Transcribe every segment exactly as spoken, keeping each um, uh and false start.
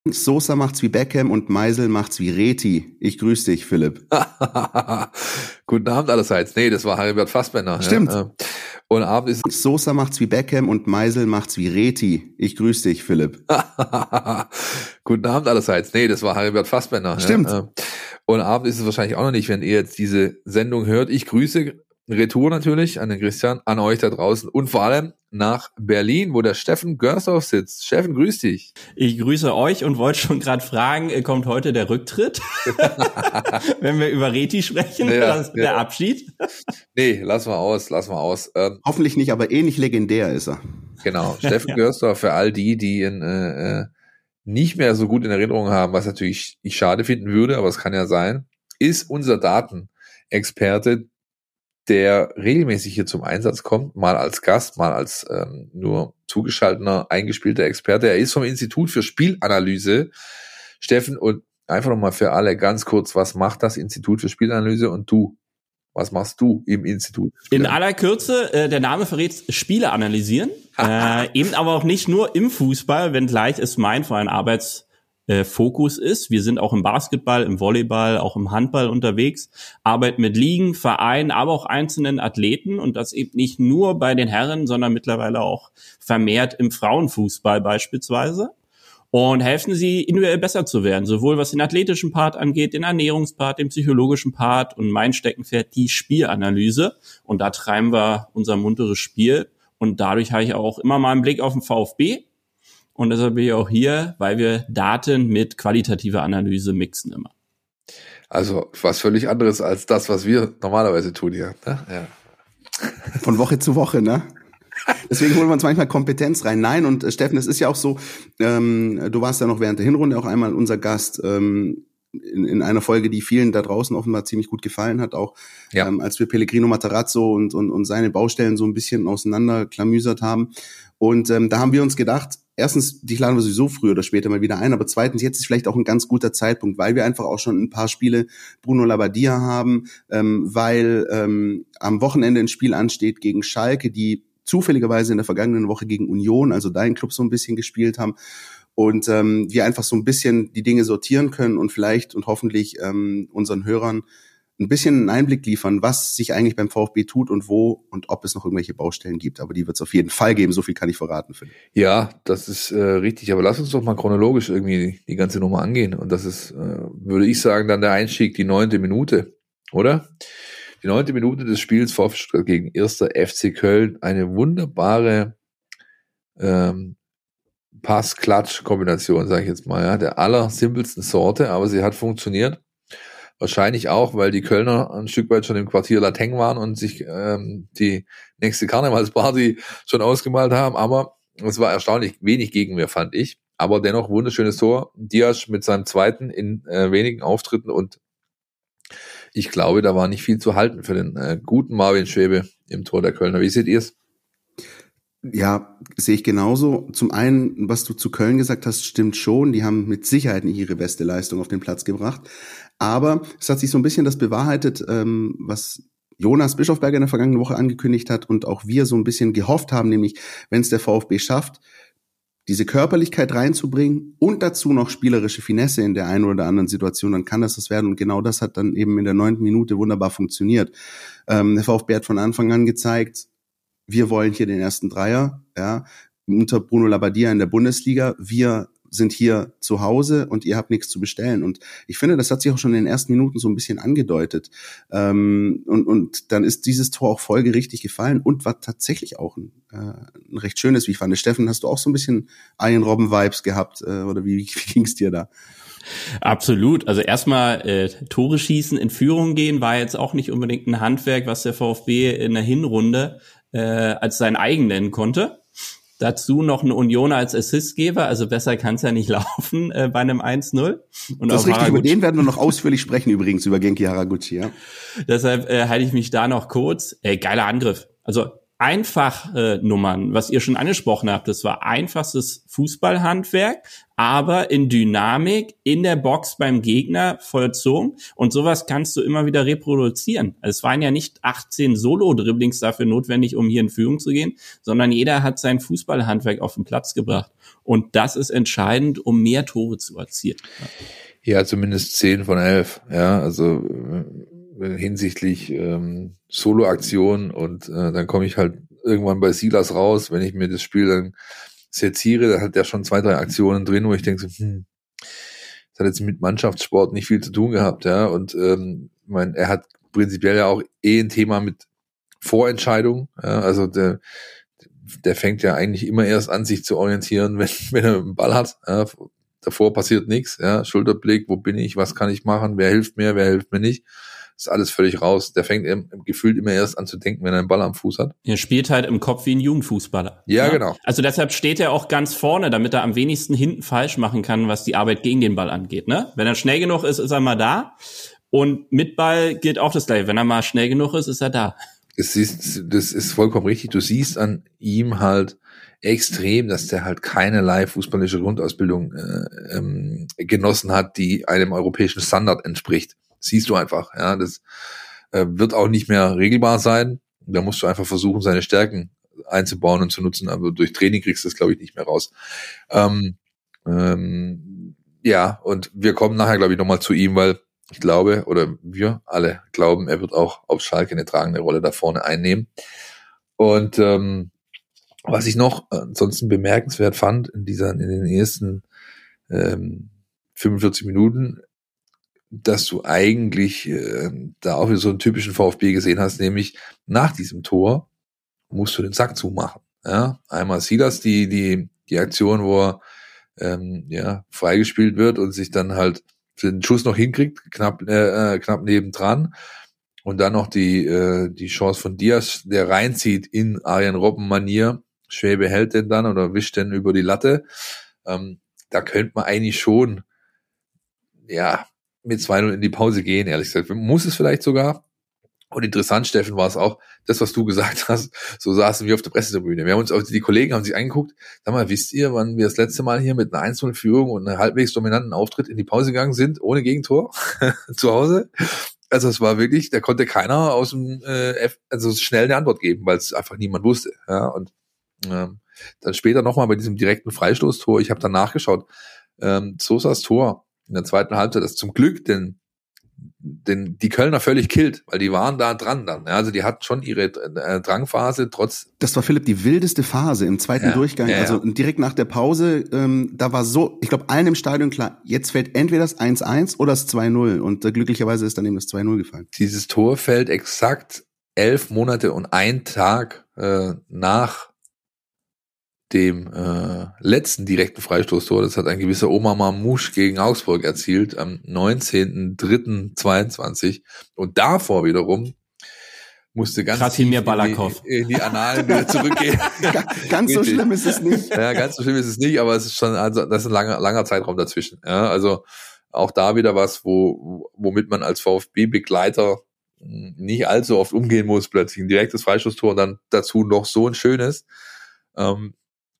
Sosa macht's wie Beckham und Meisel macht's wie Reti. Ich grüße dich, Philipp. Guten Abend allerseits. Nee, das war Heribert Fassbender. Stimmt. Ja. Und Abend ist Sosa macht's wie Beckham und Meisel macht's wie Reti. Ich grüße dich, Philipp. Guten Abend allerseits. Nee, das war Heribert Fassbender. Stimmt. Ja. Und Abend ist es wahrscheinlich auch noch nicht, wenn ihr jetzt diese Sendung hört. Ich grüße Retour natürlich an den Christian, an euch da draußen und vor allem nach Berlin, wo der Steffen Görsdorf sitzt. Steffen, grüß dich. Ich grüße euch und wollte schon gerade fragen, kommt heute der Rücktritt? Wenn wir über Reti sprechen, Ja, das, ja. der Abschied? Nee, lass mal aus, lass mal aus. Ähm, Hoffentlich nicht, aber ähnlich legendär ist er. genau, Steffen Görsdorf für all die, die ihn äh, nicht mehr so gut in Erinnerung haben, was natürlich ich schade finden würde, aber es kann ja sein, ist unser Datenexperte, der regelmäßig hier zum Einsatz kommt, mal als Gast, mal als ähm, nur zugeschalteter, eingespielter Experte. Er ist vom Institut für Spielanalyse. Steffen, und einfach nochmal für alle ganz kurz, was macht das Institut für Spielanalyse und du? Was machst du im Institut? In aller Kürze, äh, der Name verrät Spiele analysieren, äh, eben aber auch nicht nur im Fußball, wenngleich es mein vor allem Arbeits Äh, Fokus ist. Wir sind auch im Basketball, im Volleyball, auch im Handball unterwegs, arbeiten mit Ligen, Vereinen, aber auch einzelnen Athleten und das eben nicht nur bei den Herren, sondern mittlerweile auch vermehrt im Frauenfußball beispielsweise und helfen sie, individuell besser zu werden, sowohl was den athletischen Part angeht, den Ernährungspart, den psychologischen Part und mein Steckenpferd die Spielanalyse und da treiben wir unser munteres Spiel und dadurch habe ich auch immer mal einen Blick auf den VfB. Und deshalb bin ich auch hier, weil wir Daten mit qualitativer Analyse mixen immer. Also was völlig anderes als das, was wir normalerweise tun hier. Ne? Ja. Von Woche zu Woche, ne? Deswegen holen wir uns manchmal Kompetenz rein. Nein, und äh, Steffen, es ist ja auch so, ähm, du warst ja noch während der Hinrunde auch einmal unser Gast ähm, in, in einer Folge, die vielen da draußen offenbar ziemlich gut gefallen hat, auch Ja. ähm, als wir Pellegrino Matarazzo und, und, und seine Baustellen so ein bisschen auseinanderklamüsert haben. Und ähm, da haben wir uns gedacht, erstens, dich laden wir sowieso früher oder später mal wieder ein, aber zweitens, jetzt ist vielleicht auch ein ganz guter Zeitpunkt, weil wir einfach auch schon ein paar Spiele Bruno Labbadia haben, ähm, weil ähm, am Wochenende ein Spiel ansteht gegen Schalke, die zufälligerweise in der vergangenen Woche gegen Union, also dein Club, so ein bisschen gespielt haben und ähm, wir einfach so ein bisschen die Dinge sortieren können und vielleicht und hoffentlich ähm, unseren Hörern ein bisschen einen Einblick liefern, was sich eigentlich beim VfB tut und wo und ob es noch irgendwelche Baustellen gibt. Aber die wird es auf jeden Fall geben, so viel kann ich verraten, Philipp. Ja, das ist äh, richtig, aber lass uns doch mal chronologisch irgendwie die ganze Nummer angehen. Und das ist, äh, würde ich sagen, dann der Einstieg, die neunte Minute, oder? Die neunte Minute des Spiels VfB Stuttgart gegen erster F C Köln. Eine wunderbare ähm, Pass-Klatsch-Kombination, sage ich jetzt mal, ja, der allersimpelsten Sorte, aber sie hat funktioniert. Wahrscheinlich auch, weil die Kölner ein Stück weit schon im Quartier Lateng waren und sich ähm, die nächste Karnevalsparty schon ausgemalt haben. Aber es war erstaunlich wenig Gegenwehr, fand ich. Aber dennoch wunderschönes Tor. Diaz mit seinem zweiten in äh, wenigen Auftritten. Und ich glaube, da war nicht viel zu halten für den äh, guten Marvin Schwäbe im Tor der Kölner. Wie seht ihr es? Ja, sehe ich genauso. Zum einen, was du zu Köln gesagt hast, stimmt schon. Die haben mit Sicherheit nicht ihre beste Leistung auf den Platz gebracht. Aber es hat sich so ein bisschen das bewahrheitet, ähm, was Jonas Bischofberger in der vergangenen Woche angekündigt hat und auch wir so ein bisschen gehofft haben, nämlich wenn es der VfB schafft, diese Körperlichkeit reinzubringen und dazu noch spielerische Finesse in der einen oder anderen Situation, dann kann das das werden. Und genau das hat dann eben in der neunten Minute wunderbar funktioniert. Ähm, der VfB hat von Anfang an gezeigt, wir wollen hier den ersten Dreier, ja, unter Bruno Labbadia in der Bundesliga. Wir sind hier zu Hause und ihr habt nichts zu bestellen. Und ich finde, das hat sich auch schon in den ersten Minuten so ein bisschen angedeutet. Ähm, und, und dann ist dieses Tor auch folgerichtig gefallen und war tatsächlich auch ein, äh, ein recht schönes, wie ich fand. Steffen, hast du auch so ein bisschen Ian Robben-Vibes gehabt? Äh, oder wie, wie ging's dir da? Absolut. Also erstmal äh, Tore schießen, in Führung gehen, war jetzt auch nicht unbedingt ein Handwerk, was der VfB in der Hinrunde äh, als sein eigen nennen konnte. Dazu noch eine Union als Assistgeber, also besser kann es ja nicht laufen äh, bei einem eins null. Und das ist richtig, Haraguchi, über den werden wir noch ausführlich sprechen übrigens, über Genki Haraguchi, ja. Deshalb äh, halte ich mich da noch kurz. Äh, geiler Angriff. Also Einfachnummern, was ihr schon angesprochen habt. Das war einfachstes Fußballhandwerk, aber in Dynamik in der Box beim Gegner vollzogen. Und sowas kannst du immer wieder reproduzieren. Also es waren ja nicht achtzehn Solo-Dribblings dafür notwendig, um hier in Führung zu gehen, sondern jeder hat sein Fußballhandwerk auf den Platz gebracht. Und das ist entscheidend, um mehr Tore zu erzielen. Ja, zumindest zehn von elf. Ja, also hinsichtlich ähm, Solo-Aktion und äh, dann komme ich halt irgendwann bei Silas raus, wenn ich mir das Spiel dann seziere, da hat der schon zwei, drei Aktionen drin, wo ich denke so, hm, das hat jetzt mit Mannschaftssport nicht viel zu tun gehabt, ja, und ähm, ich mein, er hat prinzipiell ja auch eh ein Thema mit Vorentscheidung, ja, also der der fängt ja eigentlich immer erst an, sich zu orientieren, wenn, wenn er einen Ball hat, ja, davor passiert nichts, ja, Schulterblick, wo bin ich, was kann ich machen, wer hilft mir, wer hilft mir nicht, ist alles völlig raus. Der fängt im, gefühlt immer erst an zu denken, wenn er einen Ball am Fuß hat. Er spielt halt im Kopf wie ein Jugendfußballer. Ja, ja, genau. Also deshalb steht er auch ganz vorne, damit er am wenigsten hinten falsch machen kann, was die Arbeit gegen den Ball angeht. Ne? Wenn er schnell genug ist, ist er mal da. Und mit Ball gilt auch das Gleiche. Wenn er mal schnell genug ist, ist er da. Es ist, das ist vollkommen richtig. Du siehst an ihm halt extrem, dass der halt keinerlei fußballische Grundausbildung äh, ähm, genossen hat, die einem europäischen Standard entspricht. Siehst du einfach, ja, das äh, wird auch nicht mehr regelbar sein. Da musst du einfach versuchen, seine Stärken einzubauen und zu nutzen, aber durch Training kriegst du das, glaube ich, nicht mehr raus. Ähm, ähm, ja, und wir kommen nachher, glaube ich, nochmal zu ihm, weil ich glaube, oder wir alle glauben, er wird auch auf Schalke eine tragende Rolle da vorne einnehmen. Und ähm, was ich noch ansonsten bemerkenswert fand in dieser, in den ersten ähm, fünfundvierzig Minuten, dass du eigentlich äh, da auch wieder so einen typischen VfB gesehen hast, nämlich nach diesem Tor musst du den Sack zumachen. Ja? Einmal Silas, die die die Aktion, wo er ähm, ja, freigespielt wird und sich dann halt den Schuss noch hinkriegt, knapp äh, knapp nebendran. Und dann noch die äh, die Chance von Diaz, der reinzieht in Arjen Robben-Manier. Schwäbe hält den dann oder wischt den über die Latte. Ähm, da könnte man eigentlich schon ja mit zwei null in die Pause gehen, ehrlich gesagt. Muss es vielleicht sogar. Und interessant, Steffen, war es auch, das, was du gesagt hast, so saßen wir auf der Pressetribüne. Wir haben uns, die Kollegen haben sich angeguckt, sag mal, wisst ihr, wann wir das letzte Mal hier mit einer eins null Führung und einem halbwegs dominanten Auftritt in die Pause gegangen sind, ohne Gegentor zu Hause? Also es war wirklich, da konnte keiner aus dem, äh, F, also schnell eine Antwort geben, weil es einfach niemand wusste. Ja, und ähm, dann später nochmal bei diesem direkten Freistoßtor, ich habe dann nachgeschaut, ähm, Sosas Tor in der zweiten Halbzeit, das zum Glück den, den, die Kölner völlig killt, weil die waren da dran dann. Ja, also die hatten schon ihre äh, Drangphase, trotz... Das war, Philipp, die wildeste Phase im zweiten ja, Durchgang. Ja, also ja. direkt nach der Pause, ähm, da war so, ich glaube, allen im Stadion klar, jetzt fällt entweder das eins eins oder das zwei null. Und äh, glücklicherweise ist dann eben das zwei null gefallen. Dieses Tor fällt exakt elf Monate und ein Tag äh, nach dem äh, letzten direkten Freistoßtor, das hat ein gewisser Omar Mamouche gegen Augsburg erzielt, am neunzehnten dritten zweiundzwanzig. Und davor wiederum musste ganz Krasimir tief in die, in die Annalen wieder zurückgehen. Ganz so schlimm ist es nicht. Ja, ganz so schlimm ist es nicht, aber es ist schon, also das ist ein langer, langer Zeitraum dazwischen. Ja, also auch da wieder was, wo womit man als VfB-Begleiter nicht allzu oft umgehen muss, plötzlich ein direktes Freistoßtor und dann dazu noch so ein schönes, ähm,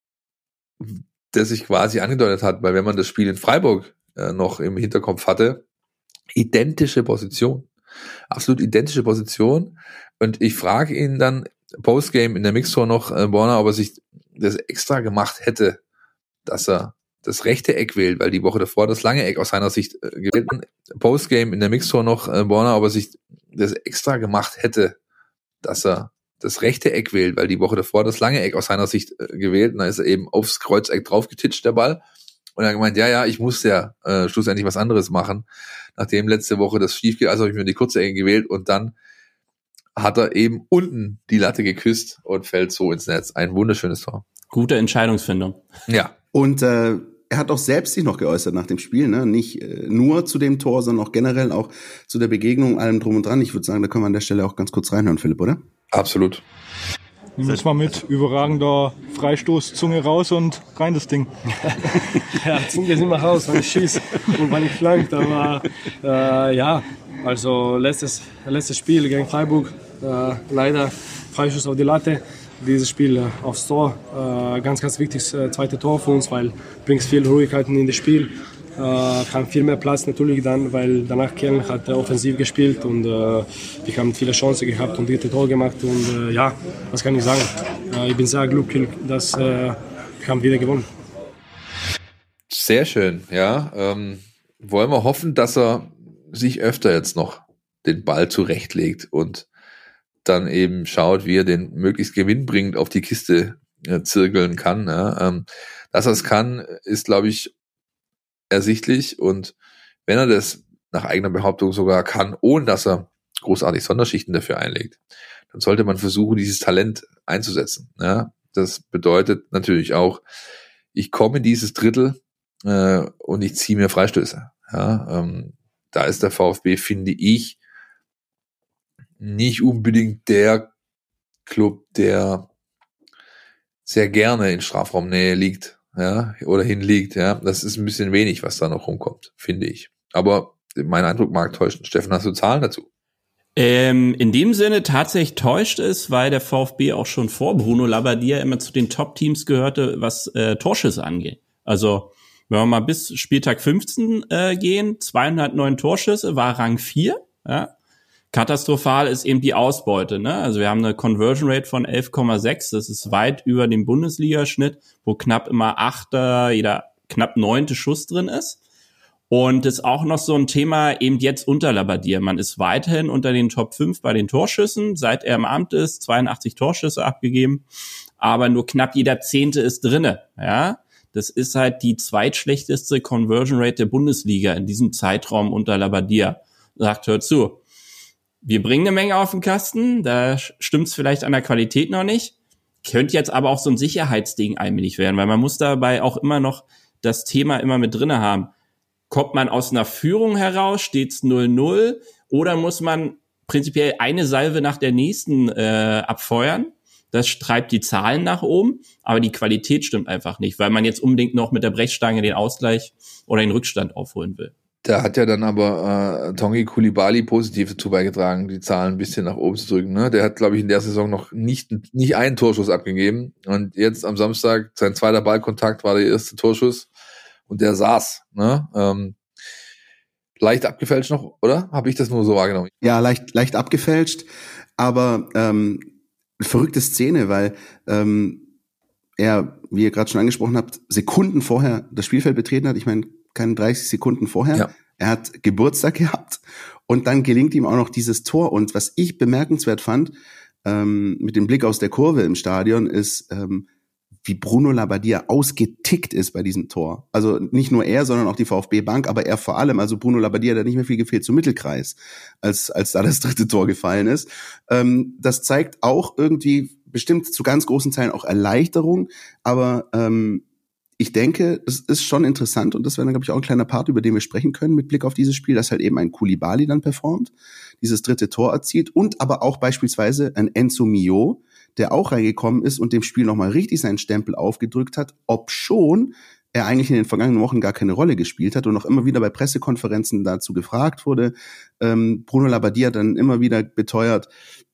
das sich quasi angedeutet hat, weil wenn man das Spiel in Freiburg äh, noch im Hinterkopf hatte, identische Position, absolut identische Position, und ich frage ihn dann Postgame in der Mixtour noch, äh, Borna, ob er sich das extra gemacht hätte, dass er das rechte Eck wählt, weil die Woche davor das lange Eck aus seiner Sicht äh, gewählt. Postgame in der Mixtour noch, äh, Borna, ob er sich das extra gemacht hätte, dass er das rechte Eck wählt, weil die Woche davor das lange Eck aus seiner Sicht äh, gewählt, und da ist er eben aufs Kreuzeck draufgetitscht, der Ball, und er hat gemeint, ja, ja, ich muss ja äh, schlussendlich was anderes machen, nachdem letzte Woche das schief geht, also habe ich mir die kurze Ecke gewählt, und dann hat er eben unten die Latte geküsst und fällt so ins Netz. Ein wunderschönes Tor. Gute Entscheidungsfindung. Ja. Und äh, er hat auch selbst sich noch geäußert nach dem Spiel, ne? Nicht äh, nur zu dem Tor, sondern auch generell auch zu der Begegnung, allem drum und dran. Ich würde sagen, da können wir an der Stelle auch ganz kurz reinhören, Philipp, oder? Absolut. Nehmen wir mal mit überragender Freistoßzunge raus und rein das Ding. Ja, Zunge ist immer raus, wenn ich schieße und wenn ich flankt. Aber äh, ja, also letztes, letztes Spiel gegen Freiburg, äh, leider Freischuss auf die Latte. dieses Spiel äh, aufs Tor. Äh, ganz, ganz wichtiges äh, zweite Tor für uns, weil bringt viel Ruhigkeiten in das Spiel. Äh, haben viel mehr Platz natürlich dann, weil danach Köln hat äh, offensiv gespielt und äh, wir haben viele Chancen gehabt und dritte Tor gemacht und äh, ja, was kann ich sagen? Äh, ich bin sehr glücklich, dass äh, wir haben wieder gewonnen. Sehr schön, ja. Ähm, wollen wir hoffen, dass er sich öfter jetzt noch den Ball zurechtlegt und dann eben schaut, wie er den möglichst gewinnbringend auf die Kiste äh, zirkeln kann. Ja. Ähm, dass er es kann, ist, glaube ich, ersichtlich. Und wenn er das nach eigener Behauptung sogar kann, ohne dass er großartig Sonderschichten dafür einlegt, dann sollte man versuchen, dieses Talent einzusetzen. Ja. Das bedeutet natürlich auch, ich komme in dieses Drittel äh, und ich ziehe mir Freistöße. Ja. Ähm, da ist der VfB, finde ich, nicht unbedingt der Club, der sehr gerne in Strafraumnähe liegt, ja, oder hinliegt, ja. Das ist ein bisschen wenig, was da noch rumkommt, finde ich. Aber mein Eindruck mag täuschen. Steffen, hast du Zahlen dazu? Ähm, in dem Sinne tatsächlich täuscht es, weil der VfB auch schon vor Bruno Labbadia immer zu den Top-Teams gehörte, was äh, Torschüsse angeht. Also, wenn wir mal bis Spieltag fünfzehn äh, gehen, zweihundertneun Torschüsse, war Rang vier, ja. Katastrophal ist eben die Ausbeute, ne? Also wir haben eine Conversion Rate von elf Komma sechs, das ist weit über dem Bundesligaschnitt, wo knapp immer achter, jeder knapp neunte Schuss drin ist. Und ist auch noch so ein Thema eben jetzt unter Labbadia. Man ist weiterhin unter den Top fünf bei den Torschüssen, seit er im Amt ist, zweiundachtzig Torschüsse abgegeben, aber nur knapp jeder Zehnte ist drinne, ja? Das ist halt die zweitschlechteste Conversion Rate der Bundesliga in diesem Zeitraum unter Labbadia. Sagt, hört zu. Wir bringen eine Menge auf den Kasten, da stimmt's vielleicht an der Qualität noch nicht. Könnte jetzt aber auch so ein Sicherheitsding allmählich werden, weil man muss dabei auch immer noch das Thema immer mit drinne haben. Kommt man aus einer Führung heraus, steht's null null, oder muss man prinzipiell eine Salve nach der nächsten äh, abfeuern? Das treibt die Zahlen nach oben, aber die Qualität stimmt einfach nicht, weil man jetzt unbedingt noch mit der Brechstange den Ausgleich oder den Rückstand aufholen will. Da hat ja dann aber äh, Tanguy Coulibaly positiv dazu beigetragen, die Zahlen ein bisschen nach oben zu drücken. Ne? Der hat, glaube ich, in der Saison noch nicht nicht einen Torschuss abgegeben. Und jetzt am Samstag, sein zweiter Ballkontakt war der erste Torschuss. Und der saß. Ne? Ähm, leicht abgefälscht noch, oder? Habe ich das nur so wahrgenommen? Ja, leicht leicht abgefälscht. Aber ähm, verrückte Szene, weil ähm, er, wie ihr gerade schon angesprochen habt, Sekunden vorher das Spielfeld betreten hat. Ich meine, keine dreißig Sekunden vorher. Ja. Er hat Geburtstag gehabt und dann gelingt ihm auch noch dieses Tor. Und was ich bemerkenswert fand, ähm, mit dem Blick aus der Kurve im Stadion, ist, ähm, wie Bruno Labbadia ausgetickt ist bei diesem Tor. Also nicht nur er, sondern auch die VfB-Bank, aber er vor allem. Also Bruno Labbadia, der hat nicht mehr viel gefehlt zum Mittelkreis, als als da das dritte Tor gefallen ist. Ähm, das zeigt auch irgendwie bestimmt zu ganz großen Teilen auch Erleichterung, aber ähm, ich denke, es ist schon interessant und das wäre dann, glaube ich, auch ein kleiner Part, über den wir sprechen können mit Blick auf dieses Spiel, dass halt eben ein Coulibaly dann performt, dieses dritte Tor erzielt und aber auch beispielsweise ein Enzo Mio, der auch reingekommen ist und dem Spiel nochmal richtig seinen Stempel aufgedrückt hat, obschon er eigentlich in den vergangenen Wochen gar keine Rolle gespielt hat und auch immer wieder bei Pressekonferenzen dazu gefragt wurde. Ähm, Bruno Labbadia hat dann immer wieder beteuert,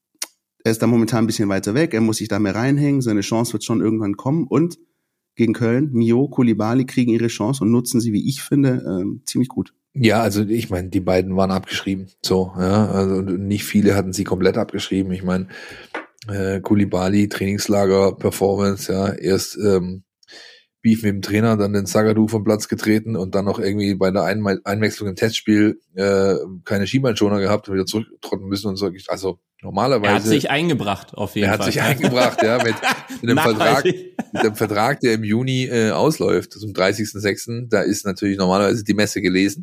er ist da momentan ein bisschen weiter weg, er muss sich da mehr reinhängen, seine Chance wird schon irgendwann kommen und gegen Köln, Mio, Coulibaly kriegen ihre Chance und nutzen sie, wie ich finde, äh, ziemlich gut. Ja, also ich meine, die beiden waren abgeschrieben. So, ja, also nicht viele hatten sie komplett abgeschrieben. Ich meine, äh, Coulibaly, Trainingslager, Performance, ja, erst ähm, Beef mit dem Trainer, dann den Zagadou vom Platz getreten und dann noch irgendwie bei der Einme- Einwechslung im Testspiel äh, keine Schienbeinschoner gehabt und wieder zurücktrotten müssen und so. Also normalerweise. Er hat sich eingebracht, auf jeden er Fall. Er hat sich eingebracht, ja, mit, mit dem Vertrag, mit dem Vertrag, der im Juni äh, ausläuft, zum dreißigsten sechsten Da ist natürlich normalerweise die Messe gelesen.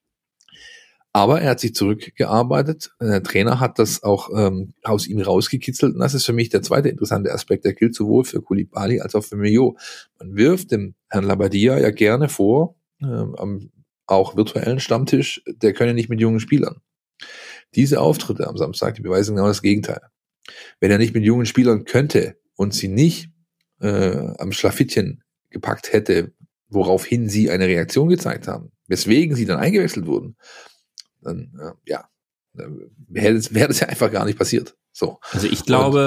Aber er hat sich zurückgearbeitet. Der Trainer hat das auch ähm, aus ihm rausgekitzelt. Und das ist für mich der zweite interessante Aspekt. Der gilt sowohl für Coulibaly als auch für Mio. Man wirft dem Herrn Labbadia ja gerne vor, ähm, am auch virtuellen Stammtisch, der könne nicht mit jungen Spielern. Diese Auftritte am Samstag, die beweisen genau das Gegenteil. Wenn er nicht mit jungen Spielern könnte und sie nicht äh, am Schlafittchen gepackt hätte, woraufhin sie eine Reaktion gezeigt haben, weswegen sie dann eingewechselt wurden, dann, äh, ja, wäre das, wär das ja einfach gar nicht passiert. So. Also ich glaube,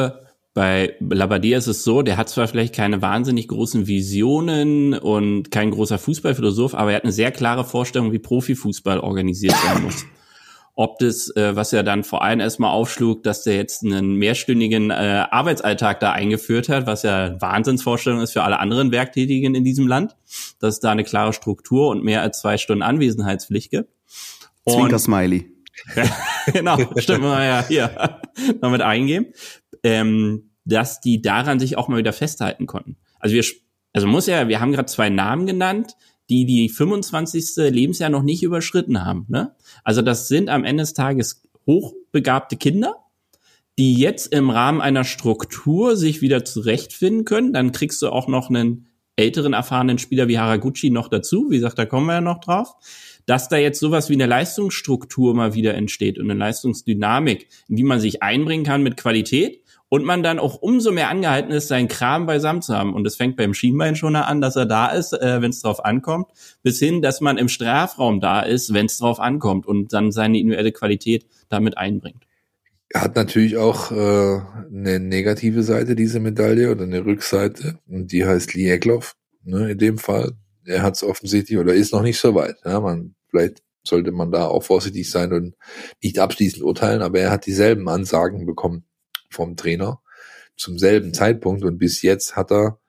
Bei Labbadia ist es so, der hat zwar vielleicht keine wahnsinnig großen Visionen und kein großer Fußballphilosoph, aber er hat eine sehr klare Vorstellung, wie Profifußball organisiert werden muss. Ob das, äh, was er dann vor allem erstmal aufschlug, dass der jetzt einen mehrstündigen äh, Arbeitsalltag da eingeführt hat, was ja eine Wahnsinnsvorstellung ist für alle anderen Werktätigen in diesem Land, dass es da eine klare Struktur und mehr als zwei Stunden Anwesenheitspflicht gibt. Zwinker-Smiley. Ja, genau, stimmt, mal ja hier noch mit eingeben, ähm, dass die daran sich auch mal wieder festhalten konnten. Also wir, also muss ja, wir haben gerade zwei Namen genannt, die die fünfundzwanzigste Lebensjahr noch nicht überschritten haben, ne? Also das sind am Ende des Tages hochbegabte Kinder, die jetzt im Rahmen einer Struktur sich wieder zurechtfinden können. Dann kriegst du auch noch einen älteren, erfahrenen Spieler wie Haraguchi noch dazu. Wie gesagt, da kommen wir ja noch drauf. Dass da jetzt sowas wie eine Leistungsstruktur mal wieder entsteht und eine Leistungsdynamik, in die man sich einbringen kann mit Qualität und man dann auch umso mehr angehalten ist, seinen Kram beisammen zu haben. Und es fängt beim Schienbeinschoner an, dass er da ist, äh, wenn es drauf ankommt, bis hin, dass man im Strafraum da ist, wenn es drauf ankommt und dann seine individuelle Qualität damit einbringt. Hat natürlich auch äh, eine negative Seite, diese Medaille, oder eine Rückseite, und die heißt Lee Eckloff, ne, in dem Fall. Er hat es offensichtlich oder ist noch nicht so weit. Ja, man, vielleicht sollte man da auch vorsichtig sein und nicht abschließend urteilen, aber er hat dieselben Ansagen bekommen vom Trainer zum selben Zeitpunkt und bis jetzt hat er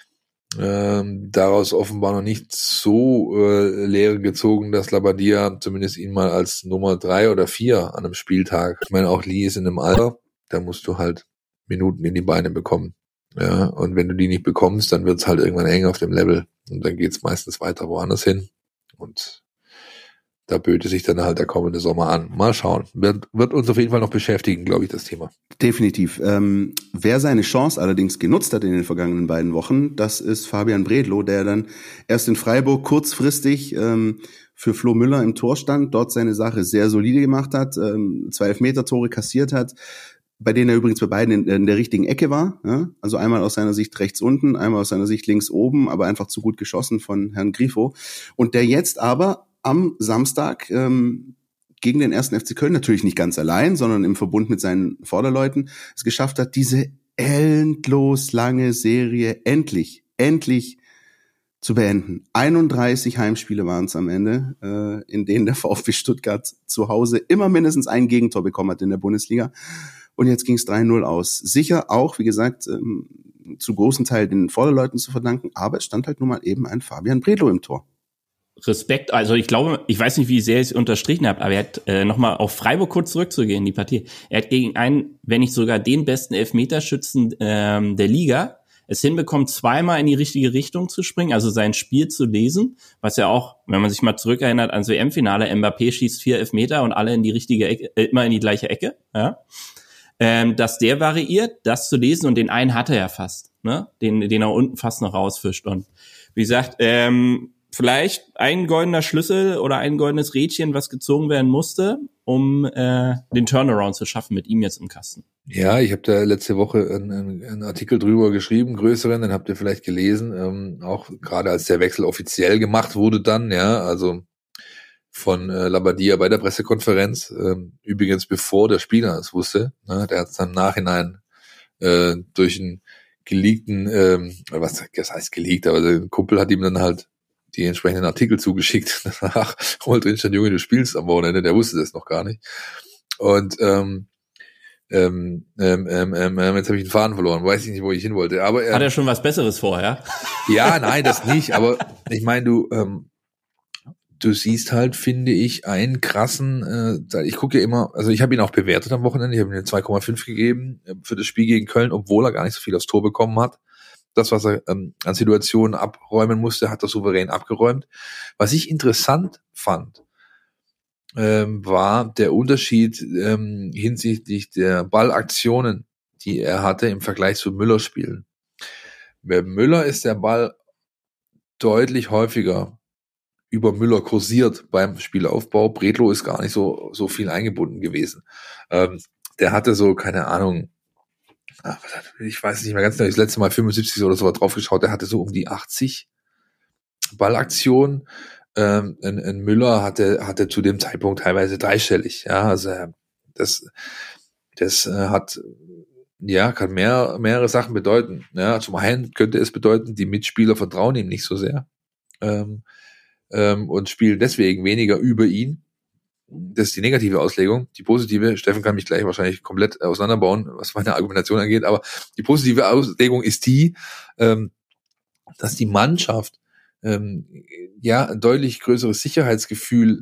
ähm, daraus offenbar noch nicht so äh, Lehre gezogen, dass Labbadia zumindest ihn mal als Nummer drei oder vier an einem Spieltag, ich meine auch Lee ist in einem Alter, da musst du halt Minuten in die Beine bekommen. Ja, und wenn du die nicht bekommst, dann wird's halt irgendwann eng auf dem Level und dann geht's meistens weiter woanders hin und da böte sich dann halt der kommende Sommer an. Mal schauen. Wird, wird uns auf jeden Fall noch beschäftigen, glaube ich, das Thema. Definitiv. Ähm, wer seine Chance allerdings genutzt hat in den vergangenen beiden Wochen, das ist Fabian Bredlow, der dann erst in Freiburg kurzfristig ähm, für Flo Müller im Tor stand, dort seine Sache sehr solide gemacht hat, ähm, zwei Elfmeter-Tore kassiert hat, bei denen er übrigens bei beiden in, in der richtigen Ecke war. Ja? Also einmal aus seiner Sicht rechts unten, einmal aus seiner Sicht links oben, aber einfach zu gut geschossen von Herrn Grifo. Und der jetzt aber am Samstag ähm, gegen den ersten F C Köln, natürlich nicht ganz allein, sondern im Verbund mit seinen Vorderleuten, es geschafft hat, diese endlos lange Serie endlich, endlich zu beenden. einunddreißig Heimspiele waren es am Ende, äh, in denen der VfB Stuttgart zu Hause immer mindestens ein Gegentor bekommen hat in der Bundesliga. Und jetzt ging es drei null aus. Sicher auch, wie gesagt, ähm, zu großen Teil den Vorderleuten zu verdanken, aber es stand halt nun mal eben ein Fabian Bredlow im Tor. Respekt, also ich glaube, ich weiß nicht, wie sehr ihr es unterstrichen habt, aber er hat äh, nochmal auf Freiburg kurz zurückzugehen, die Partie. Er hat gegen einen, wenn nicht sogar den besten Elfmeterschützen ähm, der Liga es hinbekommen, zweimal in die richtige Richtung zu springen, also sein Spiel zu lesen, was ja auch, wenn man sich mal zurückerinnert ans W M-Finale, Mbappé schießt vier Elfmeter und alle in die richtige Ecke, äh, immer in die gleiche Ecke, ja. Ähm, dass der variiert, das zu lesen und den einen hatte er fast, ne, den, den er unten fast noch rausfischt und wie gesagt, ähm, vielleicht ein goldener Schlüssel oder ein goldenes Rädchen, was gezogen werden musste, um äh, den Turnaround zu schaffen mit ihm jetzt im Kasten. Ja, ich habe da letzte Woche einen, einen, einen Artikel drüber geschrieben, größeren, den habt ihr vielleicht gelesen, ähm, auch gerade als der Wechsel offiziell gemacht wurde dann, ja, also von äh, Labbadia bei der Pressekonferenz, ähm, übrigens bevor der Spieler es wusste, ne, der hat es dann im Nachhinein äh, durch einen geleakten, ähm, was das heißt geleakt, aber der Kumpel hat ihm dann halt die entsprechenden Artikel zugeschickt, danach, wo drin stand, Junge, du spielst am Wochenende, der wusste das noch gar nicht. Und ähm, ähm, ähm, ähm, ähm, jetzt habe ich den Faden verloren, weiß ich nicht, wo ich hin wollte. Aber ähm, hat er schon was Besseres vorher? Ja, nein, das nicht, aber ich meine, du ähm, du siehst halt, finde ich, einen krassen, äh, ich gucke ja immer, also ich habe ihn auch bewertet am Wochenende, ich habe ihm eine zwei Komma fünf gegeben äh, für das Spiel gegen Köln, obwohl er gar nicht so viel aufs Tor bekommen hat. Das, was er ähm, an Situationen abräumen musste, hat er souverän abgeräumt. Was ich interessant fand, ähm, war der Unterschied ähm, hinsichtlich der Ballaktionen, die er hatte im Vergleich zu Müllers Spielen. Bei Müller ist der Ball deutlich häufiger über Müller kursiert beim Spielaufbau. Bredlow ist gar nicht so so viel eingebunden gewesen. Ähm, der hatte so, keine Ahnung, ich weiß nicht mehr ganz genau, das letzte Mal fünfundsiebzig oder so war drauf geschaut, der hatte so um die achtzig Ballaktionen. Ähm, ein, ein Müller hatte hatte zu dem Zeitpunkt teilweise dreistellig. Ja, also das das äh, hat ja, kann mehr, mehrere Sachen bedeuten. Ja, zum einen könnte es bedeuten, die Mitspieler vertrauen ihm nicht so sehr ähm, ähm, und spielen deswegen weniger über ihn. Das ist die negative Auslegung. Die positive, Steffen kann mich gleich wahrscheinlich komplett auseinanderbauen, was meine Argumentation angeht, aber die positive Auslegung ist die, ähm, dass die Mannschaft ähm, ja ein deutlich größeres Sicherheitsgefühl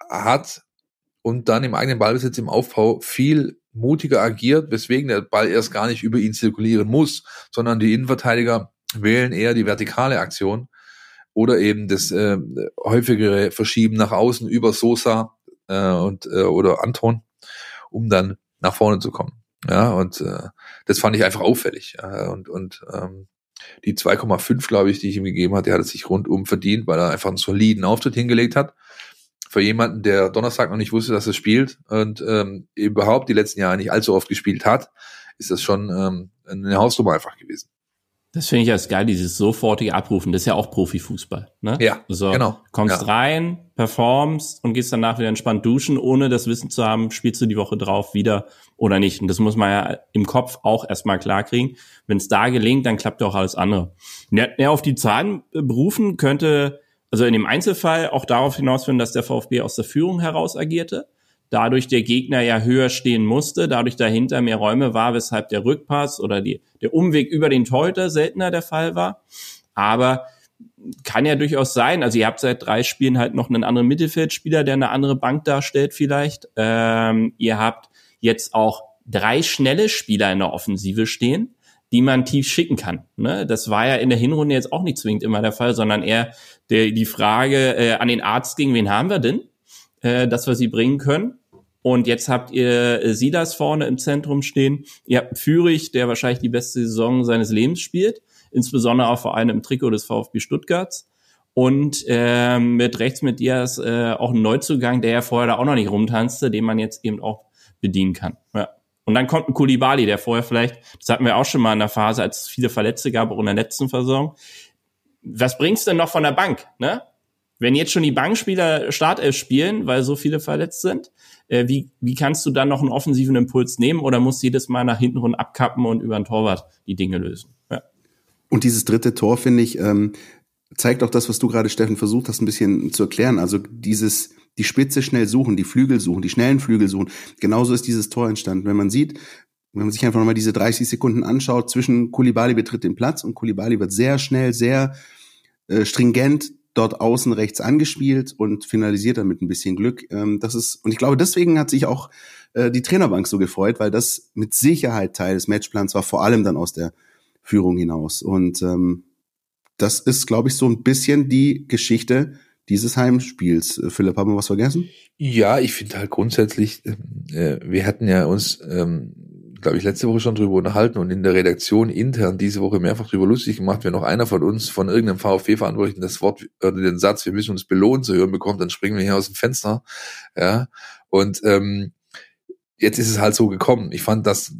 hat und dann im eigenen Ballbesitz im Aufbau viel mutiger agiert, weswegen der Ball erst gar nicht über ihn zirkulieren muss, sondern die Innenverteidiger wählen eher die vertikale Aktion oder eben das äh, häufigere Verschieben nach außen über Sosa äh, und äh, oder Anton, um dann nach vorne zu kommen. Ja, und äh, das fand ich einfach auffällig. Ja, und und ähm, die zwei Komma fünf, glaube ich, die ich ihm gegeben habe, die hat er sich rundum verdient, weil er einfach einen soliden Auftritt hingelegt hat. Für jemanden, der Donnerstag noch nicht wusste, dass er spielt und ähm, überhaupt die letzten Jahre nicht allzu oft gespielt hat, ist das schon ähm, eine Hausnummer einfach gewesen. Das finde ich ja geil, dieses sofortige Abrufen. Das ist ja auch Profifußball, ne? Ja, also, genau. Kommst ja. rein, performst und gehst danach wieder entspannt duschen, ohne das Wissen zu haben, spielst du die Woche drauf wieder oder nicht. Und das muss man ja im Kopf auch erstmal klar kriegen. Wenn es da gelingt, dann klappt ja auch alles andere. Ja, ja, auf die Zahlen berufen könnte, also in dem Einzelfall auch darauf hinausführen, dass der VfB aus der Führung heraus agierte. Dadurch der Gegner ja höher stehen musste, dadurch dahinter mehr Räume war, weshalb der Rückpass oder die, der Umweg über den Torhüter seltener der Fall war. Aber kann ja durchaus sein, also ihr habt seit drei Spielen halt noch einen anderen Mittelfeldspieler, der eine andere Bank darstellt vielleicht. Ähm, ihr habt jetzt auch drei schnelle Spieler in der Offensive stehen, die man tief schicken kann. Ne? Das war ja in der Hinrunde jetzt auch nicht zwingend immer der Fall, sondern eher der, die Frage äh, an den Arzt ging, wen haben wir denn, äh, dass wir sie bringen können? Und jetzt habt ihr äh, Silas vorne im Zentrum stehen. Ihr habt Führig, der wahrscheinlich die beste Saison seines Lebens spielt, insbesondere auch vor allem im Trikot des VfB Stuttgarts. Und äh, mit rechts mit Diaz äh, auch ein Neuzugang, der ja vorher da auch noch nicht rumtanzte, den man jetzt eben auch bedienen kann. Ja. Und dann kommt ein Koulibaly, der vorher vielleicht, das hatten wir auch schon mal in der Phase, als es viele Verletzte gab, auch in der letzten Saison. Was bringst du denn noch von der Bank, ne? Wenn jetzt schon die Bankspieler Startelf spielen, weil so viele verletzt sind, äh, wie, wie kannst du dann noch einen offensiven Impuls nehmen oder musst du jedes Mal nach hinten rund abkappen und über den Torwart die Dinge lösen? Ja. Und dieses dritte Tor, finde ich, ähm, zeigt auch das, was du gerade, Steffen, versucht hast, ein bisschen zu erklären. Also dieses, die Spitze schnell suchen, die Flügel suchen, die schnellen Flügel suchen. Genauso ist dieses Tor entstanden. Wenn man sieht, wenn man sich einfach nochmal diese dreißig Sekunden anschaut, zwischen Koulibaly betritt den Platz und Koulibaly wird sehr schnell, sehr äh, stringent dort außen rechts angespielt und finalisiert dann mit ein bisschen Glück. Ähm, das ist, und ich glaube, deswegen hat sich auch äh, die Trainerbank so gefreut, weil das mit Sicherheit Teil des Matchplans war, vor allem dann aus der Führung hinaus. Und ähm, das ist, glaube ich, so ein bisschen die Geschichte dieses Heimspiels. Philipp, haben wir was vergessen? Ja, ich finde halt grundsätzlich, äh, wir hatten ja uns, ähm, glaube ich, letzte Woche schon drüber unterhalten und in der Redaktion intern diese Woche mehrfach drüber lustig gemacht, wenn noch einer von uns von irgendeinem VfB-Verantwortlichen das Wort oder den Satz, wir müssen uns belohnen, zu hören bekommt, dann springen wir hier aus dem Fenster. Ja, und ähm, jetzt ist es halt so gekommen. Ich fand, dass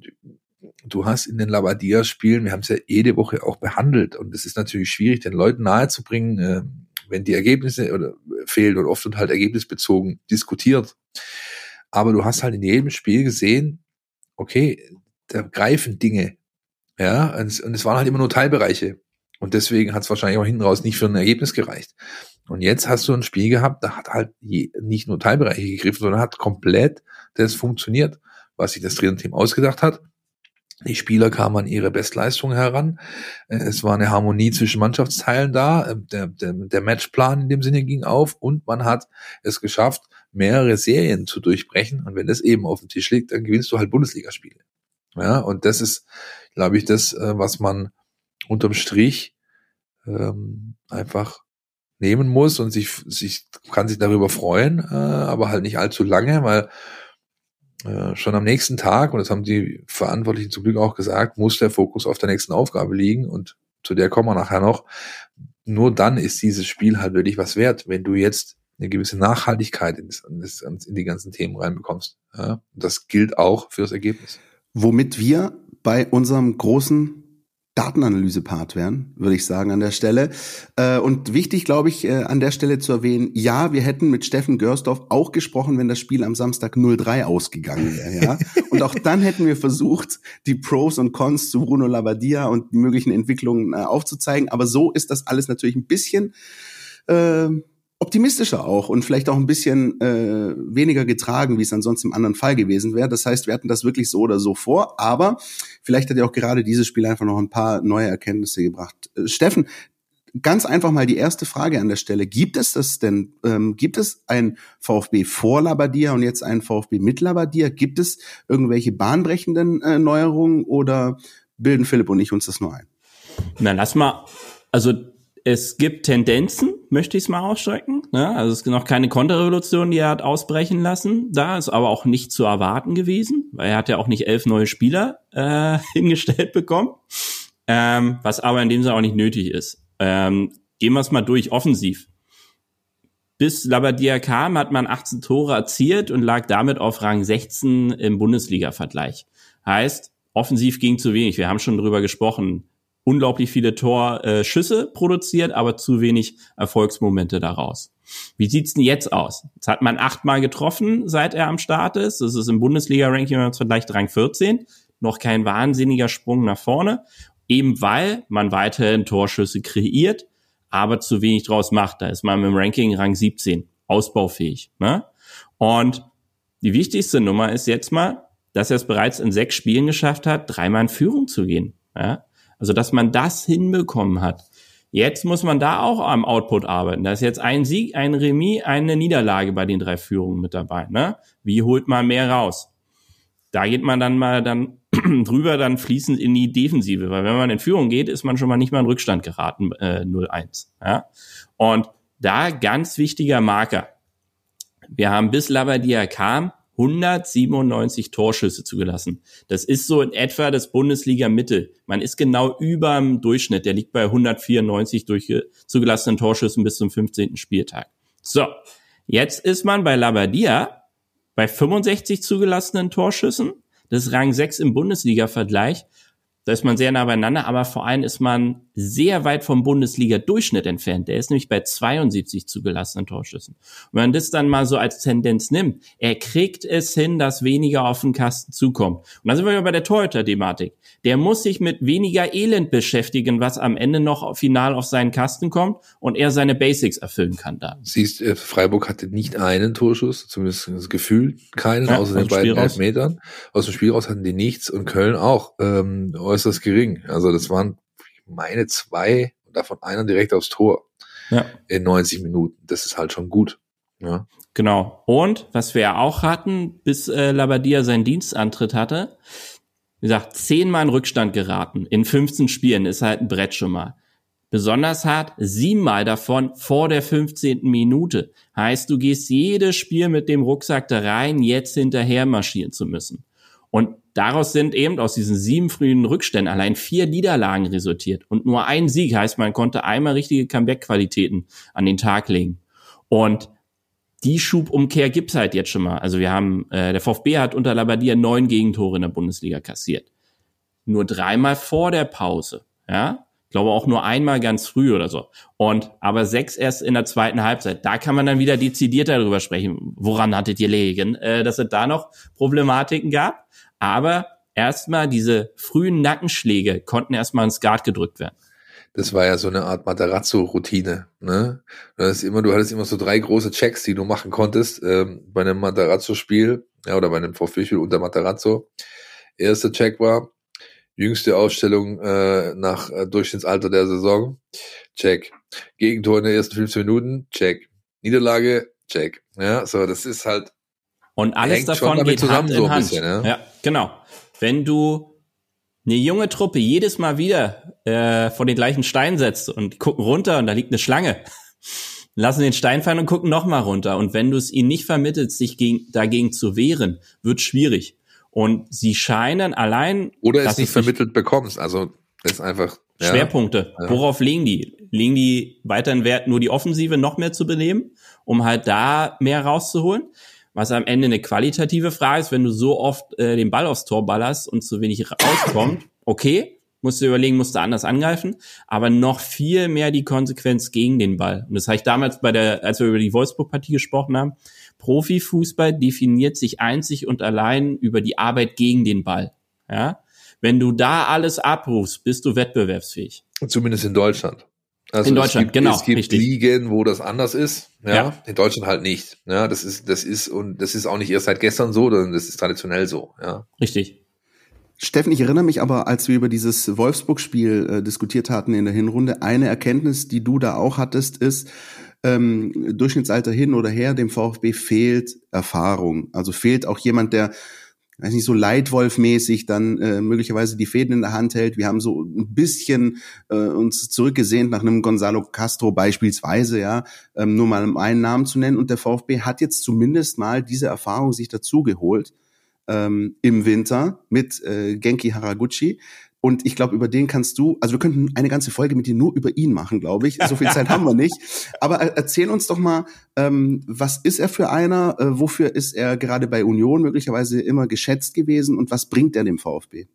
du hast in den Labadia-Spielen, wir haben es ja jede Woche auch behandelt und es ist natürlich schwierig, den Leuten nahezubringen, äh, wenn die Ergebnisse oder fehlen und oft wird halt ergebnisbezogen diskutiert. Aber du hast halt in jedem Spiel gesehen, okay, da greifen Dinge, ja, und es, und es waren halt immer nur Teilbereiche und deswegen hat es wahrscheinlich auch hinten raus nicht für ein Ergebnis gereicht. Und jetzt hast du ein Spiel gehabt, da hat halt je, nicht nur Teilbereiche gegriffen, sondern hat komplett das funktioniert, was sich das Trainerteam ausgedacht hat. Die Spieler kamen an ihre Bestleistung heran. Es war eine Harmonie zwischen Mannschaftsteilen da. Der, der, der Matchplan in dem Sinne ging auf und man hat es geschafft, mehrere Serien zu durchbrechen. Und wenn das eben auf dem Tisch liegt, dann gewinnst du halt Bundesligaspiele. Ja, und das ist, glaube ich, das, was man unterm Strich ähm, einfach nehmen muss und sich, sich kann sich darüber freuen, äh, aber halt nicht allzu lange, weil Äh, schon am nächsten Tag, und das haben die Verantwortlichen zum Glück auch gesagt, muss der Fokus auf der nächsten Aufgabe liegen und zu der kommen wir nachher noch. Nur dann ist dieses Spiel halt wirklich was wert, wenn du jetzt eine gewisse Nachhaltigkeit in, das, in die ganzen Themen reinbekommst. Ja? Das gilt auch fürs Ergebnis. Womit wir bei unserem großen Datenanalyse-Part wären, würde ich sagen an der Stelle. Äh, und wichtig, glaube ich, äh, an der Stelle zu erwähnen, ja, wir hätten mit Steffen Görsdorf auch gesprochen, wenn das Spiel am Samstag null drei ausgegangen wäre. Ja? Und auch dann hätten wir versucht, die Pros und Cons zu Bruno Labbadia und die möglichen Entwicklungen äh, aufzuzeigen. Aber so ist das alles natürlich ein bisschen äh, optimistischer auch und vielleicht auch ein bisschen äh, weniger getragen, wie es ansonsten im anderen Fall gewesen wäre. Das heißt, wir hatten das wirklich so oder so vor, aber vielleicht hat ja auch gerade dieses Spiel einfach noch ein paar neue Erkenntnisse gebracht. Äh, Steffen, ganz einfach mal die erste Frage an der Stelle. Gibt es das denn, ähm, gibt es ein VfB vor Labbadia und jetzt ein VfB mit Labbadia? Gibt es irgendwelche bahnbrechenden äh, Neuerungen oder bilden Philipp und ich uns das nur ein? Na, lass mal, also es gibt Tendenzen, möchte ich es mal ausstrecken. Ja, also es ist noch keine Konterrevolution, die er hat ausbrechen lassen. Da ist aber auch nicht zu erwarten gewesen, weil er hat ja auch nicht elf neue Spieler äh, hingestellt bekommen, ähm, was aber in dem Sinne auch nicht nötig ist. Ähm, gehen wir es mal durch, offensiv. Bis Labbadia kam, hat man achtzehn Tore erzielt und lag damit auf Rang sechzehn im Bundesliga-Vergleich. Heißt, offensiv ging zu wenig. Wir haben schon drüber gesprochen. Unglaublich viele Torschüsse produziert, aber zu wenig Erfolgsmomente daraus. Wie sieht's denn jetzt aus? Jetzt hat man achtmal getroffen, seit er am Start ist. Das ist im Bundesliga-Ranking, wenn man es vergleicht, Rang vierzehn. Noch kein wahnsinniger Sprung nach vorne. Eben weil man weiterhin Torschüsse kreiert, aber zu wenig draus macht. Da ist man im Ranking Rang siebzehn. Ausbaufähig. Ne? Und die wichtigste Nummer ist jetzt mal, dass er es bereits in sechs Spielen geschafft hat, dreimal in Führung zu gehen. Ja? Also, dass man das hinbekommen hat. Jetzt muss man da auch am Output arbeiten. Da ist jetzt ein Sieg, ein Remis, eine Niederlage bei den drei Führungen mit dabei. Ne? Wie holt man mehr raus? Da geht man dann mal dann drüber dann fließend in die Defensive. Weil wenn man in Führung geht, ist man schon mal nicht mal in Rückstand geraten, äh, null eins. Ja? Und da ganz wichtiger Marker. Wir haben bis Labbadia kam, hundertsiebenundneunzig Torschüsse zugelassen. Das ist so in etwa das Bundesliga-Mittel. Man ist genau über dem Durchschnitt. Der liegt bei hundertvierundneunzig durch zugelassenen Torschüssen bis zum fünfzehnten Spieltag. So, jetzt ist man bei Labbadia bei fünfundsechzig zugelassenen Torschüssen. Das ist Rang sechs im Bundesliga-Vergleich. Da ist man sehr nah beieinander, aber vor allem ist man sehr weit vom Bundesliga-Durchschnitt entfernt. Der ist nämlich bei zweiundsiebzig zugelassenen Torschüssen. Und wenn man das dann mal so als Tendenz nimmt, er kriegt es hin, dass weniger auf den Kasten zukommt. Und dann sind wir bei der Torhüter-Thematik. Der muss sich mit weniger Elend beschäftigen, was am Ende noch final auf seinen Kasten kommt und er seine Basics erfüllen kann da. Siehst, Freiburg hatte nicht einen Torschuss, zumindest das Gefühl keinen, ja, außer den beiden Elfmetern. Aus dem Spiel raus hatten die nichts und Köln auch. Ähm, äußerst gering. Also das waren, ich meine, zwei, davon einer direkt aufs Tor. Ja. In neunzig Minuten. Das ist halt schon gut. Ja. Genau. Und was wir ja auch hatten, bis äh, Labbadia seinen Dienstantritt hatte, wie gesagt, zehnmal in Rückstand geraten. In fünfzehn Spielen ist halt ein Brett schon mal. Besonders hart, siebenmal davon vor der fünfzehnten Minute. Heißt, du gehst jedes Spiel mit dem Rucksack da rein, jetzt hinterher marschieren zu müssen. Und daraus sind eben aus diesen sieben frühen Rückständen allein vier Niederlagen resultiert. Und nur ein Sieg, heißt, man konnte einmal richtige Comeback-Qualitäten an den Tag legen. Und die Schubumkehr gibt's halt jetzt schon mal. Also wir haben, äh, der VfB hat unter Labbadia neun Gegentore in der Bundesliga kassiert. Nur dreimal vor der Pause, ja. Ich glaube auch nur einmal ganz früh oder so. Und, aber sechs erst in der zweiten Halbzeit. Da kann man dann wieder dezidiert darüber sprechen. Woran hattet ihr gelegen? Äh, dass es da noch Problematiken gab. Aber erstmal diese frühen Nackenschläge konnten erstmal ins Guard gedrückt werden. Das war ja so eine Art Matarazzo-Routine, ne? Du hattest immer, du hattest immer so drei große Checks, die du machen konntest, ähm, bei einem Matarazzo-Spiel, ja, oder bei einem VfB-Spiel unter Matarazzo. Erster Check war, jüngste Aufstellung, äh, nach äh, Durchschnittsalter der Saison. Check. Gegentor in den ersten fünfzehn Minuten. Check. Niederlage. Check. Ja, so, das ist halt. Und alles davon geht Hand in Hand. Bisschen, ja? Ja, genau. Wenn du eine junge Truppe jedes Mal wieder äh, vor den gleichen Stein setzt und gucken runter und da liegt eine Schlange, lassen den Stein fallen und gucken nochmal runter. Und wenn du es ihnen nicht vermittelst, sich gegen, dagegen zu wehren, wird schwierig. Und sie scheinen allein... Oder es nicht vermittelt bekommst. Also das ist einfach... Ja. Schwerpunkte. Ja. Worauf legen die? Legen die weiterhin Wert, nur die Offensive noch mehr zu beleben, um halt da mehr rauszuholen? Was am Ende eine qualitative Frage ist, wenn du so oft äh, den Ball aufs Tor ballerst und zu wenig rauskommt, okay, musst du überlegen, musst du anders angreifen, aber noch viel mehr die Konsequenz gegen den Ball. Und das habe ich damals bei der, als wir über die Wolfsburg-Partie gesprochen haben, Profifußball definiert sich einzig und allein über die Arbeit gegen den Ball. Ja? Wenn du da alles abrufst, bist du wettbewerbsfähig. Zumindest in Deutschland. Also in Deutschland, es gibt, genau. Es gibt richtig. Ligen, wo das anders ist, ja? Ja. In Deutschland halt nicht. Ja, das ist, das ist, und das ist auch nicht erst seit gestern so, sondern das ist traditionell so, ja. Richtig. Steffen, ich erinnere mich aber, als wir über dieses Wolfsburg-Spiel äh, diskutiert hatten in der Hinrunde, eine Erkenntnis, die du da auch hattest, ist, ähm, Durchschnittsalter hin oder her, dem VfB fehlt Erfahrung. Also fehlt auch jemand, der, weiß nicht, so Leitwolf-mäßig dann äh, möglicherweise die Fäden in der Hand hält. Wir haben so ein bisschen äh, uns zurückgesehnt nach einem Gonzalo Castro beispielsweise, ja, ähm, nur mal um einen Namen zu nennen. Und der VfB hat jetzt zumindest mal diese Erfahrung sich dazu geholt ähm, im Winter mit äh, Genki Haraguchi. Und ich glaube, über den kannst du, also wir könnten eine ganze Folge mit dir nur über ihn machen, glaube ich. So viel Zeit haben wir nicht. Aber erzähl uns doch mal, ähm, was ist er für einer? Äh, wofür ist er gerade bei Union möglicherweise immer geschätzt gewesen? Und was bringt er dem VfB?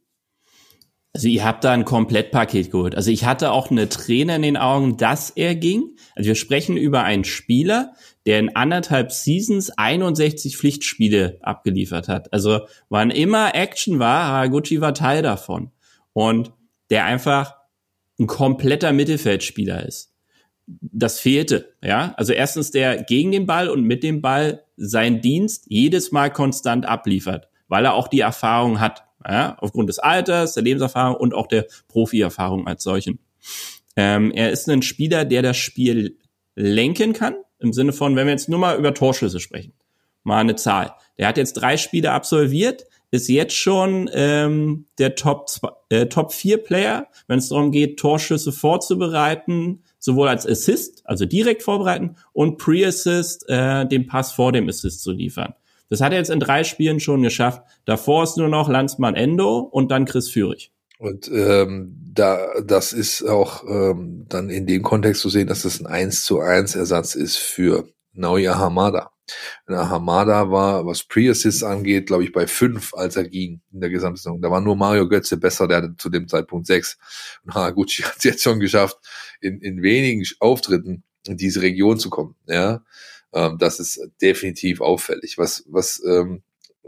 Also ihr habt da ein Komplettpaket geholt. Also ich hatte auch eine Träne in den Augen, dass er ging. Also wir sprechen über einen Spieler, der in anderthalb Seasons einundsechzig Pflichtspiele abgeliefert hat. Also wann immer Action war, Haraguchi war Teil davon. Und der einfach ein kompletter Mittelfeldspieler ist. Das fehlte, ja. Also erstens, der gegen den Ball und mit dem Ball seinen Dienst jedes Mal konstant abliefert, weil er auch die Erfahrung hat, ja, aufgrund des Alters, der Lebenserfahrung und auch der Profi-Erfahrung als solchen. Ähm, er ist ein Spieler, der das Spiel lenken kann, im Sinne von, wenn wir jetzt nur mal über Torschüsse sprechen, mal eine Zahl. Der hat jetzt drei Spiele absolviert, ist jetzt schon ähm, der Top zwei, äh, Top vier Player, wenn es darum geht, Torschüsse vorzubereiten, sowohl als Assist, also direkt vorbereiten, und Pre-Assist, äh, den Pass vor dem Assist zu liefern. Das hat er jetzt in drei Spielen schon geschafft. Davor ist nur noch Landsmann Endo und dann Chris Führig. Und ähm, da das ist auch ähm, dann in dem Kontext zu sehen, dass das ein eins zu eins Ersatz ist für Naoya Hamada. Hamada war, was Pre-Assists angeht, glaube ich, bei fünf, als er ging in der Gesamtsaison. Da war nur Mario Götze besser, der hatte zu dem Zeitpunkt sechs. Und Haraguchi hat es jetzt schon geschafft, in, in wenigen Auftritten in diese Region zu kommen. Ja, ähm, das ist definitiv auffällig. Was, was ähm,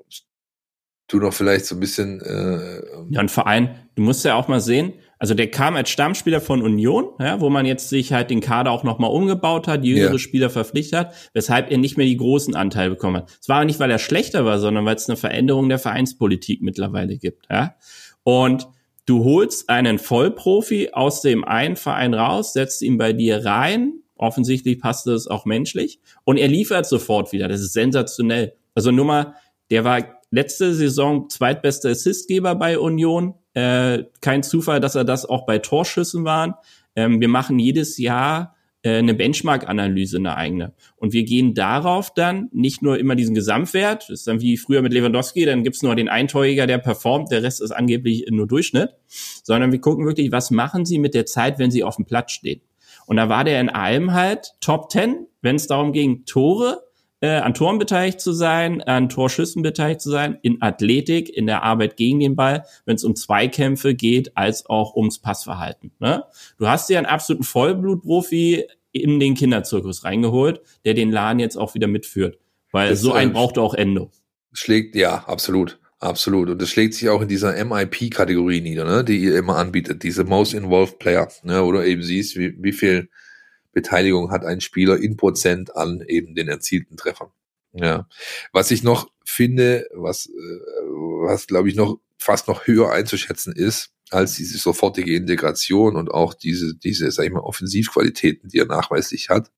du noch vielleicht so ein bisschen... Äh, ja, und Verein, du musst ja auch mal sehen, also der kam als Stammspieler von Union, ja, wo man jetzt sich halt den Kader auch nochmal umgebaut hat, jüngere ja. Spieler verpflichtet hat, weshalb er nicht mehr die großen Anteile bekommen hat. Es war aber nicht, weil er schlechter war, sondern weil es eine Veränderung der Vereinspolitik mittlerweile gibt. Ja. Und du holst einen Vollprofi aus dem einen Verein raus, setzt ihn bei dir rein, offensichtlich passt das auch menschlich, und er liefert sofort wieder. Das ist sensationell. Also nur mal, der war letzte Saison zweitbester Assistgeber bei Union. Äh, kein Zufall, dass er das auch bei Torschüssen waren. Ähm, wir machen jedes Jahr äh, eine Benchmark-Analyse, eine eigene. Und wir gehen darauf dann nicht nur immer diesen Gesamtwert, das ist dann wie früher mit Lewandowski, dann gibt's nur den Eintorjäger, der performt, der Rest ist angeblich nur Durchschnitt, sondern wir gucken wirklich, was machen sie mit der Zeit, wenn sie auf dem Platz stehen. Und da war der in allem halt Top Ten, wenn es darum ging, Tore, Äh, an Toren beteiligt zu sein, an Torschüssen beteiligt zu sein, in Athletik, in der Arbeit gegen den Ball, wenn es um Zweikämpfe geht, als auch ums Passverhalten. Ne? Du hast dir einen absoluten Vollblutprofi in den Kinderzirkus reingeholt, der den Laden jetzt auch wieder mitführt. Weil das, so einen äh, braucht auch Endo. Schlägt, ja, absolut. Absolut. Und das schlägt sich auch in dieser M I P-Kategorie nieder, ne, die ihr immer anbietet, diese Most Involved Player, ne, oder eben siehst, wie, wie viel Beteiligung hat ein Spieler in Prozent an eben den erzielten Treffern. Ja. Was ich noch finde, was, was glaube ich noch fast noch höher einzuschätzen ist, als diese sofortige Integration und auch diese, diese, sag ich mal, Offensivqualitäten, die er nachweislich hat,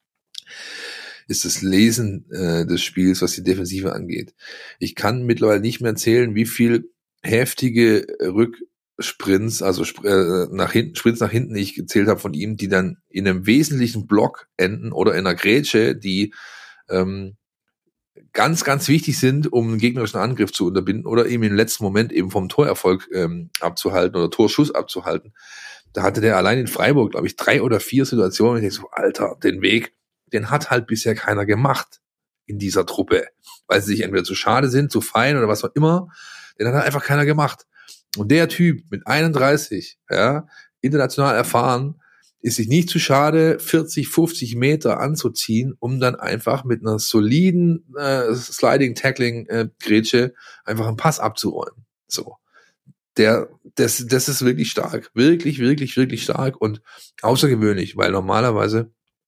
ist das Lesen äh, des Spiels, was die Defensive angeht. Ich kann mittlerweile nicht mehr erzählen, wie viel heftige Rück Sprints, also äh, nach hinten, Sprints nach hinten, die ich gezählt habe von ihm, die dann in einem wesentlichen Block enden oder in einer Grätsche, die ähm, ganz, ganz wichtig sind, um einen gegnerischen Angriff zu unterbinden oder eben im letzten Moment eben vom Torerfolg ähm, abzuhalten oder Torschuss abzuhalten. Da hatte der allein in Freiburg, glaube ich, drei oder vier Situationen, und ich denke so, Alter, den Weg, den hat halt bisher keiner gemacht in dieser Truppe, weil sie sich entweder zu schade sind, zu fein oder was auch immer, den hat halt einfach keiner gemacht. Und der Typ mit einunddreißig, ja, international erfahren, ist sich nicht zu schade, vierzig, fünfzig Meter anzuziehen, um dann einfach mit einer soliden äh, Sliding-Tackling-Grätsche äh, einfach einen Pass abzuräumen. So. Der, das, das ist wirklich stark. Wirklich, wirklich, wirklich stark und außergewöhnlich, weil normalerweise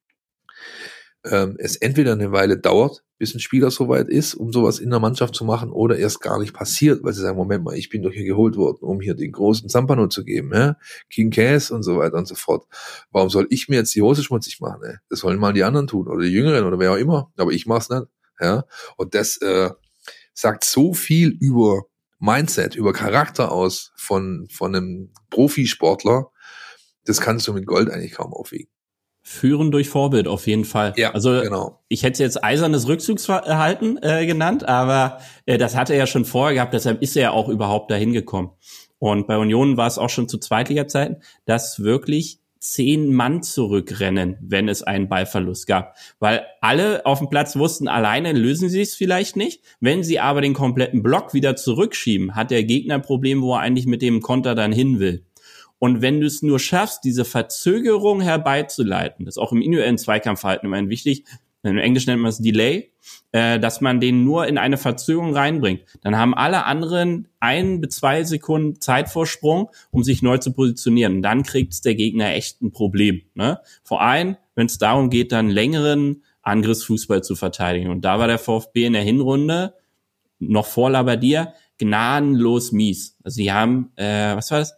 ähm, es entweder eine Weile dauert, bis ein Spieler soweit ist, um sowas in der Mannschaft zu machen, oder erst gar nicht passiert, weil sie sagen, Moment mal, ich bin doch hier geholt worden, um hier den großen Zampano zu geben, ja? King Cass und so weiter und so fort. Warum soll ich mir jetzt die Hose schmutzig machen? Ey? Das sollen mal die anderen tun, oder die Jüngeren, oder wer auch immer, aber ich mach's nicht. Ja? Und das äh, sagt so viel über Mindset, über Charakter aus von, von einem Profisportler, das kannst du mit Gold eigentlich kaum aufwiegen. Führen durch Vorbild auf jeden Fall. Ja, also genau. Ich hätte es jetzt eisernes Rückzugsverhalten äh, genannt, aber äh, das hat er ja schon vorher gehabt, deshalb ist er ja auch überhaupt dahin gekommen. Und bei Union war es auch schon zu Zweitliga-Zeiten, dass wirklich zehn Mann zurückrennen, wenn es einen Ballverlust gab. Weil alle auf dem Platz wussten, alleine lösen sie es vielleicht nicht. Wenn sie aber den kompletten Block wieder zurückschieben, hat der Gegner ein Problem, wo er eigentlich mit dem Konter dann hin will. Und wenn du es nur schaffst, diese Verzögerung herbeizuleiten, das ist auch im individuellen Zweikampfverhalten immerhin wichtig, im Englischen nennt man es Delay, äh, dass man den nur in eine Verzögerung reinbringt, dann haben alle anderen ein bis zwei Sekunden Zeitvorsprung, um sich neu zu positionieren. Und dann kriegt der Gegner echt ein Problem. Ne? Vor allem, wenn es darum geht, dann längeren Angriffsfußball zu verteidigen. Und da war der VfB in der Hinrunde, noch vor Labbadia, gnadenlos mies. Also sie haben, äh, was war das?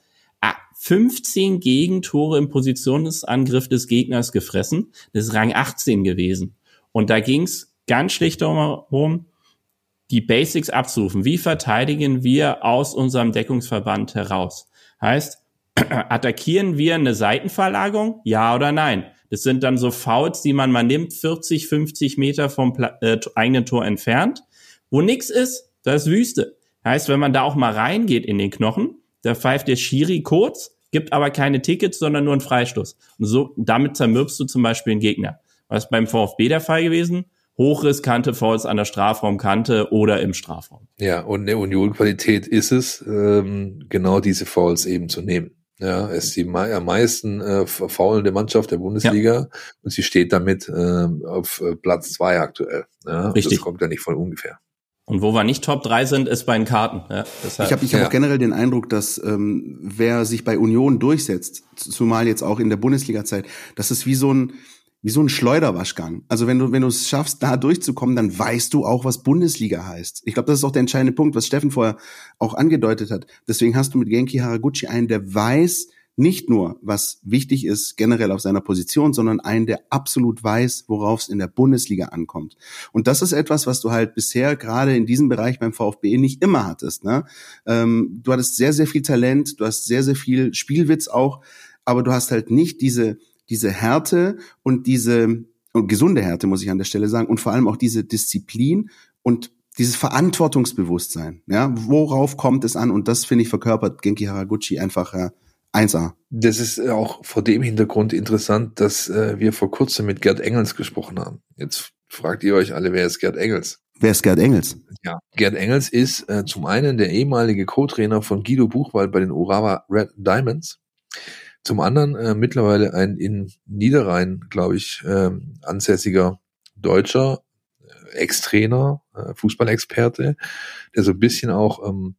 fünfzehn Gegentore im Positionsangriff des Gegners gefressen. Das ist Rang achtzehn gewesen. Und da ging es ganz schlicht darum, die Basics abzurufen. Wie verteidigen wir aus unserem Deckungsverband heraus? Heißt, attackieren wir eine Seitenverlagerung? Ja oder nein? Das sind dann so Fouls, die man mal nimmt, vierzig, fünfzig Meter vom Pla- äh, eigenen Tor entfernt. Wo nix ist, das ist Wüste. Heißt, wenn man da auch mal reingeht in den Knochen, da pfeift der Schiri kurz, gibt aber keine Tickets, sondern nur einen Freistoß. Und so, damit zermürbst du zum Beispiel einen Gegner. Was beim VfB der Fall gewesen? Hochriskante Fouls an der Strafraumkante oder im Strafraum. Ja, und eine Union-Qualität ist es, ähm, genau diese Fouls eben zu nehmen. Ja, es ist die me- am meisten äh, verfaulende Mannschaft der Bundesliga ja. Und sie steht damit äh, auf Platz zwei aktuell. Ja, richtig. Das kommt ja nicht von ungefähr. Und wo wir nicht Top drei sind, ist bei den Karten. Ja, ich habe ich hab ja. auch generell den Eindruck, dass ähm, wer sich bei Union durchsetzt, zumal jetzt auch in der Bundesliga-Zeit, das ist wie so ein wie so ein Schleuderwaschgang. Also wenn du wenn du es schaffst, da durchzukommen, dann weißt du auch, was Bundesliga heißt. Ich glaube, das ist auch der entscheidende Punkt, was Steffen vorher auch angedeutet hat. Deswegen hast du mit Genki Haraguchi einen, der weiß nicht nur, was wichtig ist generell auf seiner Position, sondern einen, der absolut weiß, worauf es in der Bundesliga ankommt. Und das ist etwas, was du halt bisher gerade in diesem Bereich beim VfB nicht immer hattest. Ne? Ähm, du hattest sehr, sehr viel Talent, du hast sehr, sehr viel Spielwitz auch, aber du hast halt nicht diese diese Härte und diese und gesunde Härte, muss ich an der Stelle sagen, und vor allem auch diese Disziplin und dieses Verantwortungsbewusstsein. Ja, worauf kommt es an? Und das, finde ich, verkörpert Genki Haraguchi einfach äh, eins A. Das ist auch vor dem Hintergrund interessant, dass äh, wir vor kurzem mit Gerd Engels gesprochen haben. Jetzt fragt ihr euch alle, wer ist Gerd Engels? Wer ist Gerd Engels? Ja, Gerd Engels ist äh, zum einen der ehemalige Co-Trainer von Guido Buchwald bei den Urawa Red Diamonds. Zum anderen äh, mittlerweile ein in Niederrhein, glaube ich, äh, ansässiger Deutscher, äh, Ex-Trainer, äh, Fußballexperte, der so ein bisschen auch ähm,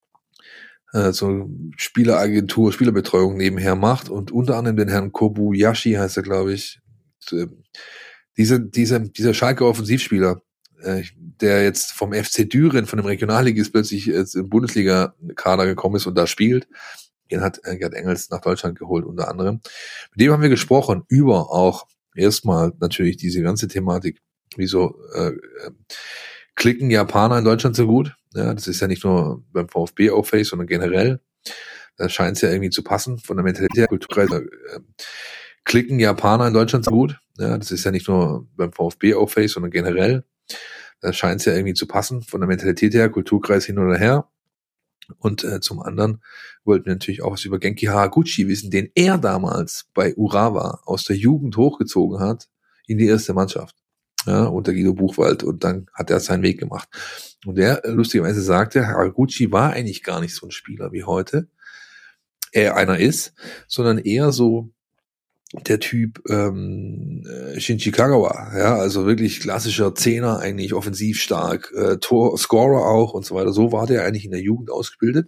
äh, so Spieleragentur, Spielerbetreuung nebenher macht und unter anderem den Herrn Kobayashi heißt er, glaube ich. Äh, dieser dieser dieser Schalke Offensivspieler, äh, der jetzt vom F C Düren, von dem Regionalligist plötzlich äh, im Bundesliga-Kader gekommen ist und da spielt. Den hat Gerd Engels nach Deutschland geholt, unter anderem. Mit dem haben wir gesprochen über auch erstmal natürlich diese ganze Thematik, wieso äh, äh, klicken Japaner in Deutschland so gut. Ja, das ist ja nicht nur beim VfB auffällig, sondern generell. Da scheint es ja irgendwie zu passen von der Mentalität her. Kulturkreis, äh, klicken Japaner in Deutschland so gut. Ja, das ist ja nicht nur beim VfB auffällig, sondern generell. Da scheint es ja irgendwie zu passen von der Mentalität her, Kulturkreis hin oder her. Und äh, zum anderen wollten wir natürlich auch was über Genki Haraguchi wissen, den er damals bei Urawa aus der Jugend hochgezogen hat in die erste Mannschaft. ja, unter Guido Buchwald, und dann hat er seinen Weg gemacht. Und der lustigerweise sagte, Haraguchi war eigentlich gar nicht so ein Spieler wie heute er einer ist, sondern eher so der Typ ähm, Shinji Kagawa, ja, also wirklich klassischer Zehner, eigentlich offensiv stark, äh, Tor, Scorer auch und so weiter. So war der eigentlich in der Jugend ausgebildet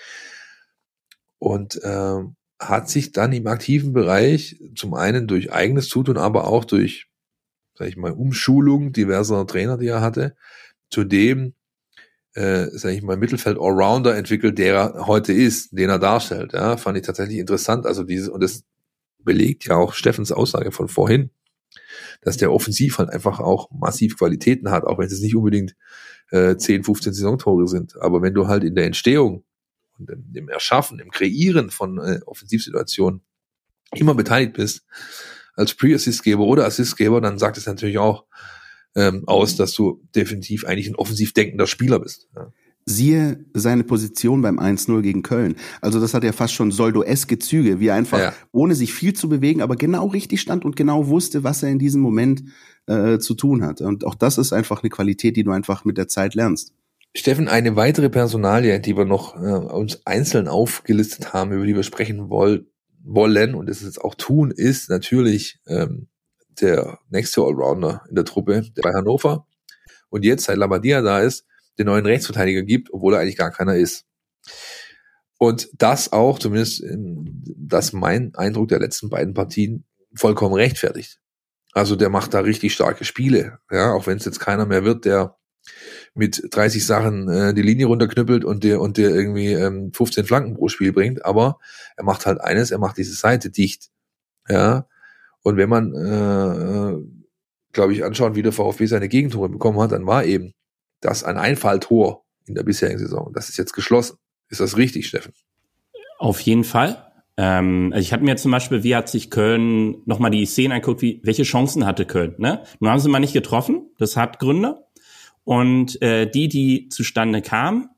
und ähm, hat sich dann im aktiven Bereich zum einen durch eigenes Zutun, aber auch durch, sag ich mal, Umschulung diverser Trainer, die er hatte, zu dem, äh, sag ich mal, Mittelfeld-Allrounder entwickelt, der er heute ist, den er darstellt. Ja, fand ich tatsächlich interessant. Also dieses, und das belegt ja auch Steffens Aussage von vorhin, dass der offensiv halt einfach auch massiv Qualitäten hat, auch wenn es nicht unbedingt äh, zehn, fünfzehn Saisontore sind. Aber wenn du halt in der Entstehung und im, im Erschaffen, im Kreieren von äh, Offensivsituationen immer beteiligt bist, als Pre-Assist-Geber oder Assist-Geber, dann sagt es natürlich auch ähm, aus, dass du definitiv eigentlich ein offensiv denkender Spieler bist. Ja. Siehe seine Position beim eins null gegen Köln. Also das hat ja fast schon Soldo-eske Züge, wie er einfach, ja, ohne sich viel zu bewegen, aber genau richtig stand und genau wusste, was er in diesem Moment äh, zu tun hat. Und auch das ist einfach eine Qualität, die du einfach mit der Zeit lernst. Steffen, eine weitere Personalie, die wir noch äh, uns einzeln aufgelistet haben, über die wir sprechen woll- wollen und es jetzt auch tun, ist natürlich ähm, der nächste Allrounder in der Truppe, der bei Hannover und jetzt, seit Labadia da ist, den neuen Rechtsverteidiger gibt, obwohl er eigentlich gar keiner ist. Und das auch, zumindest das mein Eindruck der letzten beiden Partien, vollkommen rechtfertigt. Also der macht da richtig starke Spiele, ja, auch wenn es jetzt keiner mehr wird, der mit dreißig Sachen äh, die Linie runterknüppelt und der und der irgendwie ähm, fünfzehn Flanken pro Spiel bringt, aber er macht halt eines, er macht diese Seite dicht, ja. Und wenn man, äh, glaube ich, anschaut, wie der VfB seine Gegentore bekommen hat, dann war eben das ein Einfalltor in der bisherigen Saison. Das ist jetzt geschlossen. Ist das richtig, Steffen? Auf jeden Fall. Ähm, also ich hatte mir zum Beispiel, wie hat sich Köln nochmal die Szenen angeguckt, wie, welche Chancen hatte Köln, ne? Nun haben sie mal nicht getroffen. Das hat Gründe. Und äh, die, die zustande kamen,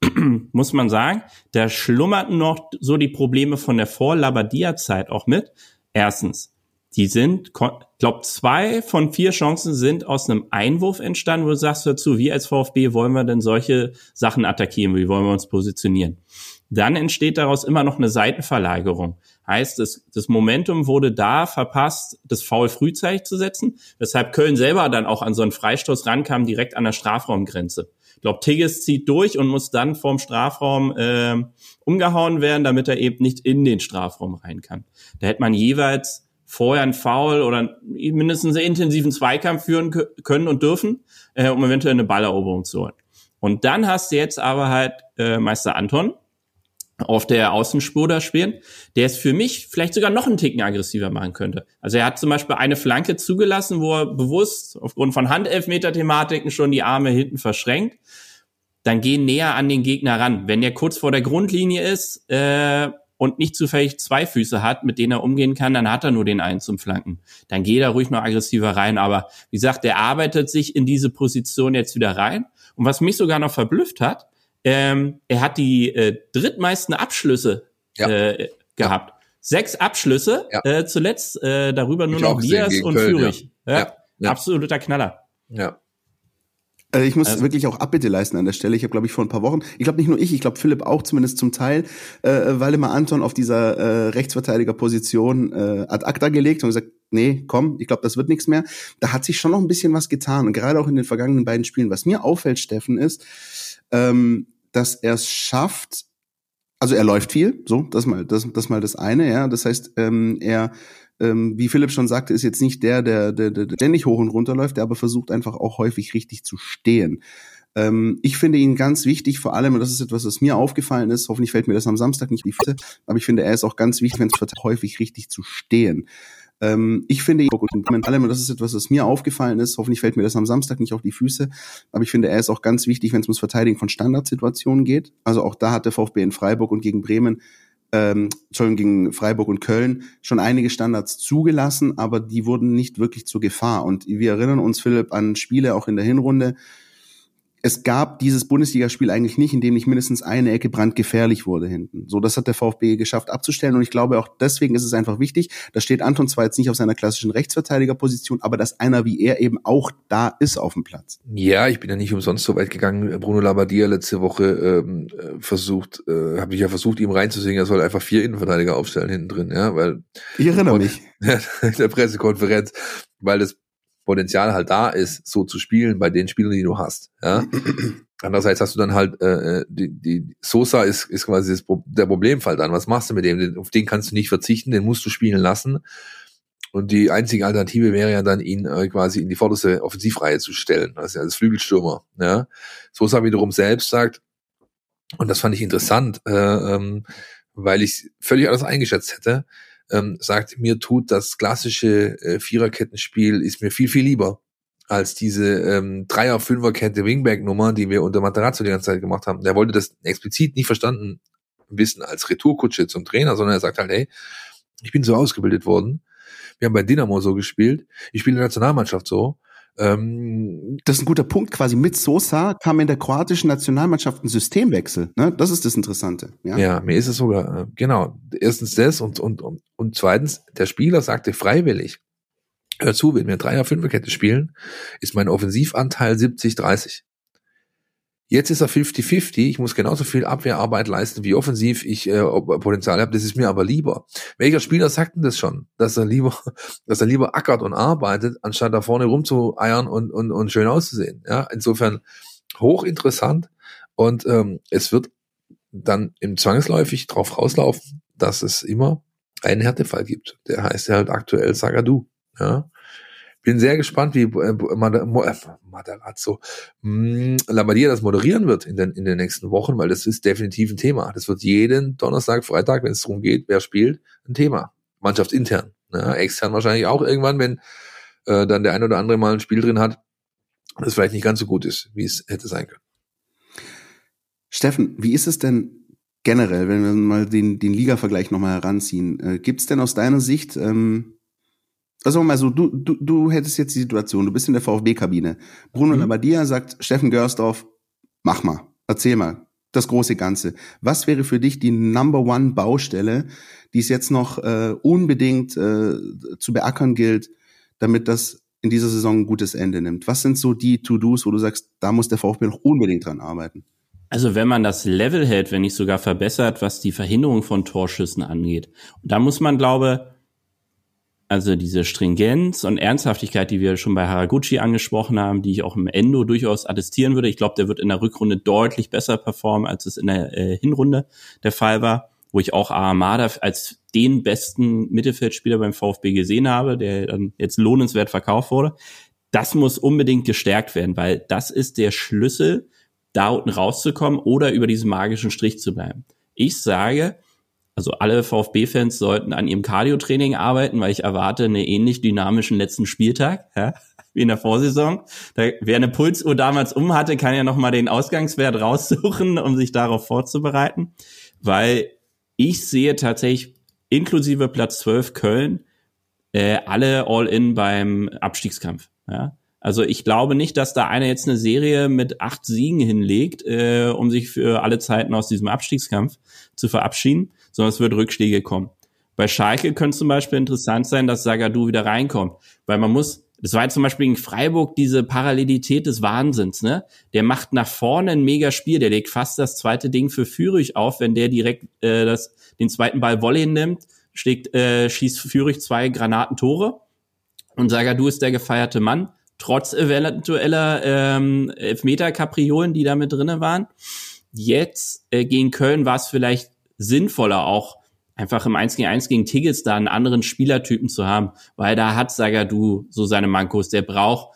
muss man sagen, da schlummerten noch so die Probleme von der Vor-Labadia-Zeit auch mit. Erstens, die sind, glaube zwei von vier Chancen sind aus einem Einwurf entstanden, wo du sagst dazu, wie als VfB wollen wir denn solche Sachen attackieren, wie wollen wir uns positionieren? Dann entsteht daraus immer noch eine Seitenverlagerung. Heißt, das, das Momentum wurde da verpasst, das Foul frühzeitig zu setzen, weshalb Köln selber dann auch an so einen Freistoß rankam, direkt an der Strafraumgrenze. Ich glaube, Tigges zieht durch und muss dann vorm Strafraum äh, umgehauen werden, damit er eben nicht in den Strafraum rein kann. Da hätte man jeweils vorher einen Foul oder mindestens einen intensiven Zweikampf führen können und dürfen, äh, um eventuell eine Balleroberung zu holen. Und dann hast du jetzt aber halt äh, Meister Anton auf der Außenspur da spielen, der es für mich vielleicht sogar noch einen Ticken aggressiver machen könnte. Also er hat zum Beispiel eine Flanke zugelassen, wo er bewusst aufgrund von Handelfmeter-Thematiken schon die Arme hinten verschränkt. Dann geh näher an den Gegner ran. Wenn der kurz vor der Grundlinie ist äh, und nicht zufällig zwei Füße hat, mit denen er umgehen kann, dann hat er nur den einen zum Flanken. Dann geht er ruhig noch aggressiver rein. Aber wie gesagt, der arbeitet sich in diese Position jetzt wieder rein. Und was mich sogar noch verblüfft hat, ähm, er hat die äh, drittmeisten Abschlüsse ja. äh, gehabt. Ja. Sechs Abschlüsse, ja. äh, zuletzt äh, darüber nur ich noch Diaz und Köln, Führig. Ja. Ja. Ja. Absoluter Knaller. Ja. Also ich muss also wirklich auch Abbitte leisten an der Stelle. Ich habe, glaube ich, vor ein paar Wochen, ich glaube nicht nur ich, ich glaube Philipp auch zumindest zum Teil, äh, Waldemar Anton auf dieser äh, Rechtsverteidigerposition äh, ad acta gelegt und gesagt, nee, komm, ich glaube, das wird nichts mehr. Da hat sich schon noch ein bisschen was getan. Und gerade auch in den vergangenen beiden Spielen. Was mir auffällt, Steffen, ist, ähm, dass er es schafft, also er läuft viel, so, das mal, das, das mal das eine, ja. Das heißt, ähm, er Ähm, wie Philipp schon sagte, ist jetzt nicht der, der, der, der ständig hoch und runter läuft, der aber versucht einfach auch häufig richtig zu stehen. Ähm, ich finde ihn ganz wichtig, vor allem, und das ist etwas, was mir aufgefallen ist, hoffentlich fällt mir das am Samstag nicht die Füße, aber ich finde, er ist auch ganz wichtig, wenn es häufig richtig zu stehen. Ähm, ich finde ihn, und allem, und das ist etwas, was mir aufgefallen ist, hoffentlich fällt mir das am Samstag nicht auf die Füße, aber ich finde, er ist auch ganz wichtig, wenn es ums Verteidigen von Standardsituationen geht. Also auch da hat der VfB in Freiburg und gegen Bremen Ähm, Entschuldigung, gegen Freiburg und Köln schon einige Standards zugelassen, aber die wurden nicht wirklich zur Gefahr. Und wir erinnern uns, Philipp, an Spiele auch in der Hinrunde, es gab dieses Bundesligaspiel eigentlich nicht, in dem nicht mindestens eine Ecke brandgefährlich wurde hinten. So, das hat der VfB geschafft abzustellen und ich glaube auch deswegen ist es einfach wichtig, da steht Anton zwar jetzt nicht auf seiner klassischen Rechtsverteidigerposition, aber dass einer wie er eben auch da ist auf dem Platz. Ja, ich bin ja nicht umsonst so weit gegangen. Bruno Labbadia letzte Woche ähm, versucht, äh, habe ich ja versucht, ihm reinzusingen, er soll einfach vier Innenverteidiger aufstellen hinten drin, ja, weil ich erinnere mich. In der Pressekonferenz, weil das Potenzial halt da ist, so zu spielen bei den Spielern, die du hast. Ja? Andererseits hast du dann halt äh, die, die Sosa ist ist quasi das, der Problemfall dann. Was machst du mit dem? Auf den kannst du nicht verzichten, den musst du spielen lassen. Und die einzige Alternative wäre ja dann, ihn äh, quasi in die vorderste Offensivreihe zu stellen, also als Flügelstürmer. Ja? Sosa wiederum selbst sagt, und das fand ich interessant, äh, ähm, weil ich völlig anders eingeschätzt hätte, Ähm, sagt, mir tut das klassische äh, Viererkettenspiel, ist mir viel, viel lieber als diese ähm, Dreier-Fünfer-Kette Wingback-Nummer, die wir unter Materazzo die ganze Zeit gemacht haben. Der wollte das explizit nicht verstanden wissen als Retourkutsche zum Trainer, sondern er sagt halt, hey, ich bin so ausgebildet worden, wir haben bei Dynamo so gespielt, ich spiele in der Nationalmannschaft so. Ähm, das ist ein guter Punkt. Quasi mit Sosa kam in der kroatischen Nationalmannschaft ein Systemwechsel. Ne? Das ist das Interessante. Ja, ja, mir ist es sogar, äh, genau, erstens das und, und, und, und zweitens, der Spieler sagte freiwillig, hör zu, wenn wir Dreier-Fünfer-Kette spielen, ist mein Offensivanteil siebzig dreißig. Jetzt ist er fünfzig fünfzig, ich muss genauso viel Abwehrarbeit leisten, wie offensiv ich äh, Potenzial habe, das ist mir aber lieber. Welcher Spieler sagt denn das schon, dass er lieber, dass er lieber ackert und arbeitet, anstatt da vorne rumzueiern und, und, und schön auszusehen? Ja, insofern hochinteressant und ähm, es wird dann im zwangsläufig drauf rauslaufen, dass es immer einen Härtefall gibt. Der heißt ja halt aktuell Zagadou. Ja. Bin sehr gespannt, wie äh, Materazzo mh, Labbadia das moderieren wird in den, in den nächsten Wochen, weil das ist definitiv ein Thema. Das wird jeden Donnerstag, Freitag, wenn es darum geht, wer spielt, ein Thema. Mannschaftsintern. Ja, extern wahrscheinlich auch irgendwann, wenn äh, dann der ein oder andere mal ein Spiel drin hat, das vielleicht nicht ganz so gut ist, wie es hätte sein können. Steffen, wie ist es denn generell, wenn wir mal den, den Liga-Vergleich nochmal heranziehen? Äh, Gibt es denn aus deiner Sicht, ähm, also mal so, du, du, du hättest jetzt die Situation, du bist in der VfB-Kabine. Bruno mhm. Labbadia sagt, Steffen Görsdorf, mach mal, erzähl mal, das große Ganze. Was wäre für dich die Number One Baustelle, die es jetzt noch äh, unbedingt äh, zu beackern gilt, damit das in dieser Saison ein gutes Ende nimmt? Was sind so die To-Dos, wo du sagst, da muss der VfB noch unbedingt dran arbeiten? Also wenn man das Level hält, wenn nicht sogar verbessert, was die Verhinderung von Torschüssen angeht. Und da muss man, glaube also diese Stringenz und Ernsthaftigkeit, die wir schon bei Haraguchi angesprochen haben, die ich auch im Endo durchaus attestieren würde. Ich glaube, der wird in der Rückrunde deutlich besser performen, als es in der äh, Hinrunde der Fall war, wo ich auch Ahamada als den besten Mittelfeldspieler beim VfB gesehen habe, der dann jetzt lohnenswert verkauft wurde. Das muss unbedingt gestärkt werden, weil das ist der Schlüssel, da unten rauszukommen oder über diesen magischen Strich zu bleiben. Ich sage, also alle VfB-Fans sollten an ihrem Cardio-Training arbeiten, weil ich erwarte einen ähnlich dynamischen letzten Spieltag, ja, wie in der Vorsaison. Da, wer eine Pulsuhr damals um hatte, kann ja nochmal den Ausgangswert raussuchen, um sich darauf vorzubereiten. Weil ich sehe tatsächlich inklusive Platz zwölf Köln äh, alle all-in beim Abstiegskampf. Ja. Also ich glaube nicht, dass da einer jetzt eine Serie mit acht Siegen hinlegt, äh, um sich für alle Zeiten aus diesem Abstiegskampf zu verabschieden, sondern es wird Rückschläge kommen. Bei Schalke könnte zum Beispiel interessant sein, dass Zagadou wieder reinkommt, weil man muss, das war jetzt zum Beispiel in Freiburg diese Parallelität des Wahnsinns, ne? Der macht nach vorne ein mega Spiel, der legt fast das zweite Ding für Fürich auf, wenn der direkt äh, das, den zweiten Ball Volley nimmt, schlägt, äh, schießt Fürich zwei Granatentore und Zagadou ist der gefeierte Mann, trotz eventueller ähm, Elfmeter-Kapriolen, die da mit drinne waren. Jetzt äh, gegen Köln war es vielleicht sinnvoller, auch einfach im eins gegen eins gegen Tigges da einen anderen Spielertypen zu haben, weil da hat Zagadou so seine Mankos. Der braucht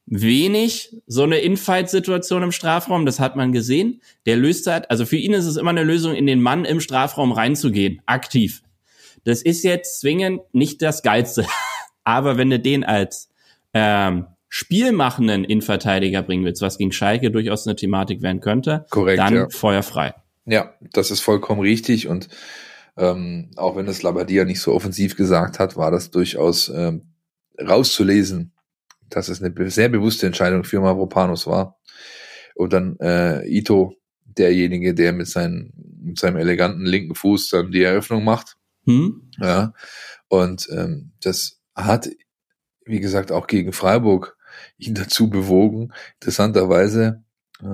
wenig so eine Infight-Situation im Strafraum, das hat man gesehen. Der löst halt, also für ihn ist es immer eine Lösung, in den Mann im Strafraum reinzugehen, aktiv. Das ist jetzt zwingend nicht das Geilste. Aber wenn du den als ähm, spielmachenden Innenverteidiger bringen willst, was gegen Schalke durchaus eine Thematik werden könnte, korrekt, dann ja. feuerfrei. Ja, das ist vollkommen richtig und ähm, auch wenn es Labbadia nicht so offensiv gesagt hat, war das durchaus ähm, rauszulesen, dass es eine be- sehr bewusste Entscheidung für Mavropanos war. Und dann äh, Ito, derjenige, der mit, seinen, mit seinem eleganten linken Fuß dann die Eröffnung macht. Hm? Ja. Und ähm, das hat, wie gesagt, auch gegen Freiburg ihn dazu bewogen, interessanterweise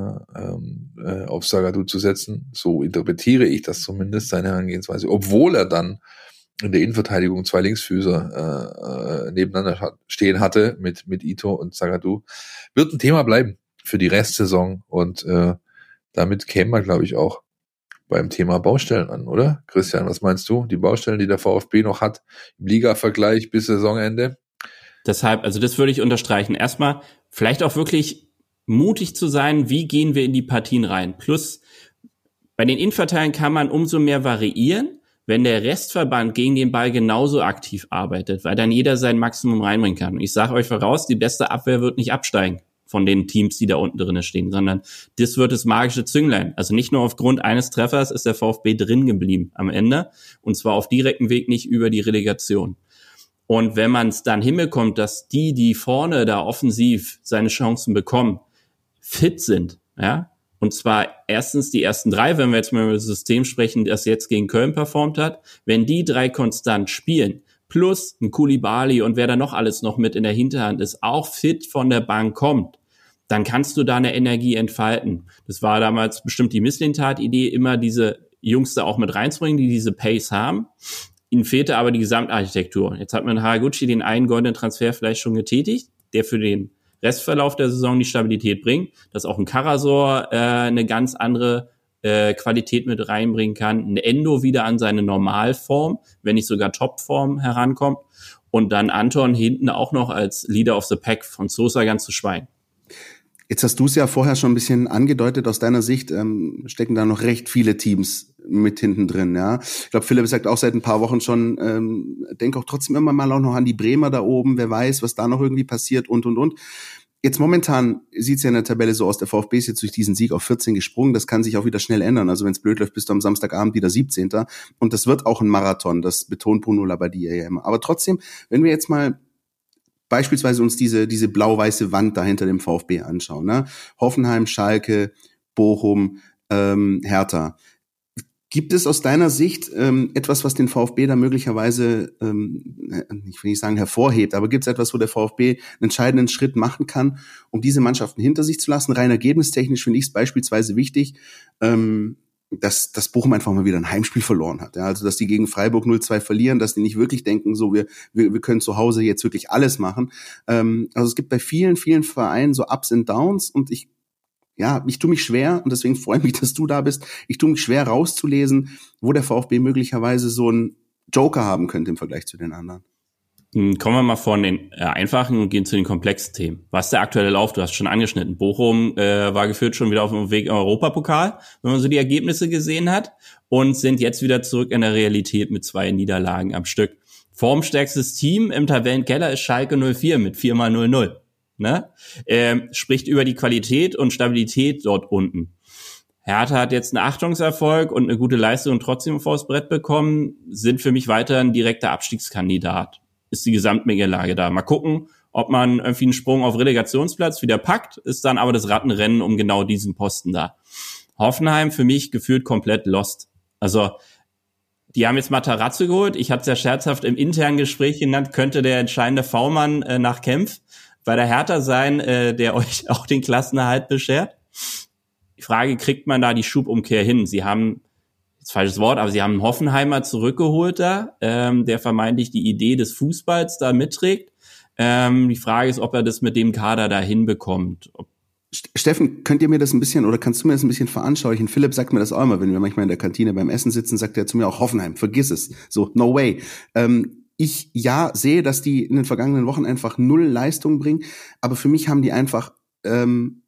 äh, äh, auf Zagadou zu setzen. So interpretiere ich das zumindest, seine Herangehensweise, obwohl er dann in der Innenverteidigung zwei Linksfüßer äh, nebeneinander stehen hatte mit mit Ito und Zagadou. Wird ein Thema bleiben für die Restsaison und äh, damit kämen wir, glaube ich, auch beim Thema Baustellen an, oder? Christian, was meinst du? Die Baustellen, die der VfB noch hat im Liga-Vergleich bis Saisonende? Deshalb, also das würde ich unterstreichen. Erstmal vielleicht auch wirklich mutig zu sein, wie gehen wir in die Partien rein. Plus, bei den Innenverteidigern kann man umso mehr variieren, wenn der Restverband gegen den Ball genauso aktiv arbeitet, weil dann jeder sein Maximum reinbringen kann. Und ich sage euch voraus, die beste Abwehr wird nicht absteigen von den Teams, die da unten drin stehen, sondern das wird das magische Zünglein. Also nicht nur aufgrund eines Treffers ist der VfB drin geblieben am Ende, und zwar auf direktem Weg, nicht über die Relegation. Und wenn man es dann hinbekommt, dass die, die vorne da offensiv seine Chancen bekommen, fit sind, ja, und zwar erstens die ersten drei, wenn wir jetzt mal über das System sprechen, das jetzt gegen Köln performt hat, wenn die drei konstant spielen, plus ein Koulibaly und wer da noch alles noch mit in der Hinterhand ist, auch fit von der Bank kommt, dann kannst du da eine Energie entfalten. Das war damals bestimmt die Mislintat-Idee, immer diese Jungs da auch mit reinzubringen, die diese Pace haben. Ihnen fehlte aber die Gesamtarchitektur. Jetzt hat man Haraguchi den einen goldenen Transfer vielleicht schon getätigt, der für den Restverlauf der Saison die Stabilität bringt, dass auch ein Karasor äh, eine ganz andere äh, Qualität mit reinbringen kann, ein Endo wieder an seine Normalform, wenn nicht sogar Topform herankommt, und dann Anton hinten auch noch als Leader of the Pack, von Sosa ganz zu schweigen. Jetzt hast du es ja vorher schon ein bisschen angedeutet, aus deiner Sicht ähm, stecken da noch recht viele Teams mit hinten drin, ja. Ich glaube, Philipp sagt auch seit ein paar Wochen schon, ähm, denk auch trotzdem immer mal auch noch an die Bremer da oben, wer weiß, was da noch irgendwie passiert und, und, und. Jetzt momentan sieht's ja in der Tabelle so aus, der VfB ist jetzt durch diesen Sieg auf vierzehn gesprungen, das kann sich auch wieder schnell ändern, also wenn es blöd läuft, bist du am Samstagabend wieder siebzehnter und das wird auch ein Marathon, das betont Bruno Labbadia ja immer. Aber trotzdem, wenn wir jetzt mal beispielsweise uns diese diese blau-weiße Wand da hinter dem VfB anschauen, ne? Hoffenheim, Schalke, Bochum, ähm, Hertha. Gibt es aus deiner Sicht ähm, etwas, was den VfB da möglicherweise, ähm, ich will nicht sagen hervorhebt, aber gibt es etwas, wo der VfB einen entscheidenden Schritt machen kann, um diese Mannschaften hinter sich zu lassen? Rein ergebnistechnisch finde ich es beispielsweise wichtig, ähm, dass das Bochum einfach mal wieder ein Heimspiel verloren hat. Ja, also dass die gegen Freiburg null zwei verlieren, dass die nicht wirklich denken, so wir wir, wir können zu Hause jetzt wirklich alles machen. Ähm, also es gibt bei vielen, vielen Vereinen so Ups and Downs und ich Ja, ich tue mich schwer, und deswegen freue ich mich, dass du da bist, ich tue mich schwer rauszulesen, wo der VfB möglicherweise so einen Joker haben könnte im Vergleich zu den anderen. Kommen wir mal von den äh, einfachen und gehen zu den komplexen Themen. Was ist der aktuelle Lauf? Du hast schon angeschnitten. Bochum äh, war geführt schon wieder auf dem Weg im Europapokal, wenn man so die Ergebnisse gesehen hat, und sind jetzt wieder zurück in der Realität mit zwei Niederlagen am Stück. Formstärkstes Team im Tabellenkeller ist Schalke null vier mit vier mal null null. Ne? Ähm, spricht über die Qualität und Stabilität dort unten. Hertha hat jetzt einen Achtungserfolg und eine gute Leistung trotzdem vors Brett bekommen, sind für mich weiter ein direkter Abstiegskandidat. Ist die Gesamtmengelage da. Mal gucken, ob man irgendwie einen Sprung auf Relegationsplatz wieder packt, ist dann aber das Rattenrennen um genau diesen Posten da. Hoffenheim für mich gefühlt komplett lost. Also die haben jetzt Matarazzo geholt. Ich hatte es ja scherzhaft im internen Gespräch genannt, könnte der entscheidende V-Mann äh, nach Kempf bei der Hertha sein, äh, der euch auch den Klassenerhalt beschert. Die Frage, kriegt man da die Schubumkehr hin? Sie haben, jetzt falsches Wort, aber sie haben einen Hoffenheimer zurückgeholt da, ähm, der vermeintlich die Idee des Fußballs da mitträgt. Ähm, die Frage ist, ob er das mit dem Kader da hinbekommt. Ob Steffen, könnt ihr mir das ein bisschen, oder kannst du mir das ein bisschen veranschaulichen? Philipp sagt mir das auch immer, wenn wir manchmal in der Kantine beim Essen sitzen, sagt er zu mir auch, Hoffenheim, vergiss es. So, no way. Ähm, Ich ja sehe, dass die in den vergangenen Wochen einfach null Leistung bringen, aber für mich haben die einfach ähm,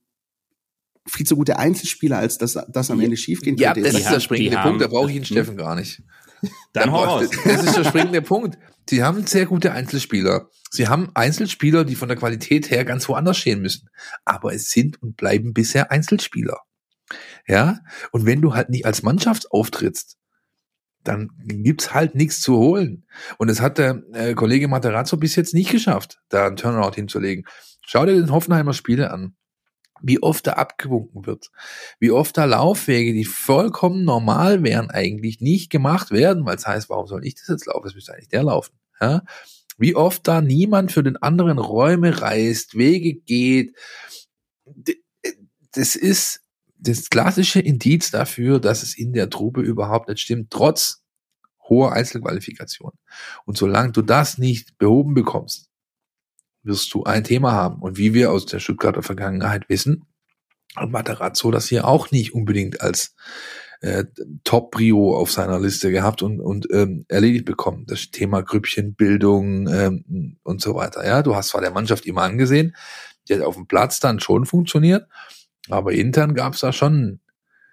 viel zu gute Einzelspieler, als dass das am Ende schiefgehen ja, könnte. Ja, das ist der springende Punkt, haben, da brauche ich den Steffen gar nicht. Dann hau raus. Das ist der springende Punkt. Sie haben sehr gute Einzelspieler. Sie haben Einzelspieler, die von der Qualität her ganz woanders stehen müssen. Aber es sind und bleiben bisher Einzelspieler. Ja? Und wenn du halt nicht als Mannschaft auftrittst, dann gibt's halt nichts zu holen. Und das hat der äh, Kollege Matarazzo bis jetzt nicht geschafft, da einen Turnaround hinzulegen. Schau dir den Hoffenheimer Spiele an. wie oft da abgewunken wird, wie oft da Laufwege, die vollkommen normal wären, eigentlich nicht gemacht werden, weil es heißt, warum soll ich das jetzt laufen? Es müsste eigentlich der laufen. Ja? Wie oft da niemand für den anderen Räume reißt, Wege geht. Das ist das klassische Indiz dafür, dass es in der Truppe überhaupt nicht stimmt, trotz hoher Einzelqualifikation. Und solange du das nicht behoben bekommst, wirst du ein Thema haben. Und wie wir aus der Stuttgarter Vergangenheit wissen, hat Matarazzo das hier auch nicht unbedingt als äh, Top-Prio auf seiner Liste gehabt und, und ähm, erledigt bekommen. Das Thema Grüppchenbildung ähm, und so weiter. Ja, du hast zwar der Mannschaft immer angesehen, die hat auf dem Platz dann schon funktioniert, aber intern gab es da schon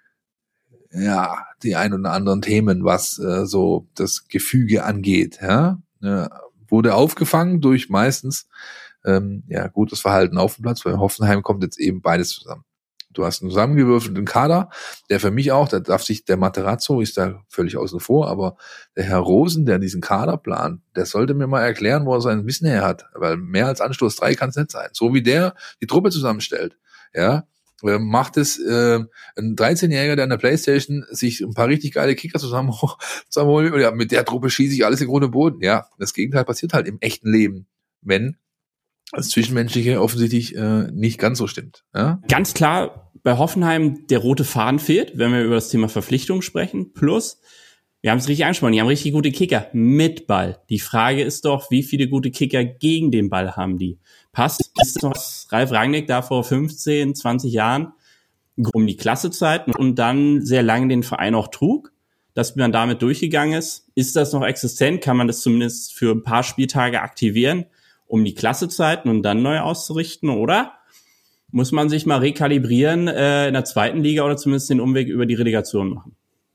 ja die ein oder anderen Themen, was äh, so das Gefüge angeht. Ja, äh, wurde aufgefangen durch meistens ähm, ja gutes Verhalten auf dem Platz. Bei Hoffenheim kommt jetzt eben beides zusammen. Du hast einen zusammengewürfelten Kader, der für mich auch, da darf sich der Matarazzo, ist da völlig außen vor, aber der Herr Rosen, der diesen Kader plant, der sollte mir mal erklären, wo er sein Wissen her hat, weil mehr als Anstoß drei kann es nicht sein. So wie der die Truppe zusammenstellt, ja, macht es äh, ein dreizehnjähriger, der an der Playstation sich ein paar richtig geile Kicker zusammen zusammenholt, ja, mit der Truppe schieße ich alles in Grund und Boden. Ja, das Gegenteil passiert halt im echten Leben, wenn das Zwischenmenschliche offensichtlich äh, nicht ganz so stimmt. Ja? Ganz klar, bei Hoffenheim der rote Faden fehlt, wenn wir über das Thema Verpflichtung sprechen. Plus, wir haben es richtig angesprochen, die haben richtig gute Kicker mit Ball. Die Frage ist doch, wie viele gute Kicker gegen den Ball haben die? Passt, ist noch was Ralf Rangnick da vor fünfzehn, zwanzig Jahren um die Klassezeiten und dann sehr lange den Verein auch trug, dass man damit durchgegangen ist? Ist das noch existent? Kann man das zumindest für ein paar Spieltage aktivieren, um die Klassezeiten und dann neu auszurichten? Oder muss man sich mal rekalibrieren äh, in der zweiten Liga oder zumindest den Umweg über die Relegation machen?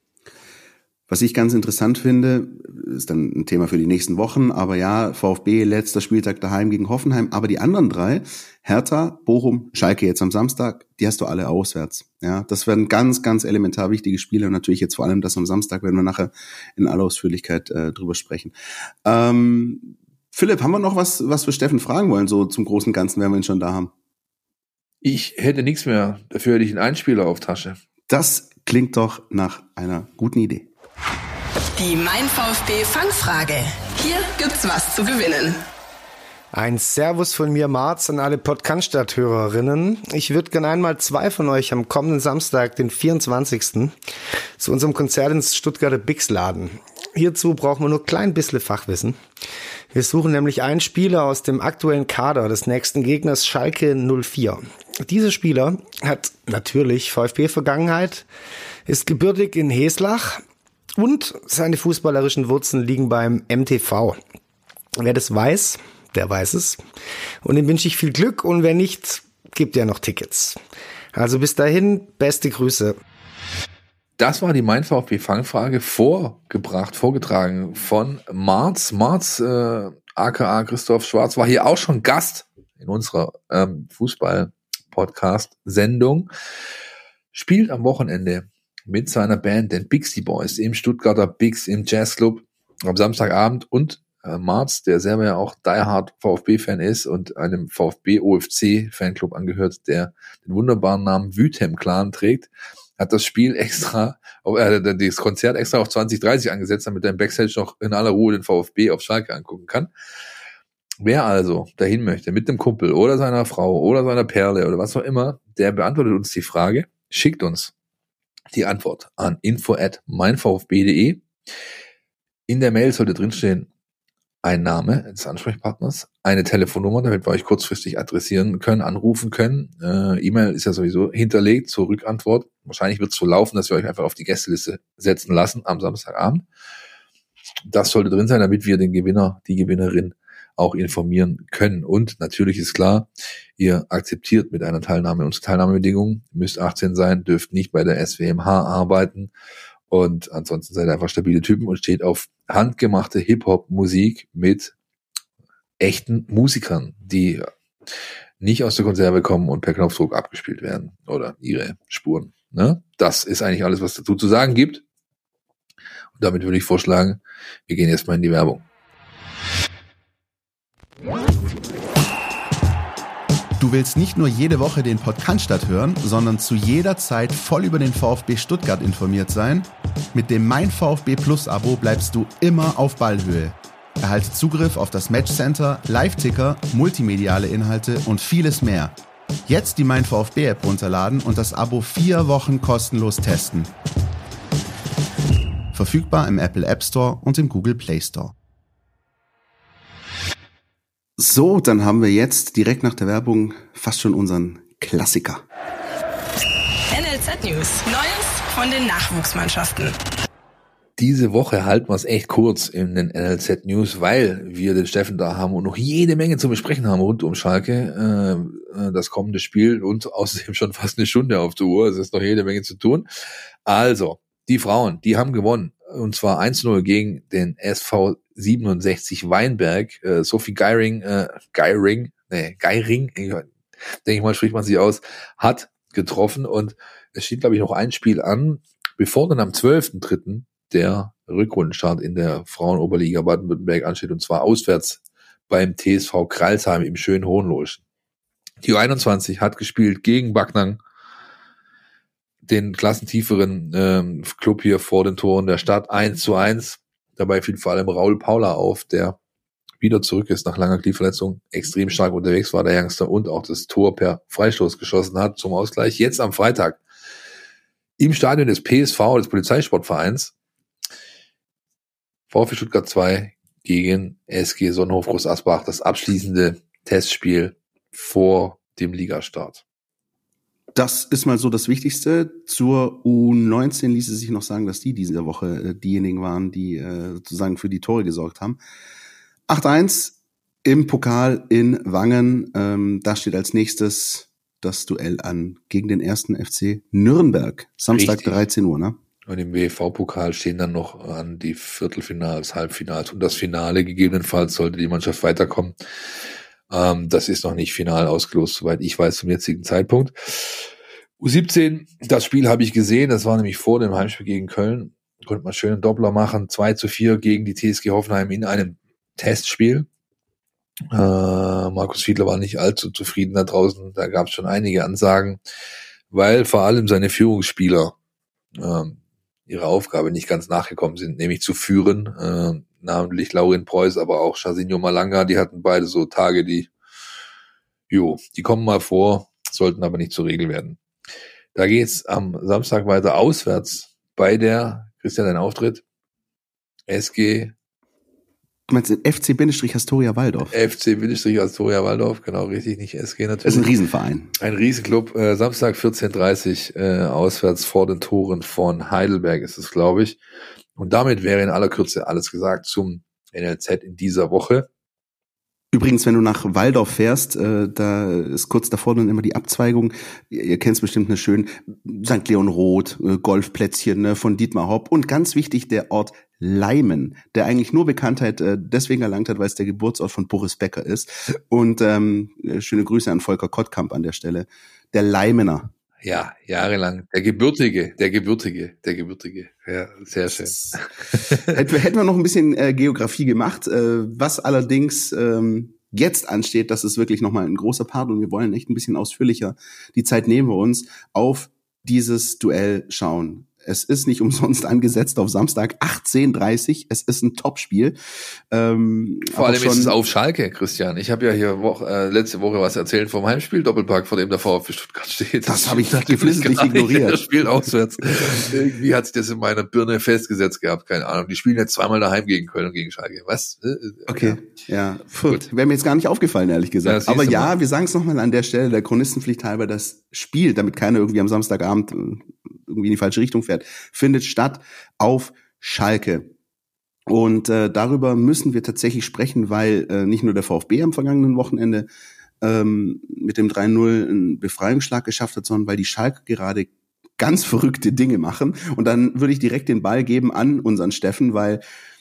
Was ich ganz interessant finde, ist dann ein Thema für die nächsten Wochen, aber ja, VfB, letzter Spieltag daheim gegen Hoffenheim, aber die anderen drei, Hertha, Bochum, Schalke jetzt am Samstag, die hast du alle auswärts. Ja, das werden ganz, ganz elementar wichtige Spiele und natürlich jetzt vor allem das am Samstag, werden wir nachher in aller Ausführlichkeit äh, drüber sprechen. Ähm, Philipp, haben wir noch was, was wir Steffen fragen wollen, so zum großen Ganzen, wenn wir ihn schon da haben? Ich hätte nichts mehr, dafür hätte ich einen Einspieler auf Tasche. Das klingt doch nach einer guten Idee. Die Mein VfB Fangfrage. Hier gibt's was zu gewinnen. Ein Servus von mir, Marz, an alle Podcast-Hörerinnen. Ich würde gerne einmal zwei von euch am kommenden Samstag, den vierundzwanzigsten zu unserem Konzert ins Stuttgarter Bix laden. Hierzu brauchen wir nur ein klein bisschen Fachwissen. Wir suchen nämlich einen Spieler aus dem aktuellen Kader des nächsten Gegners Schalke null vier. Dieser Spieler hat natürlich VfB-Vergangenheit, ist gebürtig in Heslach und seine fußballerischen Wurzeln liegen beim M T V. Wer das weiß, der weiß es. Und dem wünsche ich viel Glück und wer nicht, gibt ja noch Tickets. Also bis dahin, beste Grüße. Das war die Mein VfB Fangfrage, vorgebracht, vorgetragen von Marz. Marz, äh, aka Christoph Schwarz, war hier auch schon Gast in unserer ähm, Fußball-Podcast-Sendung. Spielt am Wochenende mit seiner Band, den Bixty Boys, im Stuttgarter Bix, im Jazzclub am Samstagabend. Und äh, Marz, der selber ja auch diehard VfB-Fan ist und einem VfB-O F C-Fanclub angehört, der den wunderbaren Namen Wüthem-Clan trägt, hat das Spiel extra, äh, das Konzert extra auf zwanzig dreißig angesetzt, damit er im Backstage noch in aller Ruhe den VfB auf Schalke angucken kann. Wer also dahin möchte, mit dem Kumpel oder seiner Frau oder seiner Perle oder was auch immer, der beantwortet uns die Frage, schickt uns die Antwort an info at meinvfb punkt de. In der Mail sollte drinstehen ein Name des Ansprechpartners, eine Telefonnummer, damit wir euch kurzfristig adressieren können, anrufen können. Äh, E-Mail ist ja sowieso hinterlegt zur Rückantwort. Wahrscheinlich wird es so laufen, dass wir euch einfach auf die Gästeliste setzen lassen am Samstagabend. Das sollte drin sein, damit wir den Gewinner, die Gewinnerin auch informieren können. Und natürlich ist klar, ihr akzeptiert mit einer Teilnahme unsere Teilnahmebedingungen, müsst achtzehn sein, dürft nicht bei der S W M H arbeiten und ansonsten seid ihr einfach stabile Typen und steht auf handgemachte Hip-Hop-Musik mit echten Musikern, die nicht aus der Konserve kommen und per Knopfdruck abgespielt werden oder ihre Spuren. Ne? Das ist eigentlich alles, was dazu zu sagen gibt. Und damit würde ich vorschlagen, wir gehen jetzt mal in die Werbung. Du willst nicht nur jede Woche den Podcast hören, sondern zu jeder Zeit voll über den VfB Stuttgart informiert sein? Mit dem Mein VfB Plus Abo bleibst du immer auf Ballhöhe. Erhalte Zugriff auf das Matchcenter, Live-Ticker, multimediale Inhalte und vieles mehr. Jetzt die Mein VfB App runterladen und das Abo vier Wochen kostenlos testen. Verfügbar im Apple App Store und im Google Play Store. So, dann haben wir jetzt direkt nach der Werbung fast schon unseren Klassiker. N L Z News. Neues von den Nachwuchsmannschaften. Diese Woche halten wir es echt kurz in den N L Z News, weil wir den Steffen da haben und noch jede Menge zu besprechen haben rund um Schalke, äh, das kommende Spiel und außerdem schon fast eine Stunde auf der Uhr. Es ist noch jede Menge zu tun. Also, die Frauen, die haben gewonnen. Und zwar eins zu null gegen den S V siebenundsechzig Weinberg. Äh, Sophie Geiring, äh, Geiring, nee, Geiring, denke ich mal, spricht man sie aus, hat getroffen. Und es steht, glaube ich, noch ein Spiel an, bevor dann am zwölften dritten der Rückrundenstart in der Frauenoberliga Baden-Württemberg ansteht. Und zwar auswärts beim T S V Kralsheim im schönen Hohenloischen. Die U einundzwanzig hat gespielt gegen Backnang, den klassentieferen ähm, Club hier vor den Toren der Stadt, eins zu eins. Dabei fiel vor allem Raul Paula auf, der wieder zurück ist nach langer Knieverletzung, extrem stark unterwegs war, der Youngster, und auch das Tor per Freistoß geschossen hat zum Ausgleich. Jetzt am Freitag im Stadion des P S V, des Polizeisportvereins, VfB Stuttgart zwei gegen S G Sonnenhof Groß Asbach, das abschließende Testspiel vor dem Ligastart. Das ist mal so das Wichtigste. Zur U neunzehn ließ es sich noch sagen, dass die diese Woche äh, diejenigen waren, die äh, sozusagen für die Tore gesorgt haben. acht eins im Pokal in Wangen. Ähm, da steht als nächstes das Duell an gegen den ersten F C Nürnberg. Samstag Richtig. dreizehn Uhr, ne? Und im W V-Pokal stehen dann noch an die Viertelfinals, Halbfinals und das Finale. Gegebenenfalls sollte die Mannschaft weiterkommen. Ähm, das ist noch nicht final ausgelost, soweit ich weiß, zum jetzigen Zeitpunkt. U siebzehn, das Spiel habe ich gesehen, das war nämlich vor dem Heimspiel gegen Köln. Konnte man schön einen Doppler machen, zwei zu vier gegen die T S G Hoffenheim in einem Testspiel. Äh, Markus Fiedler war nicht allzu zufrieden da draußen, da gab es schon einige Ansagen, weil vor allem seine Führungsspieler ähm, ihre Aufgabe nicht ganz nachgekommen sind, nämlich zu führen, äh, namentlich Laurin Preuß, aber auch Jairzinho Malanga, die hatten beide so Tage, die, jo, die kommen mal vor, sollten aber nicht zur Regel werden. Da geht's am Samstag weiter auswärts bei der, Christian, dein Auftritt, S G, du meinst F C-Astoria Waldorf? F C-Astoria Waldorf, genau, richtig, nicht S G natürlich. Das ist ein Riesenverein. Ein Riesenclub, äh, Samstag vierzehn Uhr dreißig, äh, auswärts vor den Toren von Heidelberg ist es, glaube ich. Und damit wäre in aller Kürze alles gesagt zum N L Z in dieser Woche. Übrigens, wenn du nach Waldorf fährst, äh, da ist kurz davor dann immer die Abzweigung. Ihr, ihr kennt es bestimmt, eine schön Sankt Leon Roth, äh, Golfplätzchen ne, von Dietmar Hopp und ganz wichtig der Ort Leimen, der eigentlich nur Bekanntheit äh, deswegen erlangt hat, weil es der Geburtsort von Boris Becker ist. Und ähm, schöne Grüße an Volker Kottkamp an der Stelle. Der Leimener. Ja, jahrelang. Der Gebürtige, der Gebürtige, der Gebürtige. Ja, sehr schön. Hätten wir, hätten wir noch ein bisschen äh, Geografie gemacht, äh, was allerdings ähm, jetzt ansteht, das ist wirklich nochmal ein großer Part und wir wollen echt ein bisschen ausführlicher, die Zeit nehmen wir uns, auf dieses Duell schauen. Es ist nicht umsonst angesetzt auf Samstag achtzehn Uhr dreißig. Es ist ein Topspiel. Ähm, Vor allem ist es auf Schalke, Christian. Ich habe ja hier Woche, äh, letzte Woche was erzählt vom Heimspiel Doppelpack, vor dem der VfB Stuttgart steht. Das, das habe ich geflissentlich ignoriert. Das Spiel auswärts. Irgendwie hat sich das in meiner Birne festgesetzt gehabt. Keine Ahnung. Die spielen jetzt zweimal daheim gegen Köln und gegen Schalke. Was? Okay, ja. ja. Gut. Wäre mir jetzt gar nicht aufgefallen, ehrlich gesagt. Ja, aber ja, mal. Wir sagen es nochmal an der Stelle, der Chronistenpflicht halber, das Spiel, damit keiner irgendwie am Samstagabend irgendwie in die falsche Richtung fährt, findet statt auf Schalke. Und äh, darüber müssen wir tatsächlich sprechen, weil äh, nicht nur der VfB am vergangenen Wochenende ähm, mit dem drei null einen Befreiungsschlag geschafft hat, sondern weil die Schalke gerade ganz verrückte Dinge machen. Und dann würde ich direkt den Ball geben an unseren Steffen, weil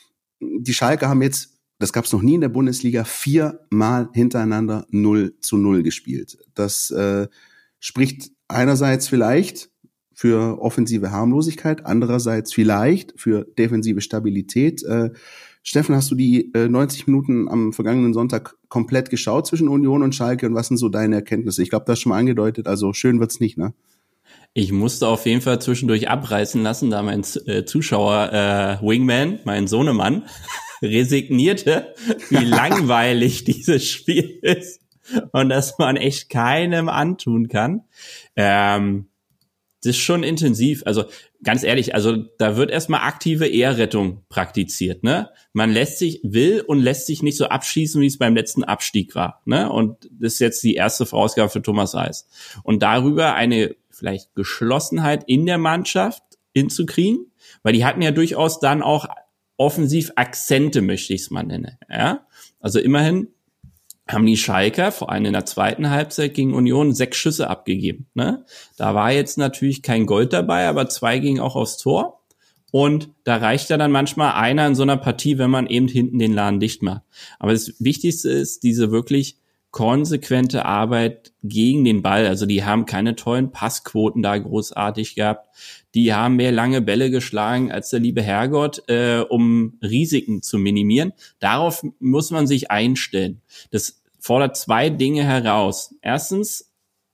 die Schalke haben jetzt, das gab es noch nie in der Bundesliga, viermal hintereinander null zu null gespielt. Das äh, spricht einerseits vielleicht für offensive Harmlosigkeit, andererseits vielleicht für defensive Stabilität. Äh, Steffen, hast du die äh, neunzig Minuten am vergangenen Sonntag komplett geschaut zwischen Union und Schalke und was sind so deine Erkenntnisse? Ich glaube, das hast du schon mal angedeutet, also schön wird's nicht, ne? Ich musste auf jeden Fall zwischendurch abreißen lassen, da mein äh, Zuschauer äh, Wingman, mein Sohnemann, resignierte, wie langweilig dieses Spiel ist und dass man echt keinem antun kann. Ähm, das ist schon intensiv. Also ganz ehrlich, also da wird erstmal aktive Ehrrettung praktiziert, ne? Man lässt sich, will und lässt sich nicht so abschießen, wie es beim letzten Abstieg war, ne? Und das ist jetzt die erste Vorausgabe für Thomas Reis. Und darüber eine vielleicht Geschlossenheit in der Mannschaft hinzukriegen, weil die hatten ja durchaus dann auch offensiv Akzente, möchte ich es mal nennen, ja? Also immerhin haben die Schalker vor allem in der zweiten Halbzeit gegen Union sechs Schüsse abgegeben, ne? Da war jetzt natürlich kein Gold dabei, aber zwei gingen auch aufs Tor. Und da reicht ja dann manchmal einer in so einer Partie, wenn man eben hinten den Laden dicht macht. Aber das Wichtigste ist diese wirklich konsequente Arbeit gegen den Ball. Also die haben keine tollen Passquoten da großartig gehabt. Die haben mehr lange Bälle geschlagen als der liebe Herrgott, äh, um Risiken zu minimieren. Darauf muss man sich einstellen. Das fordert zwei Dinge heraus. Erstens,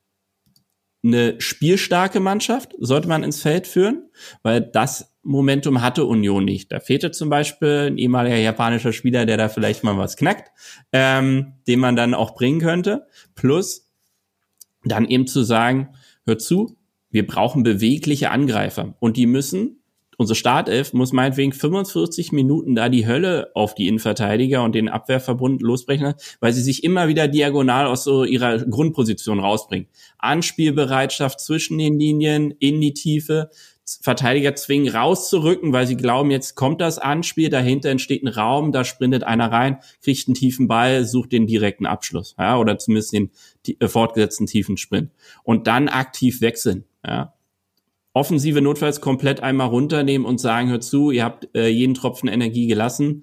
eine spielstarke Mannschaft sollte man ins Feld führen, weil das Momentum hatte Union nicht. Da fehlte zum Beispiel ein ehemaliger japanischer Spieler, der da vielleicht mal was knackt, ähm, den man dann auch bringen könnte. Plus dann eben zu sagen, hör zu, wir brauchen bewegliche Angreifer und die müssen, unsere Startelf muss meinetwegen fünfundvierzig Minuten da die Hölle auf die Innenverteidiger und den Abwehrverbund losbrechen, weil sie sich immer wieder diagonal aus so ihrer Grundposition rausbringen. Anspielbereitschaft zwischen den Linien, in die Tiefe, Verteidiger zwingen rauszurücken, weil sie glauben, jetzt kommt das Anspiel, dahinter entsteht ein Raum, da sprintet einer rein, kriegt einen tiefen Ball, sucht den direkten Abschluss, ja, oder zumindest den äh, fortgesetzten tiefen Sprint. Und dann aktiv wechseln, ja. Offensive notfalls komplett einmal runternehmen und sagen, hört zu, ihr habt äh, jeden Tropfen Energie gelassen,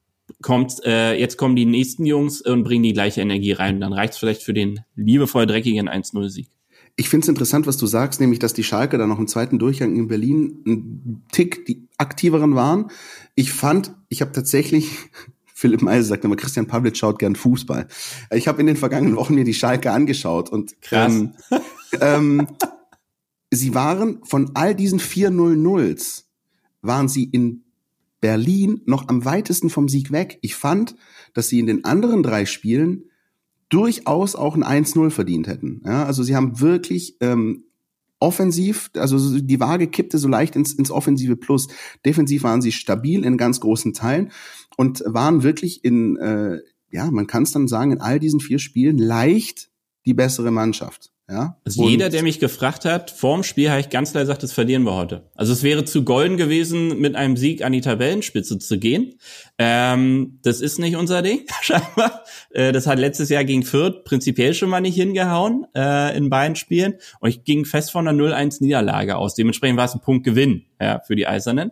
kommt, äh, jetzt kommen die nächsten Jungs und bringen die gleiche Energie rein. Dann reicht's vielleicht für den liebevoll dreckigen eins null Sieg. Ich finde es interessant, was du sagst, nämlich, dass die Schalke da noch im zweiten Durchgang in Berlin ein Tick die aktiveren waren. Ich fand, ich habe tatsächlich, Philipp Meisel sagt immer, Christian Pavlic schaut gern Fußball. Ich habe in den vergangenen Wochen mir die Schalke angeschaut und Krass. Ähm, ähm, sie waren von all diesen vier null nulls, waren sie in Berlin noch am weitesten vom Sieg weg. Ich fand, dass sie in den anderen drei Spielen durchaus auch ein eins null verdient hätten. Ja, also sie haben wirklich ähm, offensiv, also die Waage kippte so leicht ins, ins offensive Plus. Defensiv waren sie stabil in ganz großen Teilen und waren wirklich in, äh, ja, man kann es dann sagen, in all diesen vier Spielen leicht die bessere Mannschaft. Ja? Also und jeder, der mich gefragt hat, vorm Spiel habe ich ganz klar gesagt, das verlieren wir heute. Also es wäre zu golden gewesen, mit einem Sieg an die Tabellenspitze zu gehen. Ähm, das ist nicht unser Ding, scheinbar. Äh, das hat letztes Jahr gegen Fürth prinzipiell schon mal nicht hingehauen äh, in beiden Spielen. Und ich ging fest von einer null eins Niederlage aus. Dementsprechend war es ein Punktgewinn, ja, für die Eisernen.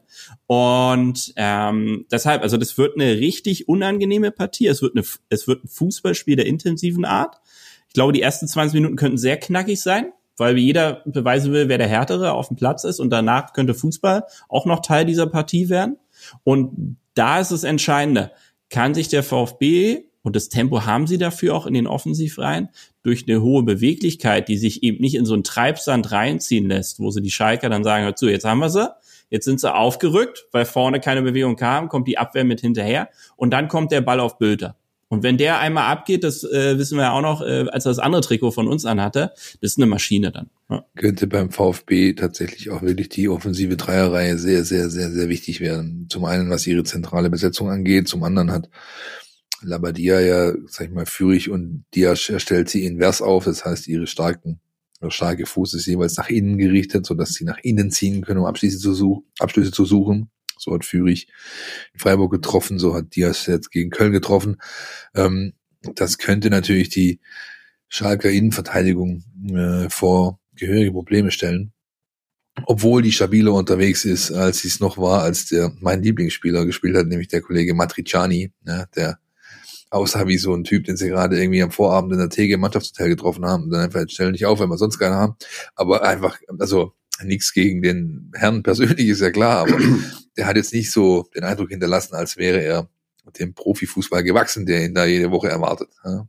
Und ähm, deshalb, also das wird eine richtig unangenehme Partie. Es wird, eine, es wird ein Fußballspiel der intensiven Art. Ich glaube, die ersten zwanzig Minuten könnten sehr knackig sein, weil jeder beweisen will, wer der Härtere auf dem Platz ist. Und danach könnte Fußball auch noch Teil dieser Partie werden. Und da ist es entscheidender. Kann sich der VfB, und das Tempo haben sie dafür auch in den Offensivreihen, durch eine hohe Beweglichkeit, die sich eben nicht in so einen Treibsand reinziehen lässt, wo sie die Schalker dann sagen, hör zu, jetzt haben wir sie. Jetzt sind sie aufgerückt, weil vorne keine Bewegung kam, kommt die Abwehr mit hinterher. Und dann kommt der Ball auf Bülter. Und wenn der einmal abgeht, das äh, wissen wir ja auch noch, äh, als er das andere Trikot von uns anhatte, das ist eine Maschine dann. Ja. Könnte beim VfB tatsächlich auch wirklich die offensive Dreierreihe sehr, sehr, sehr, sehr wichtig werden. Zum einen, was ihre zentrale Besetzung angeht, zum anderen hat Labadia ja, sag ich mal, Führig und Diaz stellt sie invers auf, das heißt, ihre starken, der starke Fuß ist jeweils nach innen gerichtet, sodass sie nach innen ziehen können, um Abschlüsse zu suchen, Abschlüsse zu suchen. So hat Führig in Freiburg getroffen, so hat Diaz jetzt gegen Köln getroffen. Ähm, das könnte natürlich die Schalker Innenverteidigung äh, vor gehörige Probleme stellen. Obwohl die stabiler unterwegs ist, als sie es noch war, als der mein Lieblingsspieler gespielt hat, nämlich der Kollege Matriciani, ja, der aussah wie so ein Typ, den sie gerade irgendwie am Vorabend in der T G im Mannschaftshotel getroffen haben und dann einfach, stellen nicht auf, wenn wir sonst keinen haben. Aber einfach, also nichts gegen den Herrn persönlich, ist ja klar, aber der hat jetzt nicht so den Eindruck hinterlassen, als wäre er dem Profifußball gewachsen, der ihn da jede Woche erwartet. Ja.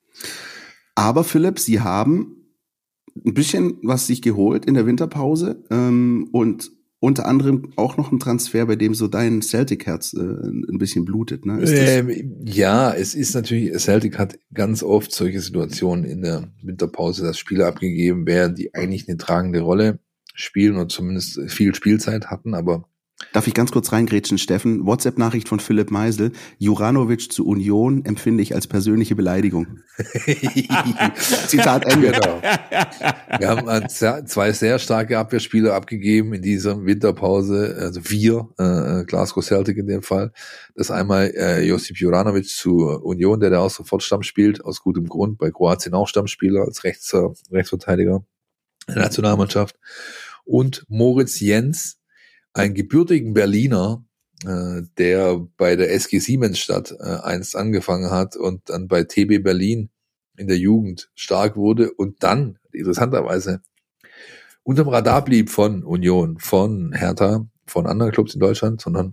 Aber Philipp, Sie haben ein bisschen was sich geholt in der Winterpause ähm, und unter anderem auch noch ein Transfer, bei dem so dein Celtic-Herz äh, ein bisschen blutet. Ne? Ist ähm, ja, es ist natürlich, Celtic hat ganz oft solche Situationen in der Winterpause, dass Spieler abgegeben werden, die eigentlich eine tragende Rolle spielen und zumindest viel Spielzeit hatten, aber Darf ich ganz kurz reingrätschen, Steffen? WhatsApp-Nachricht von Philipp Meisel. Juranovic zu Union empfinde ich als persönliche Beleidigung. Zitat Ende. Genau. Wir haben zwei sehr starke Abwehrspieler abgegeben in dieser Winterpause, also wir, äh, Glasgow Celtic in dem Fall. Das ist einmal äh, Josip Juranovic zu Union, der da auch sofort Stamm spielt, aus gutem Grund, bei Kroatien auch Stammspieler als Rechts, äh, Rechtsverteidiger der Nationalmannschaft. Und Moritz Jens, ein gebürtigen Berliner, äh, der bei der S G Siemensstadt äh, einst angefangen hat und dann bei T B Berlin in der Jugend stark wurde und dann, interessanterweise, unterm Radar blieb von Union, von Hertha, von anderen Clubs in Deutschland, sondern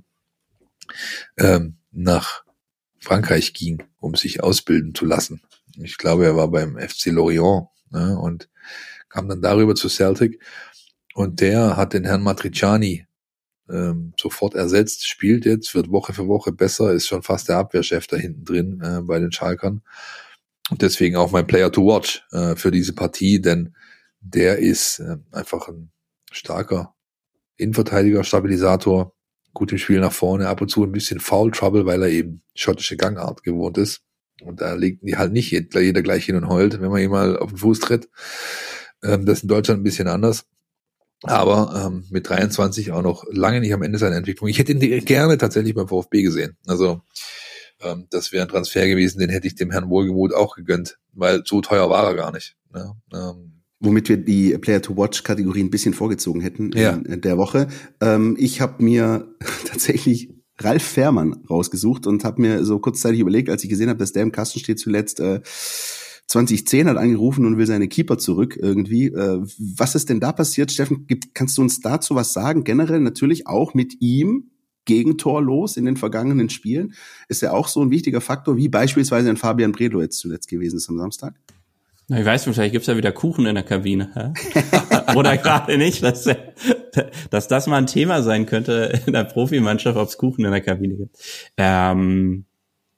ähm, nach Frankreich ging, um sich ausbilden zu lassen. Ich glaube, er war beim F C Lorient, ne, und kam dann darüber zu Celtic und der hat den Herrn Matriciani Ähm, sofort ersetzt, spielt jetzt, wird Woche für Woche besser, ist schon fast der Abwehrchef da hinten drin äh, bei den Schalkern. Und deswegen auch mein Player to watch äh, für diese Partie, denn der ist äh, einfach ein starker Innenverteidiger, Stabilisator, gut im Spiel nach vorne, ab und zu ein bisschen Foul Trouble, weil er eben schottische Gangart gewohnt ist. Und da legt die halt nicht jeder, jeder gleich hin und heult, wenn man ihm mal auf den Fuß tritt. Ähm, das ist in Deutschland ein bisschen anders. Aber ähm, mit dreiundzwanzig auch noch lange nicht am Ende seiner Entwicklung. Ich hätte ihn gerne tatsächlich beim VfB gesehen. Also ähm, das wäre ein Transfer gewesen, den hätte ich dem Herrn Wohlgemuth auch gegönnt, weil so teuer war er gar nicht. Ne? Ähm, Womit wir die Player-to-Watch-Kategorie ein bisschen vorgezogen hätten ja. in, in der Woche. Ähm, ich habe mir tatsächlich Ralf Fährmann rausgesucht und habe mir so kurzzeitig überlegt, als ich gesehen habe, dass der im Kasten steht zuletzt, äh, zwanzig zehn hat angerufen und will seine Keeper zurück irgendwie. Äh, was ist denn da passiert, Steffen? Gibt, kannst du uns dazu was sagen? Generell natürlich auch mit ihm gegentorlos in den vergangenen Spielen. Ist er auch so ein wichtiger Faktor, wie beispielsweise ein Fabian Bredlow jetzt zuletzt gewesen ist am Samstag? Na, ich weiß nicht, vielleicht gibt's ja wieder Kuchen in der Kabine. Oder gerade nicht, dass, dass das mal ein Thema sein könnte in der Profimannschaft, ob es Kuchen in der Kabine gibt. Ähm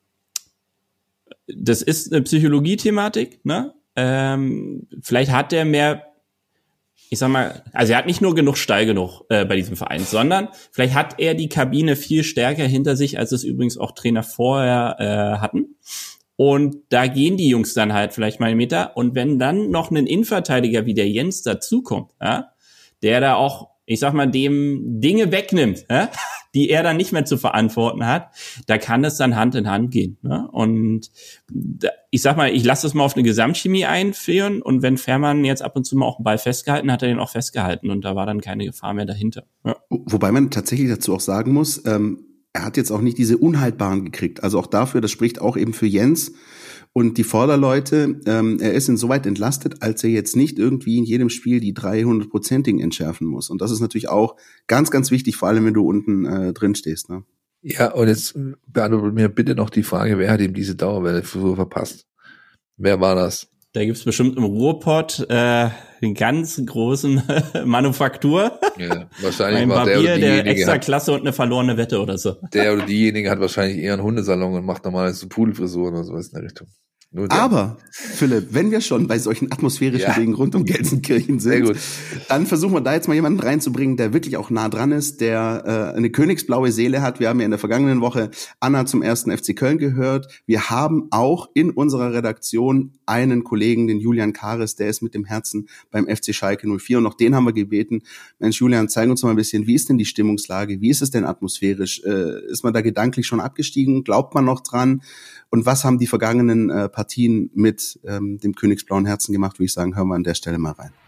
Das ist eine Psychologie-Thematik, ne? Ähm, vielleicht hat der mehr, ich sag mal, also er hat nicht nur genug Stall genug äh, bei diesem Verein, sondern vielleicht hat er die Kabine viel stärker hinter sich, als es übrigens auch Trainer vorher äh, hatten. Und da gehen die Jungs dann halt vielleicht mal einen Meter. Und wenn dann noch ein Innenverteidiger wie der Jens dazukommt, ja, der da auch, ich sag mal, dem Dinge wegnimmt, ja, die er dann nicht mehr zu verantworten hat, da kann es dann Hand in Hand gehen. Ne? Und da, ich sag mal, ich lasse das mal auf eine Gesamtchemie einführen und wenn Fährmann jetzt ab und zu mal auch einen Ball festgehalten hat, er den auch festgehalten und da war dann keine Gefahr mehr dahinter. Ja. Wobei man tatsächlich dazu auch sagen muss, ähm, er hat jetzt auch nicht diese Unhaltbaren gekriegt. Also auch dafür, das spricht auch eben für Jens und die Vorderleute. Ähm, er ist insoweit entlastet, als er jetzt nicht irgendwie in jedem Spiel die dreihundertprozentigen entschärfen muss. Und das ist natürlich auch ganz, ganz wichtig, vor allem wenn du unten äh, drin stehst. Ne? Ja, und jetzt beantwortet mir bitte noch die Frage, wer hat ihm diese Dauerwelle so verpasst? Wer war das? Da gibt's bestimmt im Ruhrpott äh, den ganz großen Manufaktur. Ja, wahrscheinlich ein war Barbier, der oder der diejenige extra hat, Klasse und eine verlorene Wette oder so. Der oder diejenige hat wahrscheinlich eher einen Hundesalon und macht normales so Pudelfrisuren oder sowas in der Richtung. Nur Aber, Philipp, wenn wir schon bei solchen atmosphärischen ja. Dingen rund um Gelsenkirchen sind, Sehr gut. dann versuchen wir da jetzt mal jemanden reinzubringen, der wirklich auch nah dran ist, der äh, eine königsblaue Seele hat. Wir haben ja in der vergangenen Woche Anna zum ersten F C Köln gehört. Wir haben auch in unserer Redaktion einen Kollegen, den Julian Kares, der ist mit dem Herzen beim F C Schalke null vier und auch den haben wir gebeten. Mensch, Julian, zeig uns mal ein bisschen, wie ist denn die Stimmungslage? Wie ist es denn atmosphärisch? Äh, ist man da gedanklich schon abgestiegen? Glaubt man noch dran? Und was haben die vergangenen äh, Partien mit ähm, dem königsblauen Herzen gemacht, würde ich sagen, hören wir an der Stelle mal rein.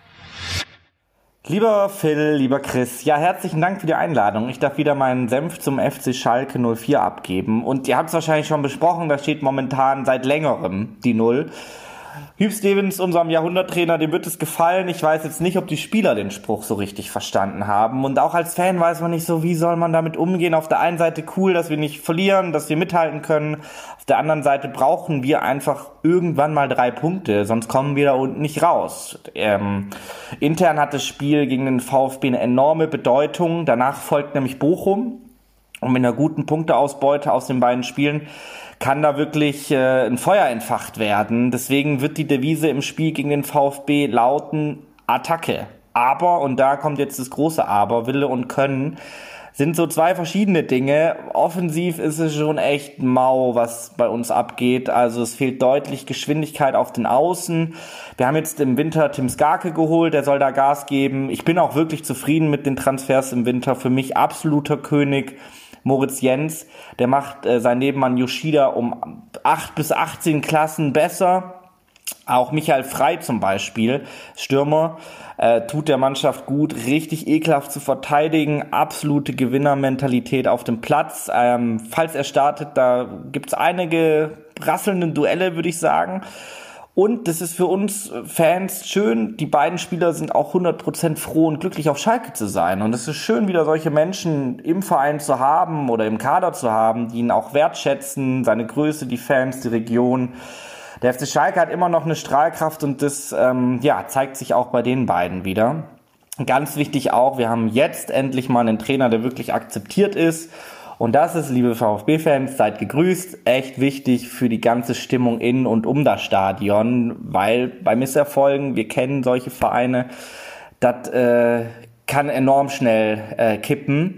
Lieber Phil, lieber Chris, ja, herzlichen Dank für die Einladung. Ich darf wieder meinen Senf zum F C Schalke null vier abgeben. Und ihr habt es wahrscheinlich schon besprochen, da steht momentan seit längerem die Null. Hugh Stevens, unserem Jahrhunderttrainer, dem wird es gefallen. Ich weiß jetzt nicht, ob die Spieler den Spruch so richtig verstanden haben. Und auch als Fan weiß man nicht so, wie soll man damit umgehen. Auf der einen Seite cool, dass wir nicht verlieren, dass wir mithalten können. Auf der anderen Seite brauchen wir einfach irgendwann mal drei Punkte, sonst kommen wir da unten nicht raus. Ähm, intern hat das Spiel gegen den VfB eine enorme Bedeutung. Danach folgt nämlich Bochum. Und mit einer guten Punkteausbeute aus den beiden Spielen kann da wirklich äh, ein Feuer entfacht werden. Deswegen wird die Devise im Spiel gegen den VfB lauten Attacke. Aber, und da kommt jetzt das große Aber, Wille und Können, sind so zwei verschiedene Dinge. Offensiv ist es schon echt mau, was bei uns abgeht. Also es fehlt deutlich Geschwindigkeit auf den Außen. Wir haben jetzt im Winter Tim Skarke geholt, der soll da Gas geben. Ich bin auch wirklich zufrieden mit den Transfers im Winter. Für mich absoluter König Moritz Jens, der macht äh, sein Nebenmann Yoshida um acht bis achtzehn Klassen besser. Auch Michael Frey zum Beispiel, Stürmer, äh, tut der Mannschaft gut, richtig ekelhaft zu verteidigen, absolute Gewinnermentalität auf dem Platz. Ähm, falls er startet, da gibt's einige rasselnde Duelle, würde ich sagen. Und das ist für uns Fans schön, die beiden Spieler sind auch hundert Prozent froh und glücklich, auf Schalke zu sein. Und es ist schön, wieder solche Menschen im Verein zu haben oder im Kader zu haben, die ihn auch wertschätzen, seine Größe, die Fans, die Region. Der F C Schalke hat immer noch eine Strahlkraft und das ähm, ja, zeigt sich auch bei den beiden wieder. Ganz wichtig auch, wir haben jetzt endlich mal einen Trainer, der wirklich akzeptiert ist. Und das ist, liebe VfB-Fans, seid gegrüßt, echt wichtig für die ganze Stimmung in und um das Stadion, weil bei Misserfolgen, wir kennen solche Vereine, das äh, kann enorm schnell äh, kippen.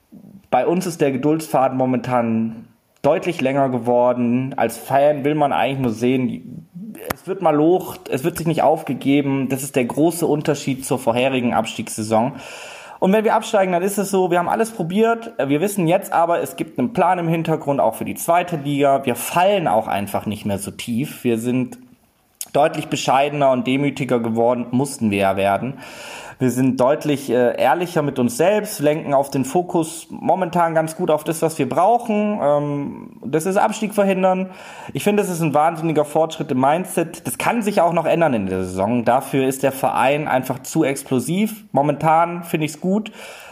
Bei uns ist der Geduldsfaden momentan deutlich länger geworden. Als Fan will man eigentlich nur sehen, es wird mal locht, es wird sich nicht aufgegeben. Das ist der große Unterschied zur vorherigen Abstiegssaison. Und wenn wir absteigen, dann ist es so, wir haben alles probiert. Wir wissen jetzt aber, es gibt einen Plan im Hintergrund, auch für die zweite Liga. Wir fallen auch einfach nicht mehr so tief. Wir sind deutlich bescheidener und demütiger geworden, mussten wir ja werden. Wir sind deutlich äh, ehrlicher mit uns selbst, lenken auf den Fokus momentan ganz gut auf das, was wir brauchen. Ähm, das ist Abstieg verhindern. Ich finde, das ist ein wahnsinniger Fortschritt im Mindset. Das kann sich auch noch ändern in der Saison. Dafür ist der Verein einfach zu explosiv. Momentan finde ich es gut.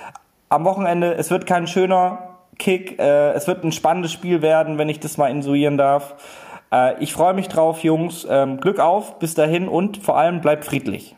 Am Wochenende, es wird kein schöner Kick. Äh, es wird ein spannendes Spiel werden, wenn ich das mal insuieren darf. Äh, ich freue mich drauf, Jungs. Ähm, Glück auf, bis dahin und vor allem bleibt friedlich.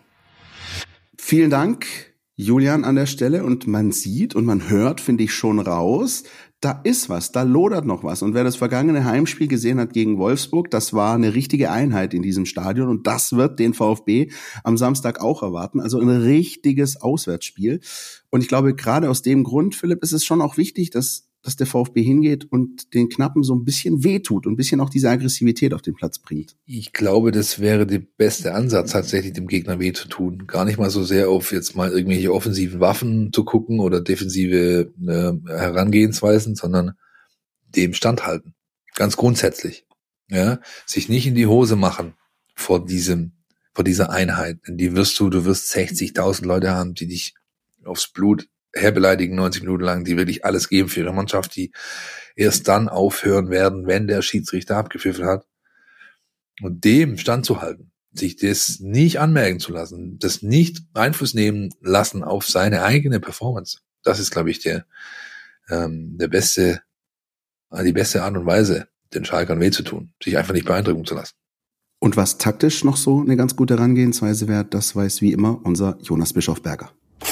Vielen Dank, Julian, an der Stelle. Und man sieht und man hört, finde ich, schon raus, da ist was, da lodert noch was. Und wer das vergangene Heimspiel gesehen hat gegen Wolfsburg, das war eine richtige Einheit in diesem Stadion. Und das wird den VfB am Samstag auch erwarten. Also ein richtiges Auswärtsspiel. Und ich glaube, gerade aus dem Grund, Philipp, ist es schon auch wichtig, dass dass der VfB hingeht und den Knappen so ein bisschen wehtut und ein bisschen auch diese Aggressivität auf den Platz bringt. Ich glaube, das wäre der beste Ansatz, tatsächlich dem Gegner weh zu tun. Gar nicht mal so sehr auf jetzt mal irgendwelche offensiven Waffen zu gucken oder defensive äh, Herangehensweisen, sondern dem standhalten. Ganz grundsätzlich. Ja, sich nicht in die Hose machen vor diesem, vor dieser Einheit. Denn die wirst du, du wirst sechzigtausend Leute haben, die dich aufs Blut herbeleidigen, neunzig Minuten lang, die wirklich alles geben für ihre Mannschaft, die erst dann aufhören werden, wenn der Schiedsrichter abgepfiffen hat. Und dem standzuhalten, sich das nicht anmerken zu lassen, das nicht Einfluss nehmen lassen auf seine eigene Performance, das ist, glaube ich, der, ähm, der beste, die beste Art und Weise, den Schalkern weh zu tun, sich einfach nicht beeindrucken zu lassen. Und was taktisch noch so eine ganz gute Herangehensweise wäre, das weiß wie immer unser Jonas Bischof-Berger.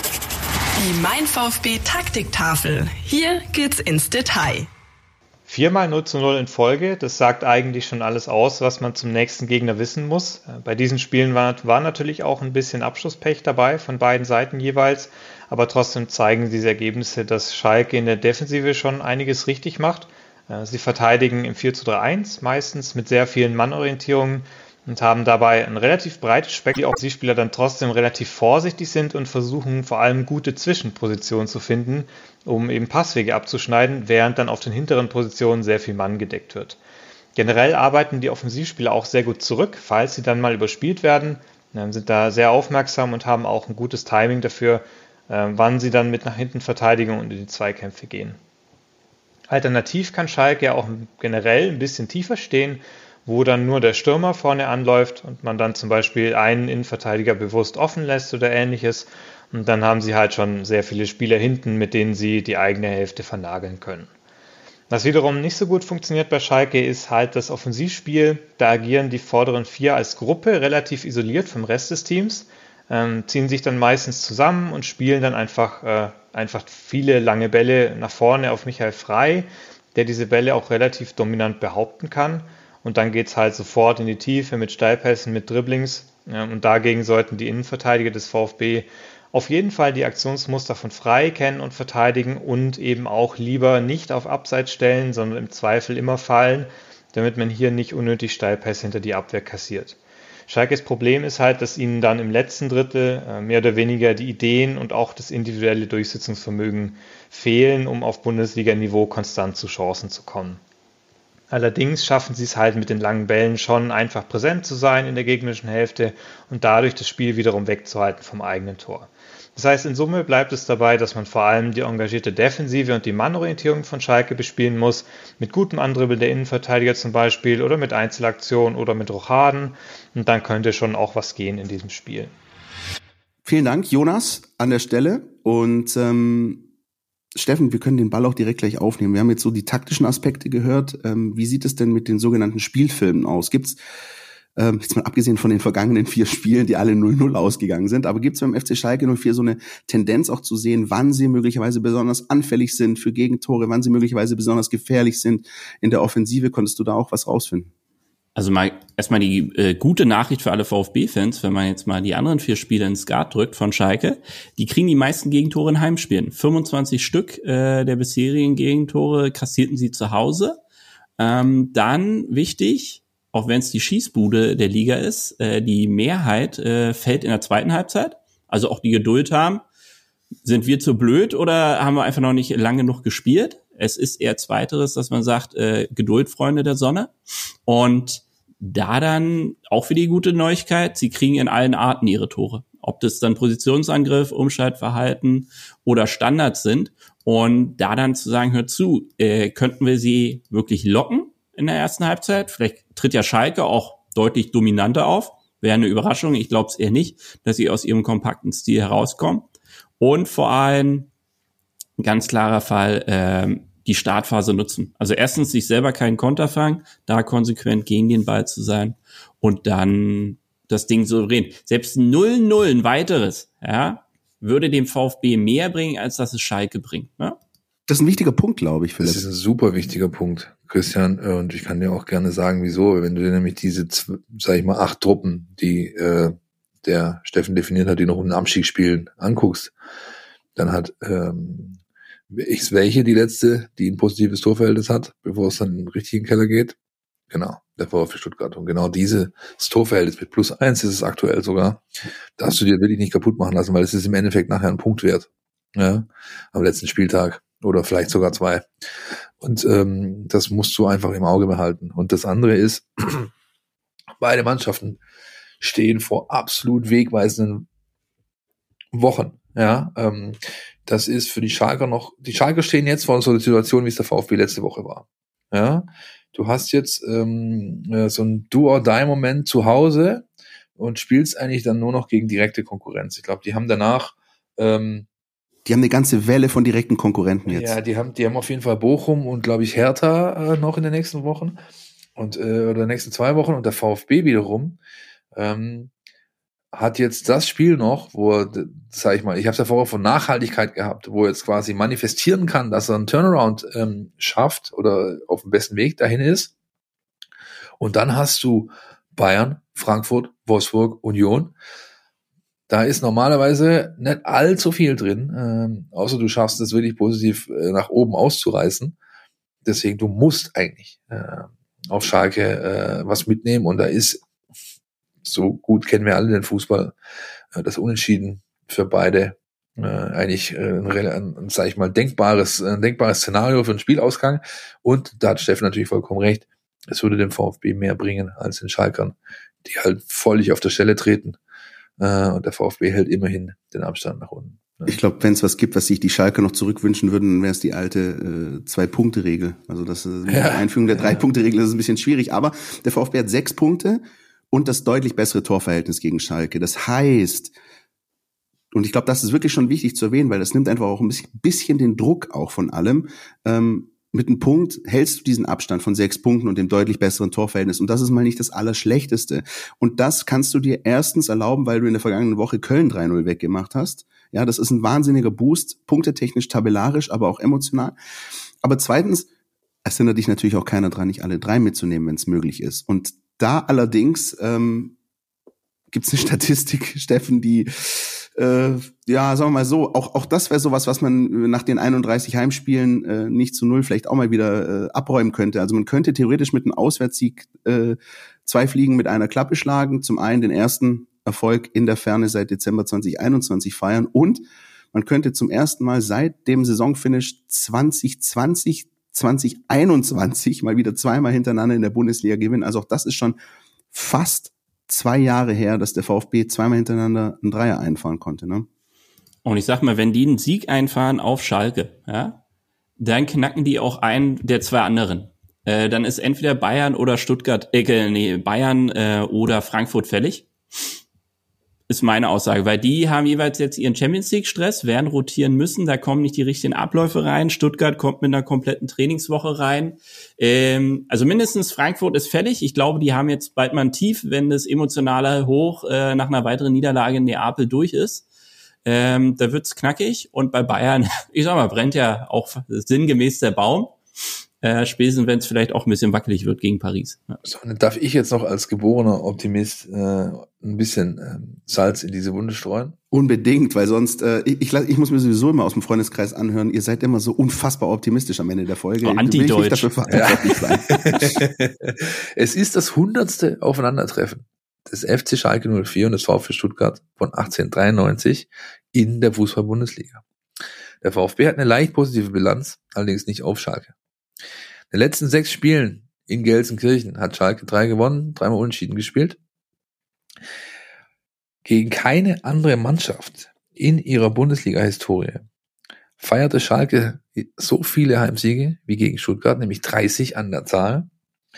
Die Mein VfB Taktiktafel. Hier geht's ins Detail. Viermal null zu null in Folge, das sagt eigentlich schon alles aus, was man zum nächsten Gegner wissen muss. Bei diesen Spielen war, war natürlich auch ein bisschen Abschlusspech dabei, von beiden Seiten jeweils, aber trotzdem zeigen diese Ergebnisse, dass Schalke in der Defensive schon einiges richtig macht. Sie verteidigen im vier zu drei eins, meistens mit sehr vielen Mannorientierungen, und haben dabei ein relativ breites Spektrum, die Offensivspieler dann trotzdem relativ vorsichtig sind und versuchen vor allem gute Zwischenpositionen zu finden, um eben Passwege abzuschneiden, während dann auf den hinteren Positionen sehr viel Mann gedeckt wird. Generell arbeiten die Offensivspieler auch sehr gut zurück, falls sie dann mal überspielt werden, sind da sehr aufmerksam und haben auch ein gutes Timing dafür, wann sie dann mit nach hinten verteidigen und in die Zweikämpfe gehen. Alternativ kann Schalke ja auch generell ein bisschen tiefer stehen wo dann nur der Stürmer vorne anläuft und man dann zum Beispiel einen Innenverteidiger bewusst offen lässt oder ähnliches. Und dann haben sie halt schon sehr viele Spieler hinten, mit denen sie die eigene Hälfte vernageln können. Was wiederum nicht so gut funktioniert bei Schalke, ist halt das Offensivspiel. Da agieren die vorderen vier als Gruppe relativ isoliert vom Rest des Teams, ähm, ziehen sich dann meistens zusammen und spielen dann einfach, äh, einfach viele lange Bälle nach vorne auf Michael Frey, der diese Bälle auch relativ dominant behaupten kann. Und dann geht es halt sofort in die Tiefe mit Steilpässen, mit Dribblings. Ja, und dagegen sollten die Innenverteidiger des VfB auf jeden Fall die Aktionsmuster von Frey kennen und verteidigen und eben auch lieber nicht auf Abseits stellen, sondern im Zweifel immer fallen, damit man hier nicht unnötig Steilpässe hinter die Abwehr kassiert. Schalkes Problem ist halt, dass ihnen dann im letzten Drittel äh, mehr oder weniger die Ideen und auch das individuelle Durchsetzungsvermögen fehlen, um auf Bundesliga-Niveau konstant zu Chancen zu kommen. Allerdings schaffen sie es halt mit den langen Bällen schon einfach präsent zu sein in der gegnerischen Hälfte und dadurch das Spiel wiederum wegzuhalten vom eigenen Tor. Das heißt, in Summe bleibt es dabei, dass man vor allem die engagierte Defensive und die Mannorientierung von Schalke bespielen muss, mit gutem Andribbeln der Innenverteidiger zum Beispiel oder mit Einzelaktionen oder mit Rochaden, und dann könnte schon auch was gehen in diesem Spiel. Vielen Dank, Jonas, an der Stelle, und ähm Steffen, wir können den Ball auch direkt gleich aufnehmen. Wir haben jetzt so die taktischen Aspekte gehört. Ähm, wie sieht es denn mit den sogenannten Spielfilmen aus? Gibt's, ähm, jetzt mal abgesehen von den vergangenen vier Spielen, die alle null null ausgegangen sind, aber gibt's beim F C Schalke null vier so eine Tendenz auch zu sehen, wann sie möglicherweise besonders anfällig sind für Gegentore, wann sie möglicherweise besonders gefährlich sind in der Offensive? Konntest du da auch was rausfinden? Also mal erstmal die äh, gute Nachricht für alle VfB-Fans, wenn man jetzt mal die anderen vier Spiele ins Skat drückt von Schalke, die kriegen die meisten Gegentore in Heimspielen. fünfundzwanzig Stück äh, der bisherigen Gegentore kassierten sie zu Hause. Ähm, dann wichtig, auch wenn es die Schießbude der Liga ist, äh, die Mehrheit äh, fällt in der zweiten Halbzeit. Also auch die Geduld haben. Sind wir zu blöd oder haben wir einfach noch nicht lang genug gespielt? Es ist eher Zweiteres, dass man sagt, äh, Geduld, Freunde der Sonne. Und da dann auch für die gute Neuigkeit, sie kriegen in allen Arten ihre Tore. Ob das dann Positionsangriff, Umschaltverhalten oder Standards sind. Und da dann zu sagen, hört zu, äh, könnten wir sie wirklich locken in der ersten Halbzeit? Vielleicht tritt ja Schalke auch deutlich dominanter auf. Wäre eine Überraschung. Ich glaube es eher nicht, dass sie aus ihrem kompakten Stil herauskommen. Und vor allem, ein ganz klarer Fall, ähm, die Startphase nutzen. Also erstens sich selber keinen Konter fangen, da konsequent gegen den Ball zu sein und dann das Ding souverän. Selbst null null, ein weiteres, ja, würde dem VfB mehr bringen, als dass es Schalke bringt. Ne? Das ist ein wichtiger Punkt, glaube ich, Philipp. Das ist ein super wichtiger Punkt, Christian. Und ich kann dir auch gerne sagen, wieso. Wenn du dir nämlich diese, sag ich mal, acht Truppen, die äh, der Steffen definiert hat, die noch um den Abstieg spielen, anguckst, dann hat ähm, X welche die letzte, die ein positives Torverhältnis hat, bevor es dann in den richtigen Keller geht. Genau, der VfB Stuttgart. Und genau dieses Torverhältnis mit plus eins ist es aktuell sogar. Darfst du dir wirklich nicht kaputt machen lassen, weil es ist im Endeffekt nachher ein Punkt wert. Ja, am letzten Spieltag oder vielleicht sogar zwei. Und ähm, das musst du einfach im Auge behalten. Und das andere ist, beide Mannschaften stehen vor absolut wegweisenden Wochen. Ja, ähm, das ist für die Schalker noch, die Schalker stehen jetzt vor so einer Situation, wie es der VfB letzte Woche war. Ja, du hast jetzt ähm, so ein Do-or-Die-Moment zu Hause und spielst eigentlich dann nur noch gegen direkte Konkurrenz. Ich glaube, die haben danach ähm, Die haben eine ganze Welle von direkten Konkurrenten jetzt. Ja, die haben, die haben auf jeden Fall Bochum und, glaube ich, Hertha äh, noch in den nächsten Wochen und äh, oder nächsten zwei Wochen, und der VfB wiederum ähm, hat jetzt das Spiel noch, wo er, sag ich mal, ich habe es ja vorher von Nachhaltigkeit gehabt, wo er jetzt quasi manifestieren kann, dass er einen Turnaround ähm, schafft oder auf dem besten Weg dahin ist. Und dann hast du Bayern, Frankfurt, Wolfsburg, Union. Da ist normalerweise nicht allzu viel drin, ähm, außer du schaffst es wirklich positiv äh, nach oben auszureißen. Deswegen, du musst eigentlich äh, auf Schalke äh, was mitnehmen, und da ist, so gut kennen wir alle den Fußball, äh, das Unentschieden für beide äh, eigentlich äh, ein, ein, ein, sag ich mal, denkbares, ein denkbares Szenario für einen Spielausgang. Und da hat Steffen natürlich vollkommen recht, es würde dem VfB mehr bringen als den Schalkern, die halt völlig auf der Stelle treten. Uh, und der VfB hält immerhin den Abstand nach unten. Ich glaube, wenn es was gibt, was sich die Schalker noch zurückwünschen würden, dann wäre es die alte äh, Zwei-Punkte-Regel. Also das ist, ja. Die Einführung der Drei-Punkte-Regel ist ein bisschen schwierig, aber der VfB hat sechs Punkte und das deutlich bessere Torverhältnis gegen Schalke. Das heißt, und ich glaube, das ist wirklich schon wichtig zu erwähnen, weil das nimmt einfach auch ein bisschen, bisschen den Druck auch von allem. Ähm, mit einem Punkt hältst du diesen Abstand von sechs Punkten und dem deutlich besseren Torverhältnis. Und das ist mal nicht das Allerschlechteste. Und das kannst du dir erstens erlauben, weil du in der vergangenen Woche Köln drei null weggemacht hast. Ja, das ist ein wahnsinniger Boost, punktetechnisch, tabellarisch, aber auch emotional. Aber zweitens, es hindert dich natürlich auch keiner dran, nicht alle drei mitzunehmen, wenn es möglich ist. Und da allerdings ähm, gibt es eine Statistik, Steffen, die Äh, ja, sagen wir mal so, auch auch das wäre sowas, was man nach den einunddreißig Heimspielen äh, nicht zu null vielleicht auch mal wieder äh, abräumen könnte. Also man könnte theoretisch mit einem Auswärtssieg äh, zwei Fliegen mit einer Klappe schlagen. Zum einen den ersten Erfolg in der Ferne seit Dezember zwanzig einundzwanzig feiern und man könnte zum ersten Mal seit dem Saisonfinish zwanzig zwanzig, zwanzig einundzwanzig mal wieder zweimal hintereinander in der Bundesliga gewinnen. Also auch das ist schon fast zwei Jahre her, dass der VfB zweimal hintereinander einen Dreier einfahren konnte, ne? Und ich sag mal, wenn die einen Sieg einfahren auf Schalke, ja, dann knacken die auch einen der zwei anderen. Äh, dann ist entweder Bayern oder Stuttgart, äh, nee, Bayern äh, oder Frankfurt fällig. Ist meine Aussage, weil die haben jeweils jetzt ihren Champions-League-Stress, werden rotieren müssen, da kommen nicht die richtigen Abläufe rein. Stuttgart kommt mit einer kompletten Trainingswoche rein. Ähm, also mindestens Frankfurt ist fällig. Ich glaube, die haben jetzt bald mal ein Tief, wenn das emotionale Hoch äh, nach einer weiteren Niederlage in Neapel durch ist. Ähm, da wird's knackig. Und bei Bayern, ich sag mal, brennt ja auch sinngemäß der Baum. Äh, spätestens, wenn es vielleicht auch ein bisschen wackelig wird gegen Paris. Ja. So, dann darf ich jetzt noch als geborener Optimist äh, ein bisschen äh, Salz in diese Wunde streuen? Unbedingt, weil sonst, äh, ich, ich, ich muss mir sowieso immer aus dem Freundeskreis anhören, ihr seid immer so unfassbar optimistisch am Ende der Folge. Oh, Anti-Deutsch. Dafür verantwortlich sein. Es ist das hundertste Aufeinandertreffen des F C Schalke null vier und des VfB Stuttgart von achtzehnhundertdreiundneunzig in der Fußball-Bundesliga. Der VfB hat eine leicht positive Bilanz, allerdings nicht auf Schalke. In den letzten sechs Spielen in Gelsenkirchen hat Schalke drei gewonnen, dreimal unentschieden gespielt. Gegen keine andere Mannschaft in ihrer Bundesliga-Historie feierte Schalke so viele Heimsiege wie gegen Stuttgart, nämlich dreißig an der Zahl.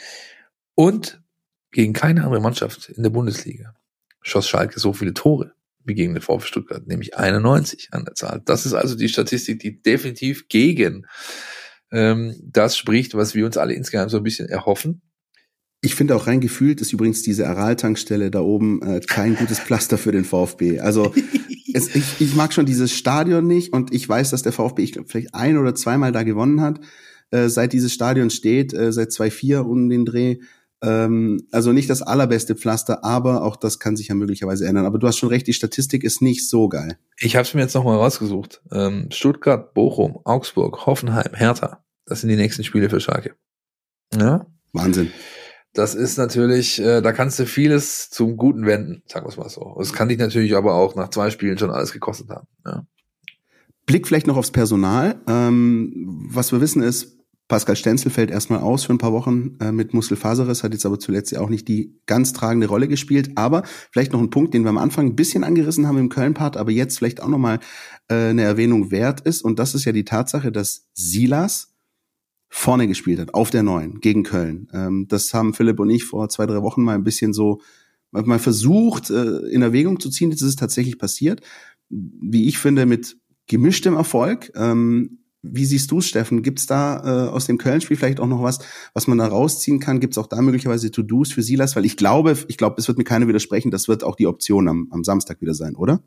Und gegen keine andere Mannschaft in der Bundesliga schoss Schalke so viele Tore wie gegen den VfB Stuttgart, nämlich einundneunzig an der Zahl. Das ist also die Statistik, die definitiv gegen ähm, das spricht, was wir uns alle insgesamt so ein bisschen erhoffen. Ich finde auch rein gefühlt ist übrigens diese Aral-Tankstelle da oben äh, kein gutes Pflaster für den VfB. Also es, ich, ich mag schon dieses Stadion nicht und ich weiß, dass der VfB, ich glaube, vielleicht ein oder zweimal da gewonnen hat, äh, seit dieses Stadion steht, äh, seit zwei vier um den Dreh. Ähm, also nicht das allerbeste Pflaster, aber auch das kann sich ja möglicherweise ändern. Aber du hast schon recht, die Statistik ist nicht so geil. Ich habe es mir jetzt nochmal rausgesucht. Ähm, Stuttgart, Bochum, Augsburg, Hoffenheim, Hertha. Das sind die nächsten Spiele für Schalke. Ja? Wahnsinn. Das ist natürlich, äh, da kannst du vieles zum Guten wenden, sagen wir es mal so. Es kann dich natürlich aber auch nach zwei Spielen schon alles gekostet haben. Ja. Blick vielleicht noch aufs Personal. Ähm, was wir wissen ist, Pascal Stenzel fällt erstmal aus für ein paar Wochen äh, mit Muskelfaserriss, hat jetzt aber zuletzt ja auch nicht die ganz tragende Rolle gespielt. Aber vielleicht noch ein Punkt, den wir am Anfang ein bisschen angerissen haben im Köln-Part, aber jetzt vielleicht auch nochmal äh, eine Erwähnung wert ist. Und das ist ja die Tatsache, dass Silas vorne gespielt hat, auf der Neuen, gegen Köln. Ähm, das haben Philipp und ich vor zwei, drei Wochen mal ein bisschen so mal versucht, äh, in Erwägung zu ziehen. Jetzt ist es tatsächlich passiert. Wie ich finde, mit gemischtem Erfolg. Ähm, Wie siehst du es, Steffen? Gibt es da äh, aus dem Köln-Spiel vielleicht auch noch was, was man da rausziehen kann? Gibt es auch da möglicherweise To-Dos für Silas? Weil ich glaube, ich glaube, es wird mir keiner widersprechen, das wird auch die Option am, am Samstag wieder sein, oder?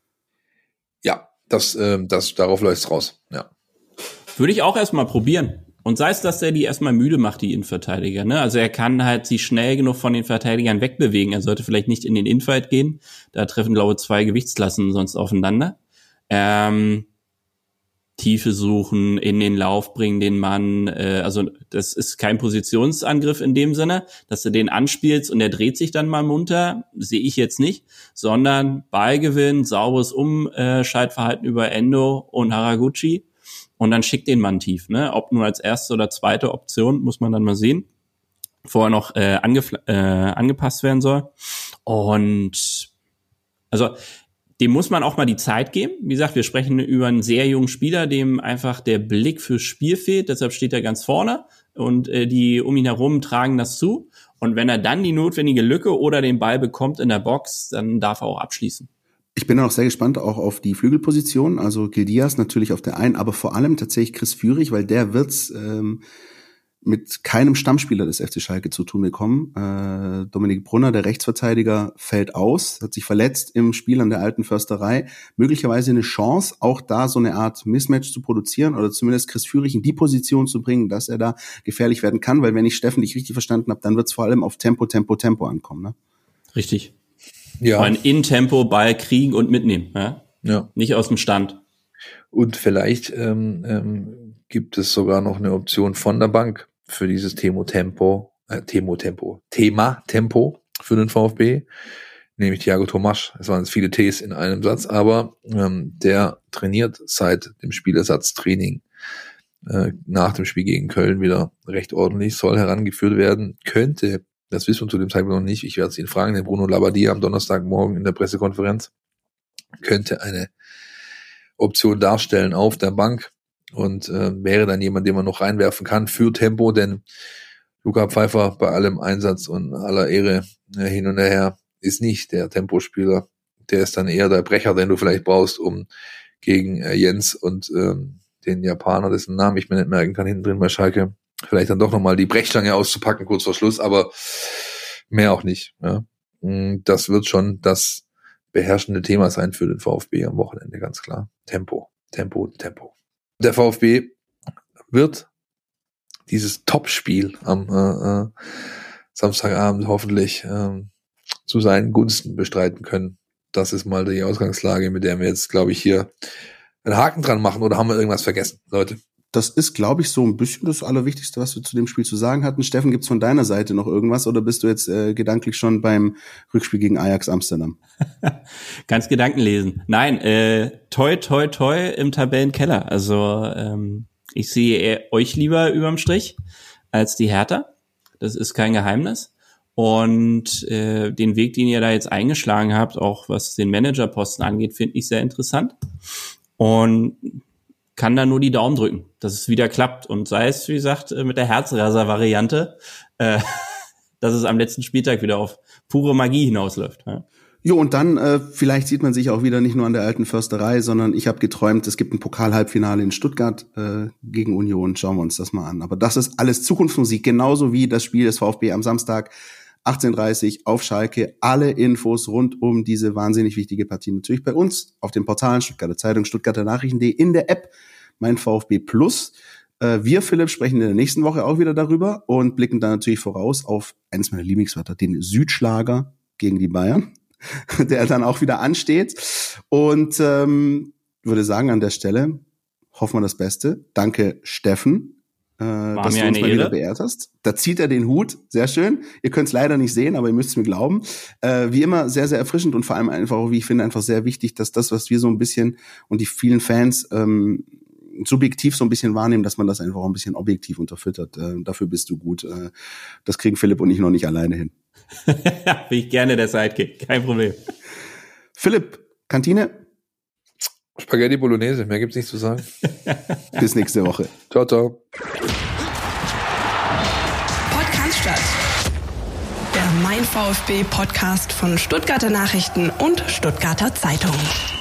Ja, das, äh, das darauf läuft's raus, ja. Würde ich auch erstmal probieren. Und sei es, dass er die erstmal müde macht, die Innenverteidiger, ne? Also er kann halt sich schnell genug von den Verteidigern wegbewegen. Er sollte vielleicht nicht in den Infight gehen. Da treffen, glaube ich, zwei Gewichtsklassen sonst aufeinander. Ähm, Tiefe suchen, in den Lauf bringen den Mann, äh, also das ist kein Positionsangriff in dem Sinne, dass du den anspielst und der dreht sich dann mal munter, sehe ich jetzt nicht, sondern Ballgewinn, sauberes Umschaltverhalten über Endo und Haraguchi und dann schickt den Mann tief, ne? Ob nur als erste oder zweite Option, muss man dann mal sehen, vorher noch äh, angef- äh, angepasst werden soll. Und also dem muss man auch mal die Zeit geben. Wie gesagt, wir sprechen über einen sehr jungen Spieler, dem einfach der Blick fürs Spiel fehlt. Deshalb steht er ganz vorne und äh, die um ihn herum tragen das zu. Und wenn er dann die notwendige Lücke oder den Ball bekommt in der Box, dann darf er auch abschließen. Ich bin auch sehr gespannt auch auf die Flügelposition. Also Gil Diaz natürlich auf der einen, aber vor allem tatsächlich Chris Führig, weil der wird's ähm, mit keinem Stammspieler des F C Schalke zu tun bekommen. Äh, Dominik Brunner, der Rechtsverteidiger, fällt aus, hat sich verletzt im Spiel an der Alten Försterei. Möglicherweise eine Chance, auch da so eine Art Mismatch zu produzieren oder zumindest Chris Führig in die Position zu bringen, dass er da gefährlich werden kann, weil wenn ich Steffen dich richtig verstanden habe, dann wird es vor allem auf Tempo, Tempo, Tempo ankommen. Ne? Richtig. Ja. Ein In-Tempo, Ball kriegen und mitnehmen. Ja? Ja. Nicht aus dem Stand. Und vielleicht ähm, ähm, gibt es sogar noch eine Option von der Bank für dieses Thema Tempo, äh, Thema Tempo, Thema Tempo für den VfB, nämlich Thiago Tomasch. Es waren jetzt viele Ts in einem Satz, aber ähm, der trainiert seit dem Spielersatztraining äh, nach dem Spiel gegen Köln wieder recht ordentlich, soll herangeführt werden, könnte, das wissen wir zu dem Zeitpunkt noch nicht, ich werde es ihn fragen, den Bruno Labbadia am Donnerstagmorgen in der Pressekonferenz, könnte eine Option darstellen auf der Bank und äh, wäre dann jemand, den man noch reinwerfen kann für Tempo, denn Luca Pfeiffer bei allem Einsatz und aller Ehre äh, hin und her ist nicht der Tempospieler, der ist dann eher der Brecher, den du vielleicht brauchst, um gegen äh, Jens und ähm, den Japaner, dessen Namen ich mir nicht merken kann, hinten drin bei Schalke, vielleicht dann doch nochmal die Brechstange auszupacken, kurz vor Schluss, aber mehr auch nicht. Ja. Das wird schon das beherrschende Thema sein für den VfB am Wochenende, ganz klar. Tempo, Tempo, Tempo. Der VfB wird dieses Topspiel am äh, äh, Samstagabend hoffentlich äh, zu seinen Gunsten bestreiten können. Das ist mal die Ausgangslage, mit der wir jetzt, glaube ich, hier einen Haken dran machen. Oder haben wir irgendwas vergessen, Leute? Das ist, glaube ich, so ein bisschen das Allerwichtigste, was wir zu dem Spiel zu sagen hatten. Steffen, gibt's von deiner Seite noch irgendwas oder bist du jetzt äh, gedanklich schon beim Rückspiel gegen Ajax Amsterdam? Ganz Gedanken lesen. Nein, äh, toi, toi, toi im Tabellenkeller. Also ähm, ich sehe eher euch lieber überm Strich als die Hertha. Das ist kein Geheimnis. Und äh, den Weg, den ihr da jetzt eingeschlagen habt, auch was den Managerposten angeht, finde ich sehr interessant. Und kann da nur die Daumen drücken, dass es wieder klappt. Und sei es, wie gesagt, mit der Herzraser-Variante, äh, dass es am letzten Spieltag wieder auf pure Magie hinausläuft. Ja. Jo, und dann äh, vielleicht sieht man sich auch wieder nicht nur an der Alten Försterei, sondern ich habe geträumt, es gibt ein Pokal-Halbfinale in Stuttgart äh, gegen Union. Schauen wir uns das mal an. Aber das ist alles Zukunftsmusik, genauso wie das Spiel des VfB am Samstag achtzehn Uhr dreißig auf Schalke. Alle Infos rund um diese wahnsinnig wichtige Partie natürlich bei uns auf den Portalen Stuttgarter Zeitung, Stuttgarter Nachrichten punkt de, in der App Mein VfB Plus. Äh, wir, Philipp, sprechen in der nächsten Woche auch wieder darüber und blicken dann natürlich voraus auf eines meiner Lieblingswörter, den Südschlager gegen die Bayern, der dann auch wieder ansteht. Und ähm, würde sagen, an der Stelle hoffen wir das Beste. Danke, Steffen. Äh, dass du uns mal wieder beehrt hast. Da zieht er den Hut, sehr schön. Ihr könnt es leider nicht sehen, aber ihr müsst es mir glauben. Äh, wie immer sehr, sehr erfrischend und vor allem einfach auch, wie ich finde, einfach sehr wichtig, dass das, was wir so ein bisschen und die vielen Fans ähm, subjektiv so ein bisschen wahrnehmen, dass man das einfach auch ein bisschen objektiv unterfüttert. Äh, dafür bist du gut. Äh, das kriegen Philipp und ich noch nicht alleine hin. Bin ich gerne der Sidekick, kein Problem. Philipp, Kantine? Spaghetti Bolognese, mehr gibt's nicht zu sagen. Bis nächste Woche. Ciao, ciao. Podcast, der Mein VfB Podcast von Stuttgarter Nachrichten und Stuttgarter Zeitung.